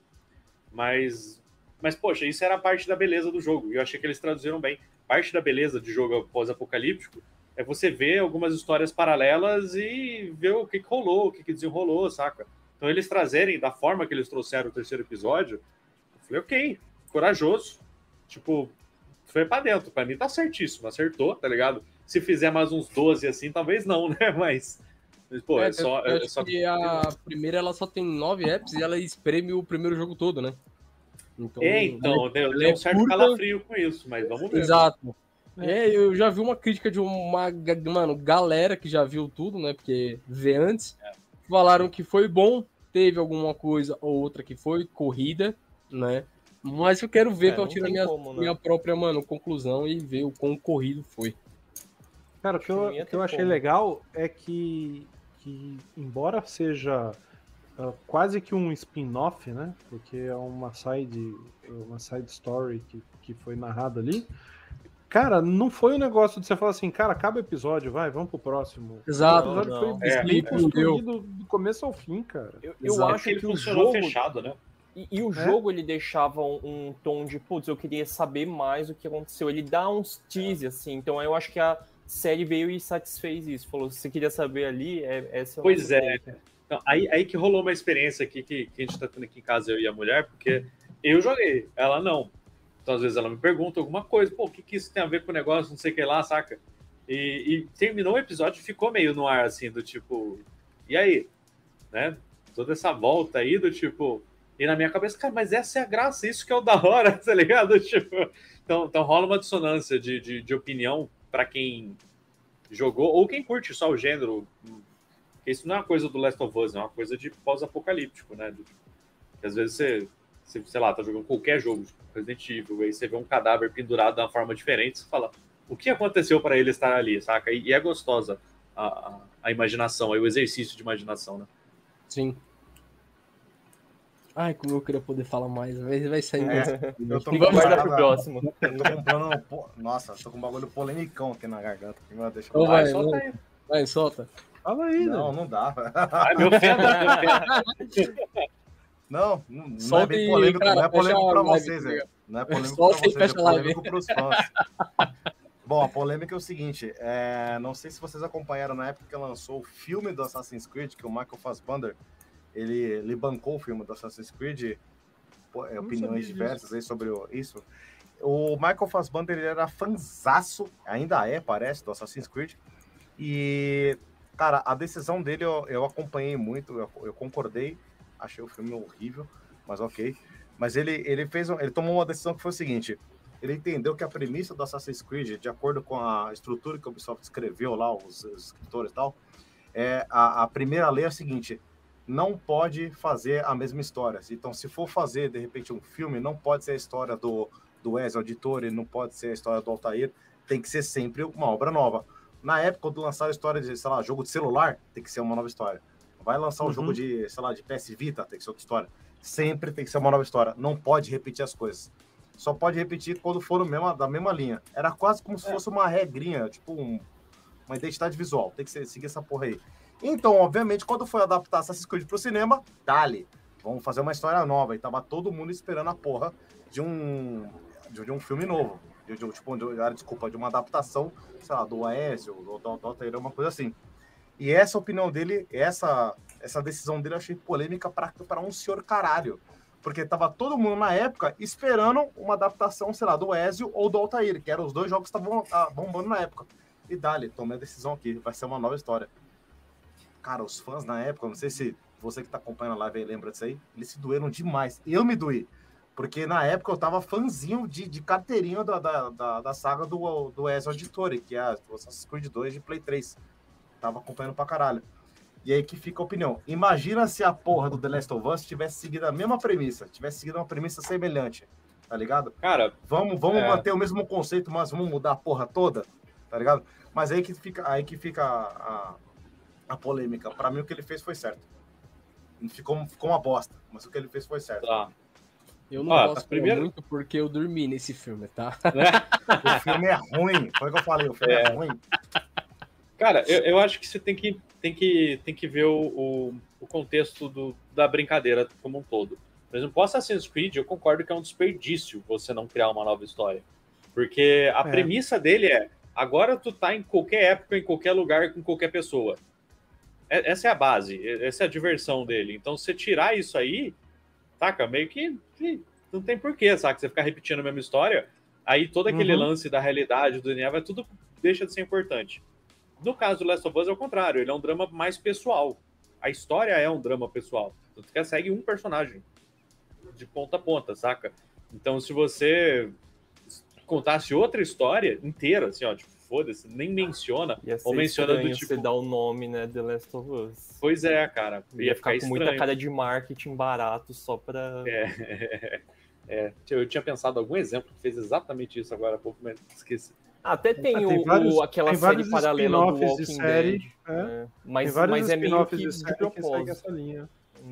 C: Mas, mas, poxa, isso era parte da beleza do jogo. E eu achei que eles traduziram bem. Parte da beleza de jogo pós-apocalíptico é você ver algumas histórias paralelas e ver o que, que rolou, o que, que desenrolou, saca? Então eles trazerem da forma que eles trouxeram o terceiro episódio, eu falei, ok, corajoso. Tipo, foi pra dentro. Pra mim tá certíssimo, acertou, tá ligado? Se fizer mais uns doze assim, talvez não, né? Mas, mas pô, é,
E: É,
C: só...
E: eu
C: É
E: acho
C: só...
E: que a primeira ela só tem nove apps e ela espreme o primeiro jogo todo, né? Então,
C: É, então, deu,
E: ela
C: deu
E: é
C: um certo
E: curta.
C: calafrio com isso, mas vamos ver.
E: Exato. É, eu já vi uma crítica de uma, ga- mano, galera que já viu tudo, né? Porque vê antes. Falaram que foi bom, teve alguma coisa ou outra que foi corrida, né? Mas eu quero ver
F: É,
E: pra eu
F: não
E: tirar
F: tem
E: minha,
F: como, né?
E: minha própria, mano, conclusão e ver o quão corrido foi.
D: Cara, o que eu,
F: Não ia
D: o que eu
F: ter
D: achei
F: como.
D: legal é que, que embora seja ah, quase que um spin-off, né? Porque é uma side, uma side story que, que foi narrada ali. Cara, não foi um negócio de você falar assim, cara, acaba o episódio, vai, vamos pro próximo.
E: Exato.
D: O episódio
F: Não,
D: foi
F: não.
C: É,
D: bem
E: é.
D: construído do começo ao fim, cara.
F: Eu, eu
E: Exato.
F: acho
C: Ele
F: que o
C: funcionou
F: jogo...
C: fechado, né?
F: E, e o
D: É?
F: jogo, ele deixava um, um tom de, putz, eu queria saber mais o que aconteceu. Ele dá uns tease, assim. Então eu acho que a série veio e satisfez isso. Falou, se você queria saber ali, é, essa é a
C: Pois
F: nossa
C: é.
F: treta.
C: Então, aí, aí que rolou uma experiência aqui que, que a gente tá tendo aqui em casa, eu e a mulher, porque eu joguei, ela não. Então, às vezes, ela me pergunta alguma coisa, pô, o que, que isso tem a ver com o negócio, não sei o que lá, saca? E, e terminou o episódio e ficou meio no ar, assim, do tipo, e aí? Né? Toda essa volta aí, do tipo. E na minha cabeça, cara, mas essa é a graça, isso que é o da hora, tá ligado? Tipo, então, então rola uma dissonância de, de, de opinião pra quem jogou, ou quem curte só o gênero. Porque isso não é uma coisa do Last of Us, é uma coisa de pós-apocalíptico, né? De, que às vezes você, você, sei lá, tá jogando qualquer jogo, Resident Evil, aí você vê um cadáver pendurado de uma forma diferente, você fala, o que aconteceu para ele estar ali, saca? E, e é gostosa a, a, a imaginação, aí o exercício de imaginação, né?
E: Sim. Ai, como eu queria poder falar mais, mas vai sair.
B: É, eu tô
F: Vamos guardar
B: parada-
F: pro próximo.
B: Eu tô comprando. po- Nossa, tô com um bagulho polemicão aqui na garganta. aqui, mano, Deixa
E: Então
B: eu
E: vai,
C: Vai, solta
E: vai.
C: aí.
E: Vai, solta.
D: Fala aí,
B: Não,
D: né?
B: não dá.
C: Ai, me ofenda, me ofenda.
B: Não, não, não é
E: Solta
B: bem
E: e,
B: polêmico,
E: cara,
B: não é polêmico
E: fecha
B: pra
E: a live,
B: vocês,
E: tá
B: é.
E: ligado?
B: Não é polêmico
E: Solta
B: pra
E: e
B: vocês, é
E: fecha a live.
B: polêmico pros fãs. Bom, a polêmica é o seguinte, é, não sei se vocês acompanharam na época que lançou o filme do Assassin's Creed, que o Michael Fassbender, ele, ele bancou o filme do Assassin's Creed, pô, é,
D: Não
B: opiniões
D: sabia
B: diversas aí sobre o- isso. O Michael Fassbender, ele era fanzaço, ainda é, parece, do Assassin's Creed, e, cara, a decisão dele eu, eu acompanhei muito, eu, eu concordei, achei o filme horrível, mas ok. Mas ele, ele fez, um- ele tomou uma decisão que foi o seguinte, ele entendeu que a premissa do Assassin's Creed, de acordo com a estrutura que o Ubisoft escreveu lá, os, os escritores e tal, é, a, a primeira lei é a seguinte, não pode fazer a mesma história. Então, se for fazer, de repente, um filme, não pode ser a história do, do Ezio Auditore, não pode ser a história do Altair, tem que ser sempre uma obra nova. Na época, quando lançaram a história de, sei lá, jogo de celular, tem que ser uma nova história. Vai lançar um
D: Uhum.
B: jogo de, sei lá, de P S Vita, tem que ser outra história. Sempre tem que ser uma nova história. Não pode repetir as coisas. Só pode repetir quando for no mesmo, da mesma linha. Era quase como se fosse uma regrinha, tipo um, uma identidade visual. Tem que ser, seguir essa porra aí. Então, obviamente, quando foi adaptar Assassin's Creed pro cinema, dali, vamos fazer uma história nova. E tava todo mundo esperando a porra de um, de, de um filme novo. De, de, tipo, de, desculpa, de uma adaptação, sei lá, do Ezio, do, do, do Altair, uma coisa assim. E essa opinião dele, essa, essa decisão dele, eu achei polêmica pra, pra um senhor caralho. Porque tava todo mundo, na época, esperando uma adaptação, sei lá, do Ezio ou do Altair, que eram os dois jogos que estavam bombando na época. E dali, tomei a decisão aqui, vai ser uma nova história. Cara, os fãs na época, não sei se você que tá acompanhando a live aí lembra disso aí, eles se doeram demais. Eu me doí. Porque na época eu tava fãzinho de, de carteirinha da, da, da, da saga do, do Ezio Auditore, que é o Assassin's Creed dois de Play três. Tava acompanhando pra caralho. E aí que fica a opinião. Imagina se a porra do The Last of Us tivesse seguido a mesma premissa, tivesse seguido uma premissa semelhante, tá ligado?
C: Cara,
B: vamos, vamos
C: é...
B: manter o mesmo conceito, mas vamos mudar a porra toda, tá ligado? Mas aí que fica, aí que fica a, a, a polêmica. Pra mim o que ele fez foi certo. Ficou, ficou uma bosta, mas o que ele fez foi certo.
C: Tá.
E: Eu não
C: ah,
E: posso
C: primeiro...
E: falar muito porque eu dormi nesse filme, tá?
B: O filme é ruim, foi o que eu falei, o filme é, é ruim.
C: Cara, eu, eu acho que você tem que, tem que, tem que ver o, o, o contexto do, da brincadeira como um todo. Por exemplo, o Assassin's Creed, eu concordo que é um desperdício você não criar uma nova história. Porque a é. premissa dele é, agora tu tá em qualquer época, em qualquer lugar, com qualquer pessoa. É, essa é a base, essa é a diversão dele. Então, você tirar isso aí, saca, meio que, que não tem porquê, saca? Você ficar repetindo a mesma história, aí todo aquele uhum. lance da realidade, do D N A, vai tudo deixa de ser importante. No caso do Last of Us é o contrário, ele é um drama mais pessoal. A história é um drama pessoal. Então, tu segue um personagem de ponta a ponta, saca? Então, se você contasse outra história inteira, assim, ó, tipo, foda-se, nem menciona, ou menciona do tipo...
F: você dá o nome, né, The Last of Us.
C: Pois é, cara.
F: Ia, ia ficar, ficar com muita cara de marketing barato só pra...
C: É, é, eu tinha pensado em algum exemplo que fez exatamente isso agora há pouco, mas esqueci.
F: Até tem, ah, tem o, vários, o, aquela tem série paralela do Walking de série, Dead, é. É. Mas, mas é meio que de, de propósito.
D: Essa linha.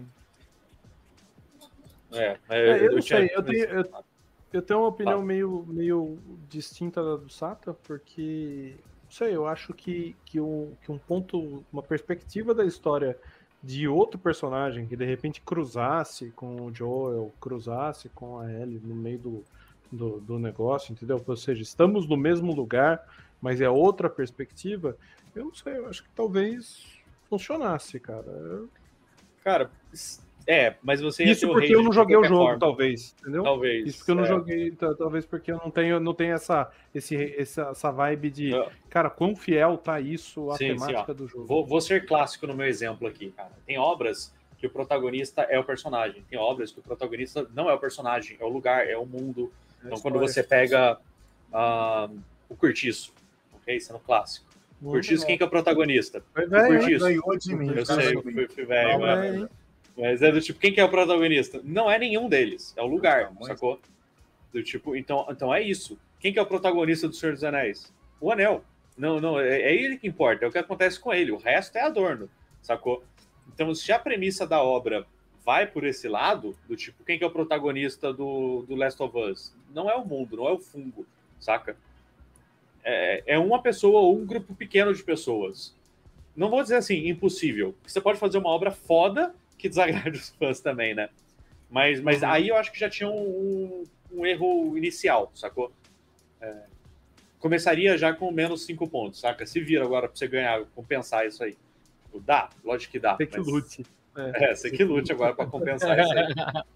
C: É,
D: é, eu, eu não sei, eu tenho, eu, eu tenho uma opinião ah. meio, meio distinta da do Sata, porque, não sei, eu acho que, que, um, que um ponto, uma perspectiva da história de outro personagem que de repente cruzasse com o Joel, cruzasse com a Ellie no meio do Do, do negócio, entendeu? Ou seja, estamos no mesmo lugar, mas é outra perspectiva. Eu não sei, eu acho que talvez funcionasse, cara.
C: Cara, é, mas você ia
D: Isso porque eu não joguei o jogo, forma. talvez, entendeu?
C: Talvez.
D: Isso porque eu não
C: é.
D: joguei, talvez porque eu não tenho, não tenho essa, esse, essa, essa vibe de, é. cara, quão fiel tá isso à sim, temática sim, do jogo.
C: Vou, vou ser clássico no meu exemplo aqui, cara. Tem obras que o protagonista é o personagem, tem obras que o protagonista não é o personagem, é o lugar, é o mundo. Então, quando você pega uh, o Curtiço, ok? Sendo clássico. O Curtiço, quem que é o protagonista?
B: Foi
C: o Curtiço.
B: Ganhou de mim.
C: Eu sei, fui, fui velho. Mas, mas é do tipo, quem que é o protagonista? Não é nenhum deles, é o lugar, não, sacou? Do tipo, então, então é isso. Quem que é o protagonista do Senhor dos Anéis? O Anel. Não, não, é, é ele que importa, é o que acontece com ele. O resto é adorno, sacou? Então, se a premissa da obra vai por esse lado, do tipo, quem que é o protagonista do, do Last of Us? Não é o mundo, não é o fungo, saca? É, é uma pessoa ou um grupo pequeno de pessoas. Não vou dizer assim, impossível. Você pode fazer uma obra foda que desagrade os fãs também, né? Mas, mas aí eu acho que já tinha um, um erro inicial, sacou? É, começaria já com menos cinco pontos, saca? Se vira agora pra você ganhar, compensar isso aí. Dá, lógico que dá.
D: Tem que
C: mas...
D: lute.
C: É, você que lute agora pra compensar isso aí.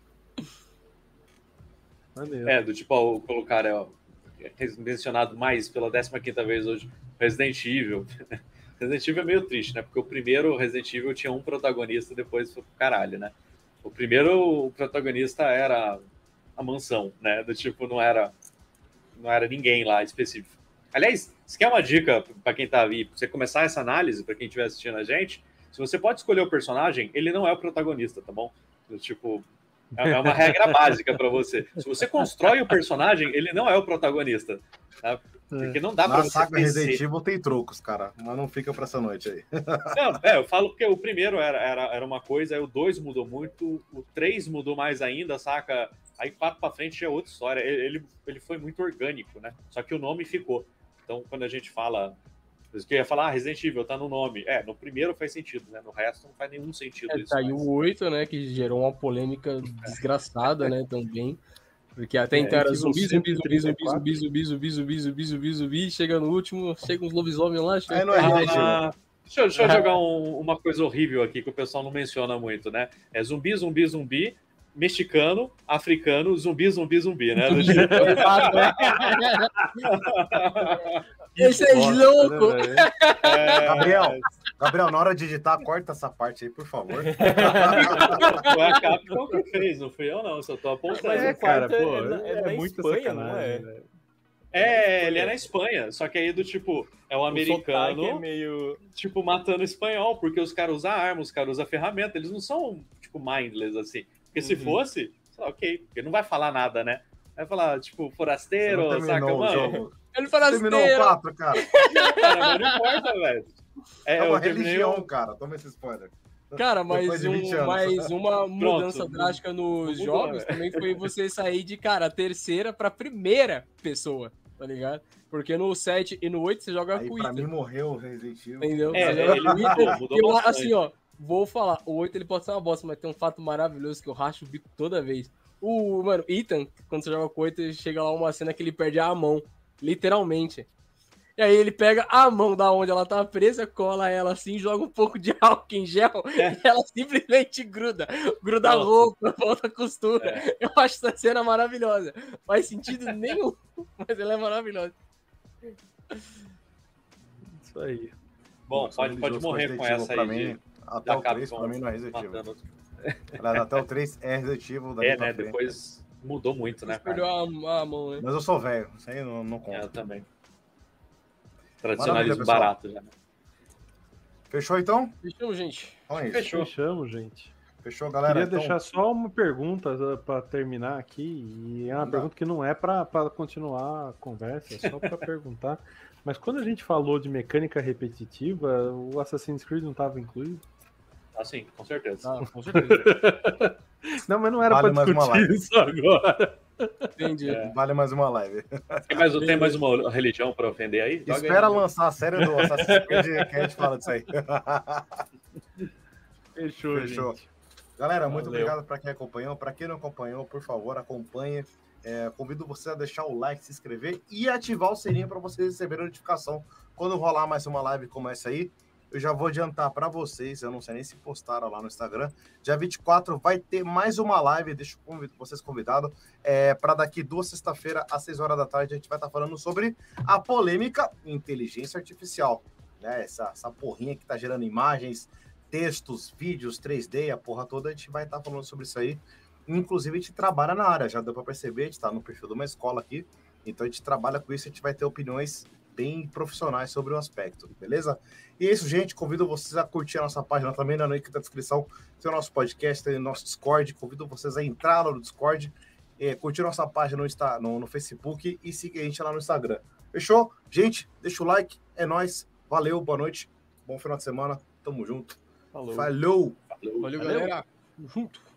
D: Maneiro.
C: É, do tipo, ó, colocar, ó, mencionado mais pela décima quinta vez hoje, Resident Evil. Resident Evil é meio triste, né? Porque o primeiro Resident Evil tinha um protagonista, depois foi pro caralho, né? O primeiro o protagonista era a mansão, né? Do tipo, não era, não era ninguém lá específico. Aliás, se quer uma dica pra quem tá aí, pra você começar essa análise, pra quem estiver assistindo a gente, se você pode escolher o personagem, ele não é o protagonista, tá bom? Tipo, é uma regra básica para você. Se você constrói o personagem, ele não é o protagonista. Tá? Porque não dá para você
B: saga Resident Evil tem trocos, cara, mas não fica para essa noite aí.
C: Não, é, eu falo porque o primeiro era, era, era uma coisa, aí o dois mudou muito, o três mudou mais ainda, saca? Aí quatro para frente é outra história. Ele, ele foi muito orgânico, né? Só que o nome ficou. Então, quando a gente fala Isso que eu ia falar, ah, Resident Evil tá no nome. É, no primeiro faz sentido, né? No resto não faz nenhum sentido
E: É,
C: isso.
E: tá aí
C: mas-
E: o oito, né, que gerou uma polêmica desgraçada, né, também. Porque até então era zumbi, zumbi, zumbi, zumbi, zumbi, zumbi, zumbi, zumbi, zumbi, zumbi, zumbi, chega no último, chega uns lobisomens lá, chega...
B: Aí não é Resident Evil.
C: Ah, deixa, eu- deixa eu jogar um- uma coisa horrível aqui que o pessoal não menciona muito, né? É zumbi, zumbi, zumbi, mexicano, africano, zumbi, zumbi, zumbi, né? Do tipo-
E: Esse é louco!
C: É,
B: Gabriel, Gabriel, na hora de editar, corta essa parte aí, por favor.
C: Foi a Capcom que fez, não fui eu não, só tô apontando.
F: Mas
D: É,
F: o quarto
D: cara, pô,
F: é na- é na
D: muita
F: Espanha, não
D: sacanagem,
F: é?
D: velho.
C: É, ele é na Espanha, só que aí do tipo, é um
F: O
C: americano,
F: sotaque é meio...
C: tipo, matando espanhol, porque os caras usam arma, os caras usam ferramenta, eles não são, tipo, mindless, assim. Porque se
F: Uhum.
C: fosse, ok, porque não vai falar nada, né? Vai falar, tipo,
B: Você
C: forasteiro,
B: não
C: saca,
B: terminou o
C: mano?
B: jogo.
E: Ele
B: Você
E: fala
B: terminou o
E: assim,
B: quatro, cara.
C: Cara, mas não importa, velho. É,
B: É uma
C: eu terminei
B: religião,
C: o-
B: cara. Toma esse spoiler.
E: cara,
B: Depois
E: mas,
B: de vinte
E: um,
B: anos.
E: mais uma mudança
C: Pronto,
E: drástica nos
C: mudou,
E: jogos
C: né?
E: também foi você sair de, cara, a terceira pra primeira pessoa, tá ligado? Porque no sete e no oito você joga
B: Aí
E: com
B: pra
E: o
B: mim
E: Ethan,
B: morreu o Resident Evil.
E: entendeu?
C: É,
E: Você joga
C: ele
E: com o Ethan.
C: mudou, mudou
E: Eu,
C: bastante.
E: assim, ó, vou falar, o oito ele pode ser uma bosta, mas tem um fato maravilhoso que eu racho o bico toda vez. O, mano, Ethan, quando você joga com o oito, chega lá uma cena que ele perde a mão, literalmente. E aí ele pega a mão da onde ela tá presa, cola ela assim, joga um pouco de álcool em gel
C: É.
E: e ela simplesmente gruda. Gruda a
C: Nossa.
E: roupa, volta a costura.
C: É.
E: Eu acho essa cena maravilhosa. Faz sentido nenhum, mas ela é maravilhosa.
D: Isso aí.
C: Bom,
B: Nossa,
C: pode, pode
B: religioso
C: morrer com
B: Resident
C: essa
B: Evil
C: aí
B: pra
C: de,
B: mim, até
C: da
B: o três,
C: Capcom
B: pra mim, não é Resident Evil.
C: matando.
B: Aliás, até o três é Resident Evil. daqui
C: É,
B: pra
C: né?
B: frente.
C: Depois mudou muito, né,
E: Você perdeu
C: cara?
E: a, a mão, né?
B: Mas eu sou velho, isso aí não, não
C: É,
B: conta.
C: eu também.
B: Maravilha,
C: Tradicionalismo
B: pessoal.
C: barato já. né?
B: Fechou então?
E: Fechou, gente.
B: Então é isso.
C: Fechou.
D: Fechamos, gente.
B: Fechou, galera?
D: Queria
B: Então,
D: deixar só uma pergunta para terminar aqui, e é uma
B: Não.
D: pergunta que não é para continuar a conversa, é só para perguntar. Mas quando a gente falou de mecânica repetitiva, o Assassin's Creed não estava incluído?
C: Assim, com certeza.
E: Ah, com certeza.
D: Não, mas não era
B: Vale
D: para
B: mais uma
D: discutir
B: live.
D: isso agora.
E: Entendi.
C: É.
B: vale mais uma live.
C: Tem mais, tem mais uma religião pra ofender aí? Joga
B: Espera
C: aí.
B: lançar a série do Assassin's Creed que a gente fala disso aí.
D: Fechou,
B: Fechou.
D: gente.
B: Galera, muito
C: Valeu.
B: obrigado para quem acompanhou. Para quem não acompanhou, por favor, acompanhe. É, convido você a deixar o like, se inscrever e ativar o sininho para vocês receberem a notificação quando rolar mais uma live como essa aí. Eu já vou adiantar para vocês, eu não sei nem se postaram lá no Instagram. Dia vinte e quatro vai ter mais uma live, deixo convido, vocês convidados, é, para daqui duas sexta-feira, às seis horas da tarde, a gente vai estar falando sobre a polêmica inteligência artificial. Né? Essa, essa porrinha que está gerando imagens, textos, vídeos, três D, a porra toda, a gente vai estar falando sobre isso aí. Inclusive, a gente trabalha na área, já deu para perceber, a gente está no perfil de uma escola aqui, então a gente trabalha com isso, a gente vai ter opiniões bem profissionais sobre o aspecto, beleza? E é isso, gente, convido vocês a curtir a nossa página também, na link da descrição, tem o nosso podcast, tem o nosso Discord, convido vocês a entrar lá no Discord, é, curtir nossa página no, Insta, no, no Facebook e seguir a gente lá no Instagram. Fechou? Gente, deixa o like, é nóis, valeu, boa noite, bom final de semana, tamo junto.
F: Falou.
B: Falou!
C: Falou.
E: Valeu,
B: Valeu.
E: galera. Junto.